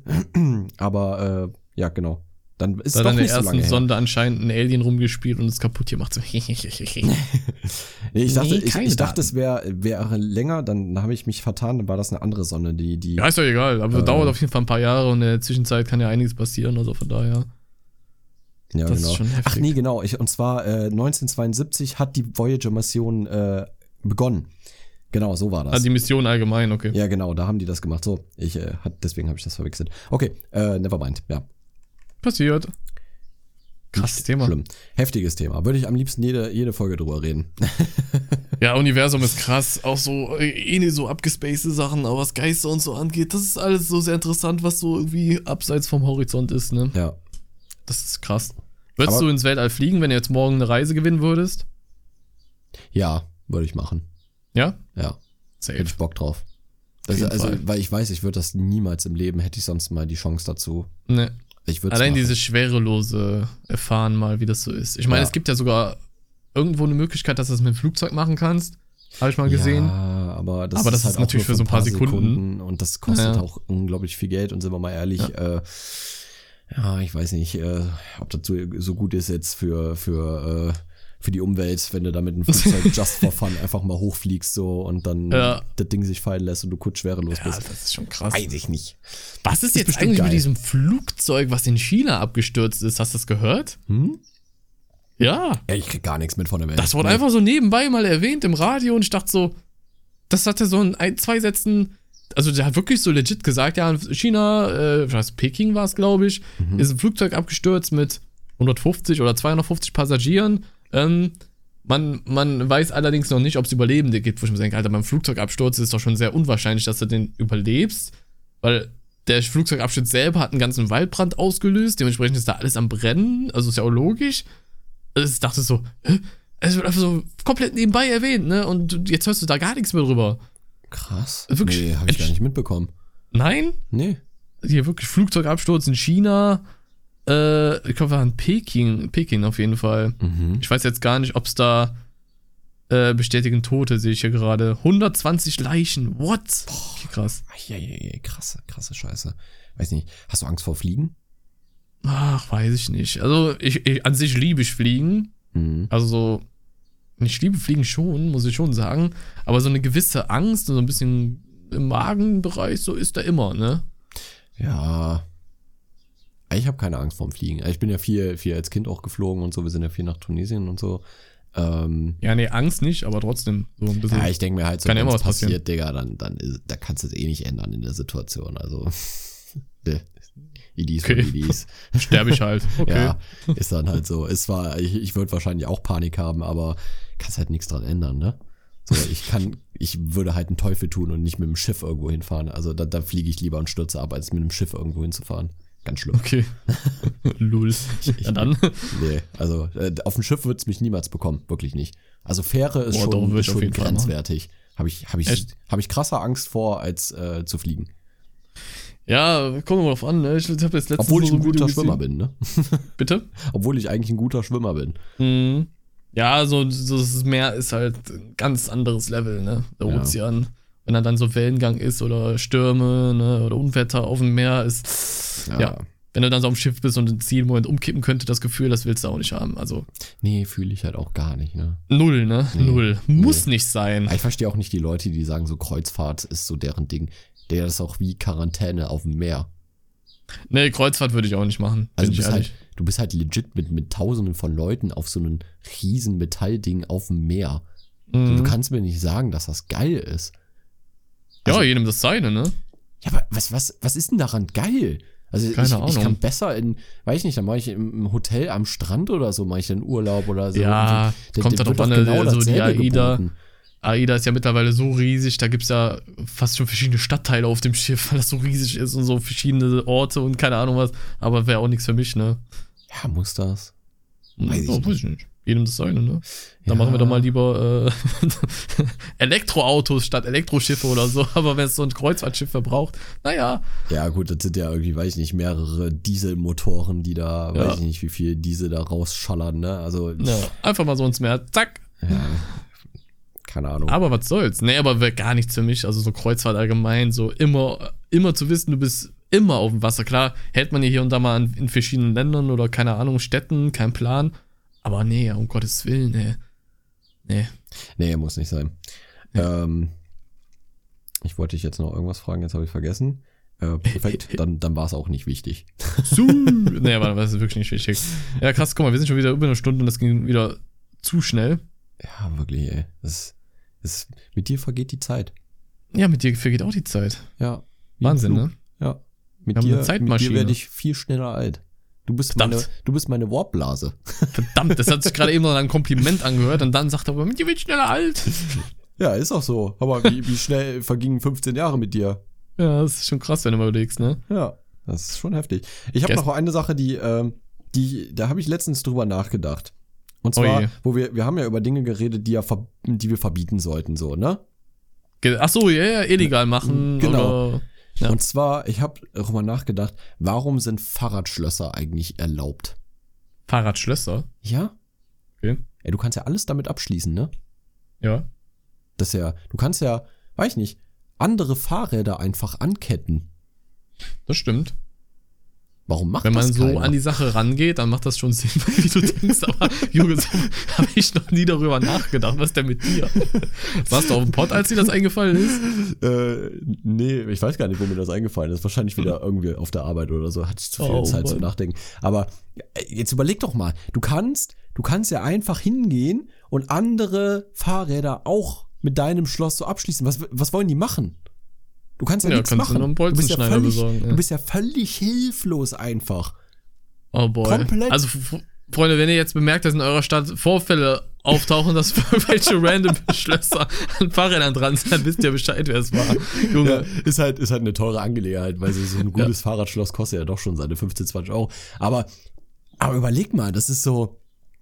Speaker 2: aber äh, ja, genau. Dann ist
Speaker 1: Da
Speaker 2: es
Speaker 1: hat
Speaker 2: doch
Speaker 1: an der
Speaker 2: nicht so
Speaker 1: ersten
Speaker 2: lange her.
Speaker 1: Sonde anscheinend ein Alien rumgespielt und es kaputt gemacht. So.
Speaker 2: Nee, ich dachte,
Speaker 1: Nee,
Speaker 2: ich,
Speaker 1: keine
Speaker 2: ich dachte
Speaker 1: Daten.
Speaker 2: es wäre wäre länger, dann habe ich mich vertan, dann war das eine andere Sonde, die, die.
Speaker 1: Ja, ist doch egal, aber
Speaker 2: Äh.
Speaker 1: dauert auf jeden Fall ein paar Jahre und in der Zwischenzeit kann ja einiges passieren, also von daher.
Speaker 2: ja,
Speaker 1: das
Speaker 2: genau.
Speaker 1: ist schon heftig.
Speaker 2: Ach nee, genau. Ich, und zwar äh, neunzehnhundertzweiundsiebzig hat die Voyager-Mission äh, begonnen. Genau, so war das.
Speaker 1: Also die Mission allgemein, okay.
Speaker 2: Ja, genau, da haben die das gemacht. So, ich äh, hat, deswegen habe ich das verwechselt. Okay, äh, nevermind, ja.
Speaker 1: Passiert. Krasses
Speaker 2: Nicht
Speaker 1: Thema.
Speaker 2: Schlimm. Heftiges Thema. Würde ich am liebsten jede, jede Folge drüber reden.
Speaker 1: Ja, Universum ist krass. Auch so, äh, eh nicht so abgespacede Sachen, aber was Geister und so angeht, das ist alles so sehr interessant, was so irgendwie abseits vom Horizont ist, ne?
Speaker 2: Ja.
Speaker 1: Das ist krass. Würdest
Speaker 2: Aber-
Speaker 1: du ins Weltall fliegen, wenn du jetzt morgen eine Reise gewinnen würdest?
Speaker 2: Ja, würde ich machen.
Speaker 1: Ja?
Speaker 2: Ja,
Speaker 1: Safe.
Speaker 2: hätte ich Bock drauf.
Speaker 1: Auf
Speaker 2: Also,
Speaker 1: jeden
Speaker 2: also
Speaker 1: Fall.
Speaker 2: weil ich weiß, ich würde das niemals im Leben, hätte ich sonst mal die Chance dazu.
Speaker 1: Ne.
Speaker 2: Ich würde
Speaker 1: Allein dieses schwerelose Erfahren mal, wie das so ist. Ich meine,
Speaker 2: Ja.
Speaker 1: es gibt ja sogar irgendwo eine Möglichkeit, dass du das mit dem Flugzeug machen kannst. Habe ich mal gesehen.
Speaker 2: Ja, aber das
Speaker 1: Aber
Speaker 2: ist
Speaker 1: das
Speaker 2: halt
Speaker 1: ist
Speaker 2: auch
Speaker 1: natürlich
Speaker 2: nur
Speaker 1: für so ein paar Sekunden.
Speaker 2: und das kostet
Speaker 1: Ja.
Speaker 2: auch unglaublich viel Geld und sind wir mal ehrlich, ja, äh, ja ich weiß nicht, äh, ob das so, so gut ist jetzt für für äh, für die Umwelt, wenn du da mit einem Flugzeug just for fun einfach mal hochfliegst so und dann
Speaker 1: Ja.
Speaker 2: das Ding sich fallen lässt und du kurz schwerelos
Speaker 1: Ja,
Speaker 2: bist.
Speaker 1: das ist schon krass.
Speaker 2: Weiß ich nicht.
Speaker 1: Was ist
Speaker 2: Ist
Speaker 1: jetzt
Speaker 2: bestimmt
Speaker 1: eigentlich
Speaker 2: geil.
Speaker 1: mit diesem Flugzeug, was in China abgestürzt ist? Hast du das gehört?
Speaker 2: Hm?
Speaker 1: Ja.
Speaker 2: Ja, ich krieg gar nichts mit von der Welt.
Speaker 1: Das wurde
Speaker 2: Nee.
Speaker 1: einfach so nebenbei mal erwähnt im Radio und ich dachte so, das hat er so in ein, zwei Sätzen, also der hat wirklich so legit gesagt, ja, in China, äh, ich weiß, Peking war es, glaube ich,
Speaker 2: Mhm.
Speaker 1: ist ein Flugzeug abgestürzt mit hundertfünfzig oder zweihundertfünfzig Passagieren. Ähm, man, man weiß allerdings noch nicht, ob es Überlebende gibt, wo ich mir denke, Alter, beim Flugzeugabsturz ist es doch schon sehr unwahrscheinlich, dass du den überlebst, weil der Flugzeugabsturz selber hat einen ganzen Waldbrand ausgelöst, dementsprechend ist da alles am Brennen, also ist ja auch logisch. Also ich dachte so, hä? Es wird einfach so komplett nebenbei erwähnt, ne? Und jetzt hörst du da gar nichts mehr drüber.
Speaker 2: Krass.
Speaker 1: Wirklich?
Speaker 2: Nee, habe ich gar nicht mitbekommen.
Speaker 1: Nein?
Speaker 2: Nee.
Speaker 1: Hier wirklich Flugzeugabsturz in China. Äh, ich glaube, war in Peking. Peking auf jeden Fall.
Speaker 2: Mhm.
Speaker 1: Ich weiß jetzt gar nicht, ob es da äh, bestätigen Tote, sehe ich hier gerade. hundertzwanzig Leichen. What? Okay, krass.
Speaker 2: Ja, ja, ja, krasse, krasse Scheiße. weiß nicht, hast du Angst vor Fliegen?
Speaker 1: Ach, weiß ich nicht. Also, ich, ich an sich liebe ich Fliegen.
Speaker 2: Mhm.
Speaker 1: Also so, ich liebe Fliegen schon, muss ich schon sagen. Aber so eine gewisse Angst, so ein bisschen im Magenbereich, so ist da immer, ne?
Speaker 2: Ja. Ich habe keine Angst vorm Fliegen. Ich bin ja viel, viel als Kind auch geflogen und so. Wir sind ja viel nach Tunesien und so. Ähm,
Speaker 1: Ja, nee, Angst nicht, aber trotzdem so ein bisschen.
Speaker 2: ja, ich denke mir halt so,
Speaker 1: kann ja
Speaker 2: wenn
Speaker 1: immer
Speaker 2: es
Speaker 1: was passieren.
Speaker 2: passiert, Digga, dann, dann ist, da kannst du es eh nicht ändern in der Situation. Also, Idis
Speaker 1: Okay.
Speaker 2: von Idis.
Speaker 1: Sterbe ich halt. Okay.
Speaker 2: Ja, ist dann halt so. Es war, ich, ich würde wahrscheinlich auch Panik haben, aber kannst halt nichts dran ändern, ne? So, ich kann, ich würde halt einen Teufel tun und nicht mit dem Schiff irgendwo hinfahren. Also da, da fliege ich lieber und stürze ab, als mit dem Schiff irgendwo hinzufahren. Ganz schlimm.
Speaker 1: Okay. Lul. Ja, dann.
Speaker 2: Nee, also äh, auf dem Schiff wird es mich niemals bekommen, wirklich nicht. Also Fähre ist
Speaker 1: Boah, doch,
Speaker 2: schon,
Speaker 1: würd ich
Speaker 2: ist
Speaker 1: auf
Speaker 2: schon
Speaker 1: jeden Fall
Speaker 2: grenzwertig. Habe ich, hab ich,
Speaker 1: Echt?
Speaker 2: hab ich krasser Angst vor, als äh, zu fliegen.
Speaker 1: Ja, kommt mal drauf an, ne? Ich habe jetzt letztens
Speaker 2: Obwohl ich
Speaker 1: so
Speaker 2: ein guter
Speaker 1: Video
Speaker 2: Schwimmer
Speaker 1: gesehen.
Speaker 2: bin, ne?
Speaker 1: Bitte?
Speaker 2: Obwohl ich eigentlich ein guter Schwimmer bin.
Speaker 1: Mhm. Ja, so, so das Meer ist halt ein ganz anderes Level, ne? Der
Speaker 2: Ja.
Speaker 1: Ozean. Wenn er dann so Wellengang ist oder Stürme, ne? Oder Unwetter auf dem Meer ist. Ja.
Speaker 2: Ja.
Speaker 1: Wenn du dann so am Schiff bist und ein Zielmoment umkippen könnte, das Gefühl, das willst du auch nicht haben. Also
Speaker 2: Nee, fühle ich halt auch gar nicht, ne?
Speaker 1: null, ne?
Speaker 2: Nee.
Speaker 1: Null. Muss nicht sein.
Speaker 2: Ich verstehe auch nicht die Leute, die sagen, so Kreuzfahrt ist so deren Ding. Der ist auch wie Quarantäne auf dem Meer.
Speaker 1: Nee, Kreuzfahrt würde ich auch nicht machen.
Speaker 2: Also
Speaker 1: Bin
Speaker 2: du
Speaker 1: ich
Speaker 2: bist,
Speaker 1: ehrlich.
Speaker 2: halt, du bist halt legit mit, mit tausenden von Leuten auf so einem riesen Metallding auf dem Meer.
Speaker 1: Mhm.
Speaker 2: So, du kannst mir nicht sagen, dass das geil ist. Also-
Speaker 1: ja, jedem das seine, ne?
Speaker 2: Ja, aber was, was, was ist denn daran geil? Also
Speaker 1: Keine
Speaker 2: ich,
Speaker 1: Ahnung.
Speaker 2: ich kann besser in, weiß ich nicht, dann mache ich im im Hotel am Strand oder so, mache ich dann Urlaub oder so.
Speaker 1: Ja,
Speaker 2: Da-
Speaker 1: kommt
Speaker 2: da
Speaker 1: da
Speaker 2: wird
Speaker 1: drauf
Speaker 2: doch
Speaker 1: an,
Speaker 2: genau
Speaker 1: so die
Speaker 2: dasselbe
Speaker 1: AIDA.
Speaker 2: geboten.
Speaker 1: AIDA ist ja mittlerweile so riesig, da gibt's ja fast schon verschiedene Stadtteile auf dem Schiff, weil das so riesig ist und so verschiedene Orte und keine Ahnung was. Aber wäre auch nichts für mich, ne?
Speaker 2: Ja, muss das? Weiß ich
Speaker 1: Ja,
Speaker 2: nicht.
Speaker 1: weiß ich nicht. Jedem das seine, ne?
Speaker 2: Ja.
Speaker 1: Dann machen wir doch mal lieber äh, Elektroautos statt Elektroschiffe oder so. Aber wenn es so ein Kreuzfahrtschiff verbraucht, naja.
Speaker 2: Ja, gut, das sind ja irgendwie, weiß ich nicht, mehrere Dieselmotoren, die da,
Speaker 1: Ja.
Speaker 2: weiß ich nicht, wie viel Diesel da rausschallern, ne? Also,
Speaker 1: Ja, einfach mal so ins Meer, zack.
Speaker 2: ja, keine Ahnung.
Speaker 1: Aber was soll's? Nee, aber wäre gar nichts für mich. Also so Kreuzfahrt allgemein, so immer, immer zu wissen, du bist immer auf dem Wasser. Klar, hält man ja hier und da mal in, in verschiedenen Ländern oder keine Ahnung, Städten, kein Plan. Aber nee, um Gottes Willen, nee. Nee.
Speaker 2: Nee, muss nicht sein. Ähm, ich wollte dich jetzt noch irgendwas fragen, jetzt habe ich vergessen. Äh, perfekt, dann, dann war es auch nicht wichtig.
Speaker 1: Zu. Nee, aber das ist wirklich nicht wichtig. Ja, krass, guck mal, wir sind schon wieder über eine Stunde und das ging wieder zu schnell.
Speaker 2: Ja, wirklich, ey. Das, das, mit dir vergeht die Zeit.
Speaker 1: Ja, mit dir vergeht auch die Zeit.
Speaker 2: Ja. wie im
Speaker 1: Wahnsinn,
Speaker 2: Flug.
Speaker 1: ne?
Speaker 2: Ja. Mit
Speaker 1: Wir haben
Speaker 2: dir,
Speaker 1: eine Zeitmaschine.
Speaker 2: Mit dir werde ich viel schneller alt. Du bist
Speaker 1: Verdammt.
Speaker 2: meine, du bist meine Warpblase.
Speaker 1: Verdammt, das hat sich gerade eben noch ein Kompliment angehört und dann sagt er, aber mit dir wird schneller alt.
Speaker 2: Ja, ist auch so. Aber wie, wie schnell vergingen fünfzehn Jahre mit dir?
Speaker 1: Ja, das ist schon krass, wenn du mal überlegst, ne?
Speaker 2: Ja, das ist schon heftig. Ich habe
Speaker 1: Gest-
Speaker 2: noch eine Sache, die, ähm, die, da habe ich letztens drüber nachgedacht. Und
Speaker 1: Oh
Speaker 2: zwar,
Speaker 1: je.
Speaker 2: wo wir, wir haben ja über Dinge geredet, die ja, ver- die wir verbieten sollten, so, ne?
Speaker 1: Ge- Ach so, ja, ja, illegal machen.
Speaker 2: Genau.
Speaker 1: Oder, ja.
Speaker 2: Und zwar, ich habe darüber nachgedacht, warum sind Fahrradschlösser eigentlich erlaubt?
Speaker 1: Fahrradschlösser.
Speaker 2: Ja?
Speaker 1: Okay.
Speaker 2: Ey, du kannst ja alles damit abschließen, ne?
Speaker 1: Ja.
Speaker 2: Das ist ja, du kannst ja, weiß ich nicht, andere Fahrräder einfach anketten.
Speaker 1: Das stimmt.
Speaker 2: Warum macht
Speaker 1: Wenn man
Speaker 2: das
Speaker 1: so
Speaker 2: keiner?
Speaker 1: an die Sache rangeht, dann macht das schon Sinn, wie du denkst. Aber Junge, so habe ich noch nie darüber nachgedacht. Was ist denn mit dir? Warst du auf dem Pott, als dir das eingefallen ist?
Speaker 2: Äh, nee, ich weiß gar nicht, wo mir das eingefallen ist. Wahrscheinlich wieder irgendwie auf der Arbeit oder so. Hatte ich zu viel
Speaker 1: Oh,
Speaker 2: Zeit zum
Speaker 1: Mann.
Speaker 2: Nachdenken. Aber äh, jetzt überleg doch mal. Du kannst, du kannst ja einfach hingehen und andere Fahrräder auch mit deinem Schloss so abschließen. Was, was wollen die machen? Du kannst ja,
Speaker 1: Ja,
Speaker 2: nichts
Speaker 1: kannst du
Speaker 2: machen.
Speaker 1: noch einen
Speaker 2: Du bist ja
Speaker 1: Bolzenschneider
Speaker 2: völlig,
Speaker 1: besorgen, ja.
Speaker 2: du bist ja völlig hilflos einfach.
Speaker 1: Oh boy.
Speaker 2: Komplett.
Speaker 1: Also, F- Freunde, wenn ihr jetzt bemerkt, dass in eurer Stadt Vorfälle auftauchen, dass irgendwelche random Schlösser an Fahrrädern dran sind, dann wisst ihr Bescheid, wer es war. Junge.
Speaker 2: Ja, ist halt, ist halt eine teure Angelegenheit, weil so so ein gutes Fahrradschloss kostet ja doch schon seine fünfzehn, zwanzig Euro. Aber, aber überleg mal, das ist so,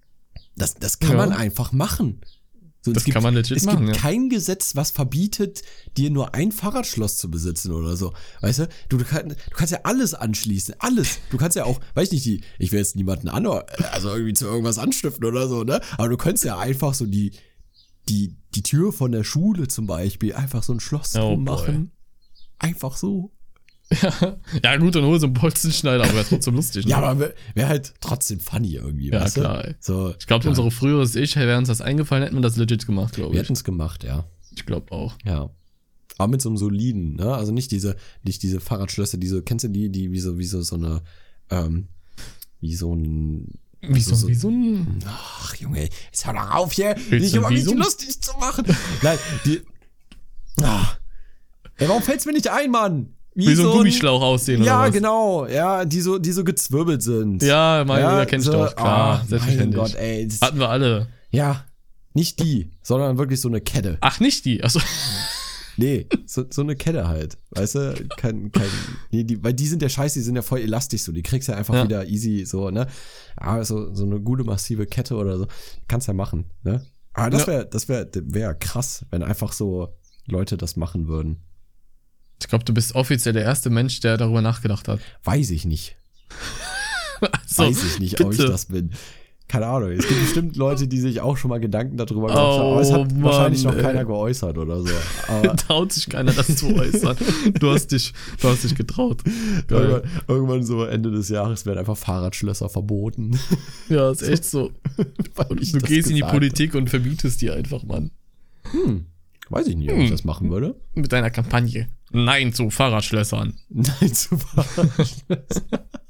Speaker 2: das, das kann
Speaker 1: Ja.
Speaker 2: man einfach machen. So,
Speaker 1: Das
Speaker 2: es gibt,
Speaker 1: kann man legit
Speaker 2: es
Speaker 1: machen,
Speaker 2: gibt
Speaker 1: ja.
Speaker 2: kein Gesetz, was verbietet, dir nur ein Fahrradschloss zu besitzen oder so. Weißt du, du, du, kann, du kannst ja alles anschließen, alles. Du kannst ja auch, weiß ich nicht, die, ich will jetzt niemanden an, also irgendwie zu irgendwas anstiften oder so, ne? Aber du könntest ja einfach so die, die, die Tür von der Schule zum Beispiel einfach so ein Schloss
Speaker 1: Oh
Speaker 2: drum
Speaker 1: boy.
Speaker 2: machen. Einfach so.
Speaker 1: Ja, ja gut, dann hol so einen Bolzenschneider, aber wäre trotzdem lustig. Ne?
Speaker 2: Ja, aber wäre wär halt trotzdem funny irgendwie,
Speaker 1: ja,
Speaker 2: weißt
Speaker 1: klar,
Speaker 2: du?
Speaker 1: ey.
Speaker 2: So,
Speaker 1: Ich glaube,
Speaker 2: ja.
Speaker 1: unsere früheres Ich, wäre uns das eingefallen, hätten wir das legit gemacht, glaube
Speaker 2: Wir
Speaker 1: ich.
Speaker 2: hätten es gemacht, ja.
Speaker 1: Ich glaube auch.
Speaker 2: Ja. Aber mit so einem soliden, ne? Also nicht diese, nicht diese Fahrradschlösser, diese, kennst du die, die wie so, wie so, so eine, ähm, wie so ein.
Speaker 1: Wie so,
Speaker 2: so,
Speaker 1: wie so ein...
Speaker 2: Ach, Junge, jetzt hör doch auf hier,
Speaker 1: Willst
Speaker 2: nicht
Speaker 1: du
Speaker 2: immer
Speaker 1: wie
Speaker 2: mich
Speaker 1: so ein-
Speaker 2: lustig zu machen. Nein, die. Ah. Ey, warum fällt's mir nicht ein, Mann?
Speaker 1: Wie so ein Gummischlauch aussehen
Speaker 2: Ja,
Speaker 1: oder was?
Speaker 2: genau, ja, die so, die so gezwirbelt sind.
Speaker 1: Ja, meine, ja, kenn ich
Speaker 2: so,
Speaker 1: doch, klar,
Speaker 2: ah, mein
Speaker 1: selbstverständlich.
Speaker 2: Gott, ey. Das,
Speaker 1: Hatten wir alle.
Speaker 2: ja, nicht die, sondern wirklich so eine Kette.
Speaker 1: Ach, nicht die. Achso.
Speaker 2: Nee, so, so eine Kette halt. Weißt du? Kein, kein, nee, die, weil die sind ja scheiße, die sind ja voll elastisch so. Die kriegst ja einfach
Speaker 1: Ja.
Speaker 2: wieder easy so, ne? Aber so, so eine gute, massive Kette oder so, kannst ja machen, ne? Aber das
Speaker 1: Ja.
Speaker 2: wäre das wär, wär krass, wenn einfach so Leute das machen würden.
Speaker 1: Ich glaube, du bist offiziell der erste Mensch, der darüber nachgedacht hat.
Speaker 2: Weiß ich nicht.
Speaker 1: Also,
Speaker 2: Weiß ich nicht, ob ich
Speaker 1: bitte.
Speaker 2: das bin. Keine Ahnung. Es gibt bestimmt Leute, die sich auch schon mal Gedanken darüber gemacht
Speaker 1: Oh,
Speaker 2: haben. Aber es hat
Speaker 1: Mann,
Speaker 2: wahrscheinlich noch
Speaker 1: ey.
Speaker 2: keiner geäußert oder so. Aber
Speaker 1: Traut sich keiner, das zu äußern. Du hast dich, du hast dich getraut. Geil.
Speaker 2: irgendwann, irgendwann so Ende des Jahres werden einfach Fahrradschlösser verboten.
Speaker 1: Ja, ist echt so.
Speaker 2: Weil
Speaker 1: Und
Speaker 2: ich
Speaker 1: du
Speaker 2: das
Speaker 1: gehst in die
Speaker 2: gesagt
Speaker 1: Politik und verbietest die einfach, Mann.
Speaker 2: hab. Hm. Weiß ich nicht, ob ich
Speaker 1: Hm.
Speaker 2: das machen würde.
Speaker 1: Mit deiner Kampagne. Nein zu Fahrradschlössern.
Speaker 2: Nein, zu Fahrradschlösser.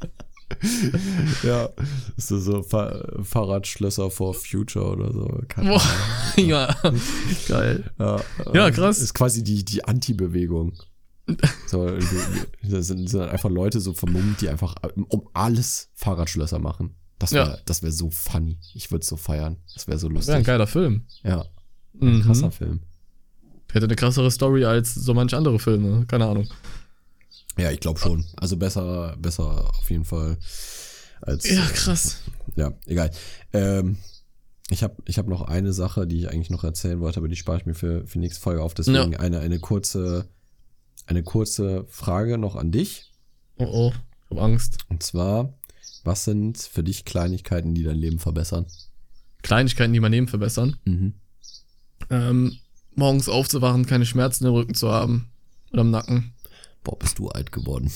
Speaker 2: Ja, so, so Fa Fahrradschlösser for Future oder so. Keine
Speaker 1: Boah,
Speaker 2: Ahnung.
Speaker 1: ja, geil.
Speaker 2: Ja,
Speaker 1: Ja,
Speaker 2: ähm,
Speaker 1: krass.
Speaker 2: Ist quasi die, die Anti-Bewegung. So, da sind, sind einfach Leute so vermummt, die einfach um alles Fahrradschlösser machen. Das wäre
Speaker 1: Ja.
Speaker 2: das wär so funny. Ich würde es so feiern. Das wäre so
Speaker 1: Das wäre ein
Speaker 2: lustig.
Speaker 1: geiler Film.
Speaker 2: Ja, ein
Speaker 1: Mhm.
Speaker 2: krasser Film.
Speaker 1: Hätte eine krassere Story als so manche andere Filme. Keine Ahnung.
Speaker 2: Ja, ich glaube schon. Also besser, besser auf jeden Fall als.
Speaker 1: Ja,
Speaker 2: äh,
Speaker 1: krass.
Speaker 2: Ja, egal. Ähm, ich habe ich hab noch eine Sache, die ich eigentlich noch erzählen wollte, aber die spare ich mir für, für die nächste Folge auf. Deswegen
Speaker 1: Ja.
Speaker 2: eine, eine kurze, eine kurze Frage noch an dich.
Speaker 1: Oh oh, ich hab Angst.
Speaker 2: Und zwar, was sind für dich Kleinigkeiten, die dein Leben verbessern?
Speaker 1: Kleinigkeiten, die mein Leben verbessern.
Speaker 2: Mhm.
Speaker 1: Ähm, morgens aufzuwachen, keine Schmerzen im Rücken zu haben. Oder im Nacken.
Speaker 2: Boah, bist du alt geworden.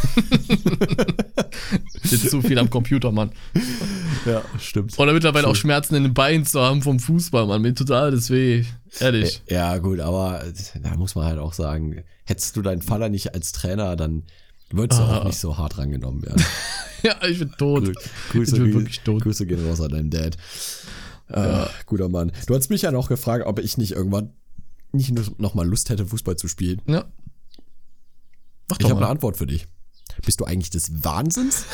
Speaker 1: Sitzt zu viel am Computer, Mann.
Speaker 2: Ja, stimmt.
Speaker 1: Oder mittlerweile auch
Speaker 2: True.
Speaker 1: Schmerzen in den Beinen zu haben vom Fußball, Mann. Mir total das weh. Ehrlich.
Speaker 2: Ja, gut, aber da muss man halt auch sagen, hättest du deinen Faller nicht als Trainer, dann würdest du
Speaker 1: Ah.
Speaker 2: auch nicht so hart rangenommen werden.
Speaker 1: Ja, ich bin tot.
Speaker 2: Grü- Grüße,
Speaker 1: Ich bin
Speaker 2: gehen-
Speaker 1: wirklich tot.
Speaker 2: Grüße gehen raus an deinen Dad. Äh,
Speaker 1: Ja.
Speaker 2: Guter Mann. Du hast mich ja noch gefragt, ob ich nicht irgendwann nicht nur noch mal Lust hätte, Fußball zu spielen.
Speaker 1: Ja. Mach
Speaker 2: Ich
Speaker 1: doch
Speaker 2: habe eine
Speaker 1: mal.
Speaker 2: Antwort für dich. Bist du eigentlich des Wahnsinns?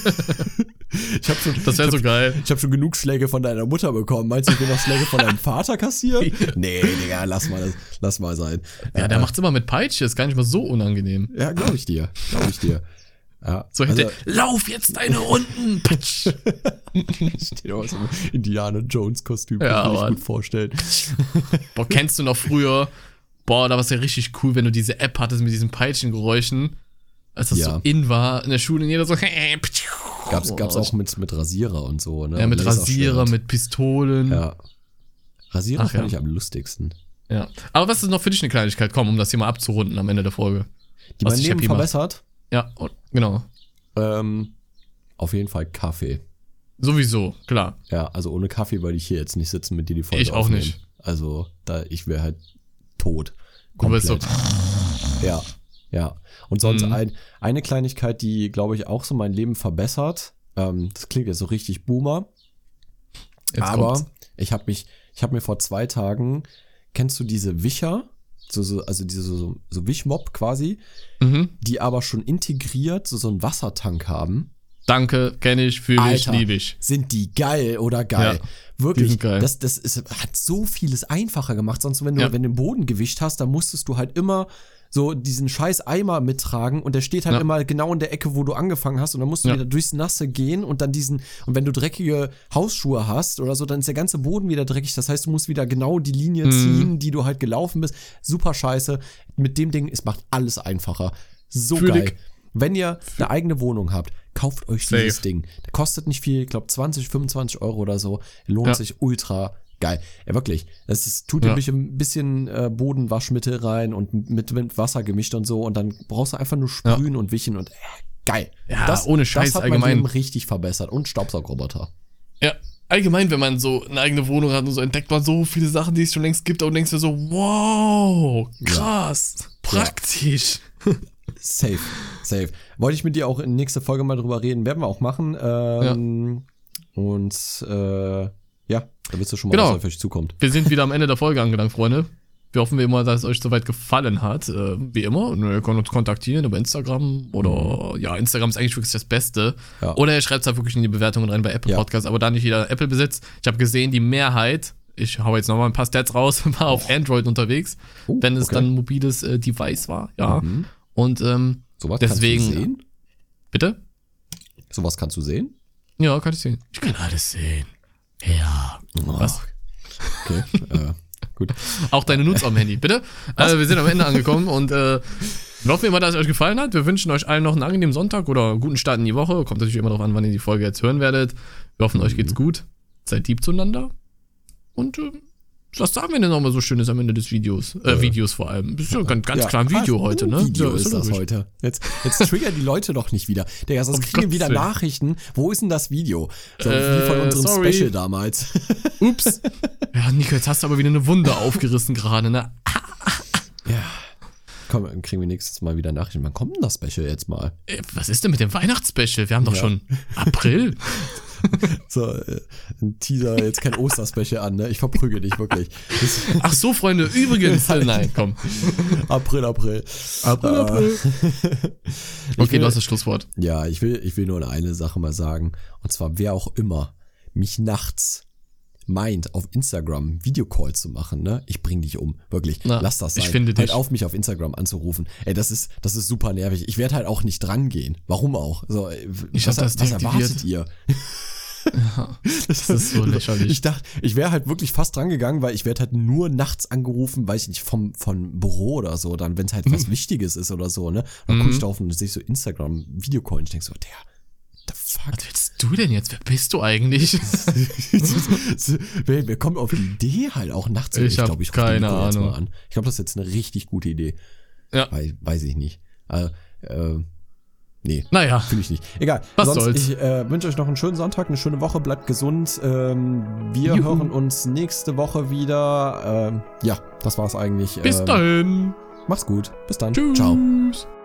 Speaker 2: ich habe schon,
Speaker 1: Das wäre
Speaker 2: ich
Speaker 1: so
Speaker 2: hab,
Speaker 1: geil.
Speaker 2: ich hab schon genug Schläge von deiner Mutter bekommen. Meinst du, ich will noch Schläge von deinem Vater kassieren? Nee, Digga, lass mal, das, lass mal sein.
Speaker 1: Ja, der
Speaker 2: Äh,
Speaker 1: macht's immer mit Peitsche. Ist gar nicht mal so unangenehm.
Speaker 2: Ja, glaube ich dir. Glaube ich dir. Ja,
Speaker 1: So hätte,
Speaker 2: also,
Speaker 1: lauf jetzt deine Runden. Patsch.
Speaker 2: steht auch so ein Indiana Jones Kostüm,
Speaker 1: Ja,
Speaker 2: kann ich mir
Speaker 1: Mann.
Speaker 2: gut vorstellen.
Speaker 1: Boah, kennst du noch früher? Boah, da war es ja richtig cool, wenn du diese App hattest mit diesen Peitschengeräuschen. Als das
Speaker 2: Ja.
Speaker 1: so in war, in der Schule, und jeder so.
Speaker 2: Gab's, gab's auch mit, mit Rasierer und so, ne?
Speaker 1: Ja,
Speaker 2: Und
Speaker 1: mit Rasierer,
Speaker 2: Laserschwert.
Speaker 1: mit Pistolen. Ja.
Speaker 2: Ja. Rasierer
Speaker 1: Ach,
Speaker 2: fand
Speaker 1: ja.
Speaker 2: ich am lustigsten.
Speaker 1: ja. Aber was ist noch für dich eine Kleinigkeit? Komm, um das hier mal abzurunden am Ende der Folge.
Speaker 2: Die
Speaker 1: Was
Speaker 2: mein
Speaker 1: dich
Speaker 2: Leben
Speaker 1: happy macht.
Speaker 2: verbessert?
Speaker 1: Ja, und- genau.
Speaker 2: Ähm, auf jeden Fall Kaffee.
Speaker 1: Sowieso, klar.
Speaker 2: Ja, also ohne Kaffee würde ich hier jetzt nicht sitzen mit dir die Folge
Speaker 1: Ich auch
Speaker 2: aufnehmen.
Speaker 1: nicht.
Speaker 2: Also, da, ich wäre halt tot.
Speaker 1: Du bist so.
Speaker 2: Ja, ja. Und sonst
Speaker 1: Mhm.
Speaker 2: ein, eine Kleinigkeit, die, glaube ich, auch so mein Leben verbessert. Ähm, das klingt jetzt so richtig Boomer.
Speaker 1: Jetzt
Speaker 2: aber
Speaker 1: kommt's.
Speaker 2: ich habe mich, ich habe mir vor zwei Tagen, kennst du diese Wicher? So, so, also diese so, so Wischmopp quasi,
Speaker 1: Mhm.
Speaker 2: die aber schon integriert so, so einen Wassertank haben.
Speaker 1: Danke, kenne ich, fühle ich,
Speaker 2: Alter,
Speaker 1: liebe ich.
Speaker 2: Sind die geil oder geil?
Speaker 1: Ja,
Speaker 2: Wirklich,
Speaker 1: die sind geil.
Speaker 2: das, das ist, hat so vieles einfacher gemacht. Sonst, wenn du,
Speaker 1: Ja.
Speaker 2: wenn du den Boden gewischt hast, dann musstest du halt immer so diesen scheiß Eimer mittragen und der steht halt
Speaker 1: Ja.
Speaker 2: immer genau in der Ecke, wo du angefangen hast und dann musst du
Speaker 1: Ja.
Speaker 2: wieder durchs Nasse gehen und dann diesen, und wenn du dreckige Hausschuhe hast oder so, dann ist der ganze Boden wieder dreckig. Das heißt, du musst wieder genau die Linie
Speaker 1: Mhm.
Speaker 2: ziehen, die du halt gelaufen bist. Super scheiße. Mit dem Ding, es macht alles einfacher. So
Speaker 1: Fühl
Speaker 2: geil.
Speaker 1: ich.
Speaker 2: Wenn ihr eine eigene Wohnung habt, kauft euch
Speaker 1: Safe.
Speaker 2: dieses Ding. Der kostet nicht viel, ich glaube zwanzig, fünfundzwanzig Euro oder so. Lohnt
Speaker 1: Ja.
Speaker 2: sich ultra. Geil. Ja, wirklich. Es ist, tut
Speaker 1: Ja.
Speaker 2: nämlich ein bisschen äh, Bodenwaschmittel rein und mit, mit Wasser gemischt und so. Und dann brauchst du einfach nur sprühen und wischen und äh, geil.
Speaker 1: Ja, ohne Scheiß
Speaker 2: das hat
Speaker 1: allgemein.
Speaker 2: mein Leben richtig verbessert. Und Staubsaugerroboter.
Speaker 1: Ja, allgemein, wenn man so eine eigene Wohnung hat und so, entdeckt man so viele Sachen, die es schon längst gibt und denkst dir so, wow, krass, ja. praktisch.
Speaker 2: Safe, safe. Wollte ich mit dir auch in nächster Folge mal drüber reden. Werden wir auch machen. Ähm, ja. Und äh, ja, da wirst du schon mal,
Speaker 1: genau.
Speaker 2: was auf euch zukommt.
Speaker 1: Wir sind wieder am Ende der Folge angelangt, Freunde. Wir hoffen wie immer, dass es euch soweit gefallen hat. Äh, wie immer, und ihr könnt uns kontaktieren über Instagram oder, mhm. ja, Instagram ist eigentlich wirklich das Beste. Ja. Oder ihr schreibt es halt wirklich in die Bewertungen rein bei Apple ja. Podcasts, aber da nicht jeder Apple besitzt. Ich habe gesehen, die Mehrheit, ich hau jetzt nochmal ein paar Stats raus, war auf Android unterwegs, uh, wenn es okay. dann ein mobiles äh, Device war, ja. Mhm. Und ähm,
Speaker 2: sowas
Speaker 1: deswegen.
Speaker 2: Kannst du sehen?
Speaker 1: Bitte?
Speaker 2: Sowas kannst du sehen?
Speaker 1: Ja, kann ich sehen. Ich kann alles sehen. Ja.
Speaker 2: Oh. Was? Okay, äh, gut.
Speaker 1: Auch deine Nuts am Handy, bitte? Also, wir sind am Ende angekommen und äh, wir hoffen immer, dass es euch gefallen hat. Wir wünschen euch allen noch einen angenehmen Sonntag oder einen guten Start in die Woche. Kommt natürlich immer darauf an, wann ihr die Folge jetzt hören werdet. Wir hoffen, mhm. euch geht's gut. Seid lieb zueinander. Und äh, was sagen wir denn nochmal so Schönes am Ende des Videos? Äh, äh Videos vor allem. Das ist ja ganz, ganz ja, klar ein Video heute, ne?
Speaker 2: Video
Speaker 1: ja,
Speaker 2: ist, ist das ruhig. heute. Jetzt, jetzt triggern die Leute doch nicht wieder. Digga, sonst kriegen wir wieder Nachrichten. Wo ist denn das Video? So, äh, wie von unserem sorry. Special damals.
Speaker 1: Ups. Ja, Nico, jetzt hast du aber wieder eine Wunde aufgerissen gerade, ne?
Speaker 2: Ja. Komm, dann kriegen wir nächstes Mal wieder Nachrichten. Wann kommt denn das Special jetzt mal?
Speaker 1: Äh, was ist denn mit dem Weihnachtsspecial? Wir haben doch ja. schon April.
Speaker 2: So, äh, ein Teaser, jetzt kein Osterspecial an, ne? Ich verprügel dich wirklich. Das
Speaker 1: Ach so, Freunde, übrigens. Nein, komm.
Speaker 2: April, April.
Speaker 1: April,
Speaker 2: äh,
Speaker 1: April. Okay,
Speaker 2: will,
Speaker 1: du hast das Schlusswort.
Speaker 2: Ja, ich will, ich will nur eine Sache mal sagen. Und zwar, wer auch immer mich nachts meint, auf Instagram Videocall zu machen, ne? Ich bring dich um. Wirklich. Na, lass das sein.
Speaker 1: Ich finde dich.
Speaker 2: Halt auf, mich auf Instagram anzurufen. Ey, das ist, das ist super nervig. Ich werde halt auch nicht dran gehen. Warum auch? So,
Speaker 1: ich
Speaker 2: was,
Speaker 1: hab das
Speaker 2: was erwartet ihr?
Speaker 1: Ja, das ist so lächerlich.
Speaker 2: Ich dachte, ich wäre halt wirklich fast dran gegangen, weil ich werde halt nur nachts angerufen, weiß ich nicht, vom, vom Büro oder so, dann, wenn es halt was Wichtiges ist oder so, ne? Dann guck ich da auf und sehe so Instagram Videocall und ich denk so, der the fuck?
Speaker 1: Was willst du denn jetzt? Wer bist du eigentlich?
Speaker 2: wer, wer kommt auf die Idee halt auch nachts?
Speaker 1: Ich, ich habe keine Ahnung.
Speaker 2: An. Ich glaube, das ist jetzt eine richtig gute Idee.
Speaker 1: Ja.
Speaker 2: Weiß, weiß ich nicht. Also, äh, nee.
Speaker 1: Naja.
Speaker 2: Finde ich nicht. Egal.
Speaker 1: Was
Speaker 2: Sonst,
Speaker 1: soll's.
Speaker 2: Ich äh, wünsche euch noch einen schönen Sonntag, eine schöne Woche. Bleibt gesund. Ähm, wir Juhu. hören uns nächste Woche wieder. Ähm, ja, das war's eigentlich.
Speaker 1: Bis
Speaker 2: ähm,
Speaker 1: dahin.
Speaker 2: Mach's gut. Bis dann.
Speaker 1: Tschüss.
Speaker 2: Ciao.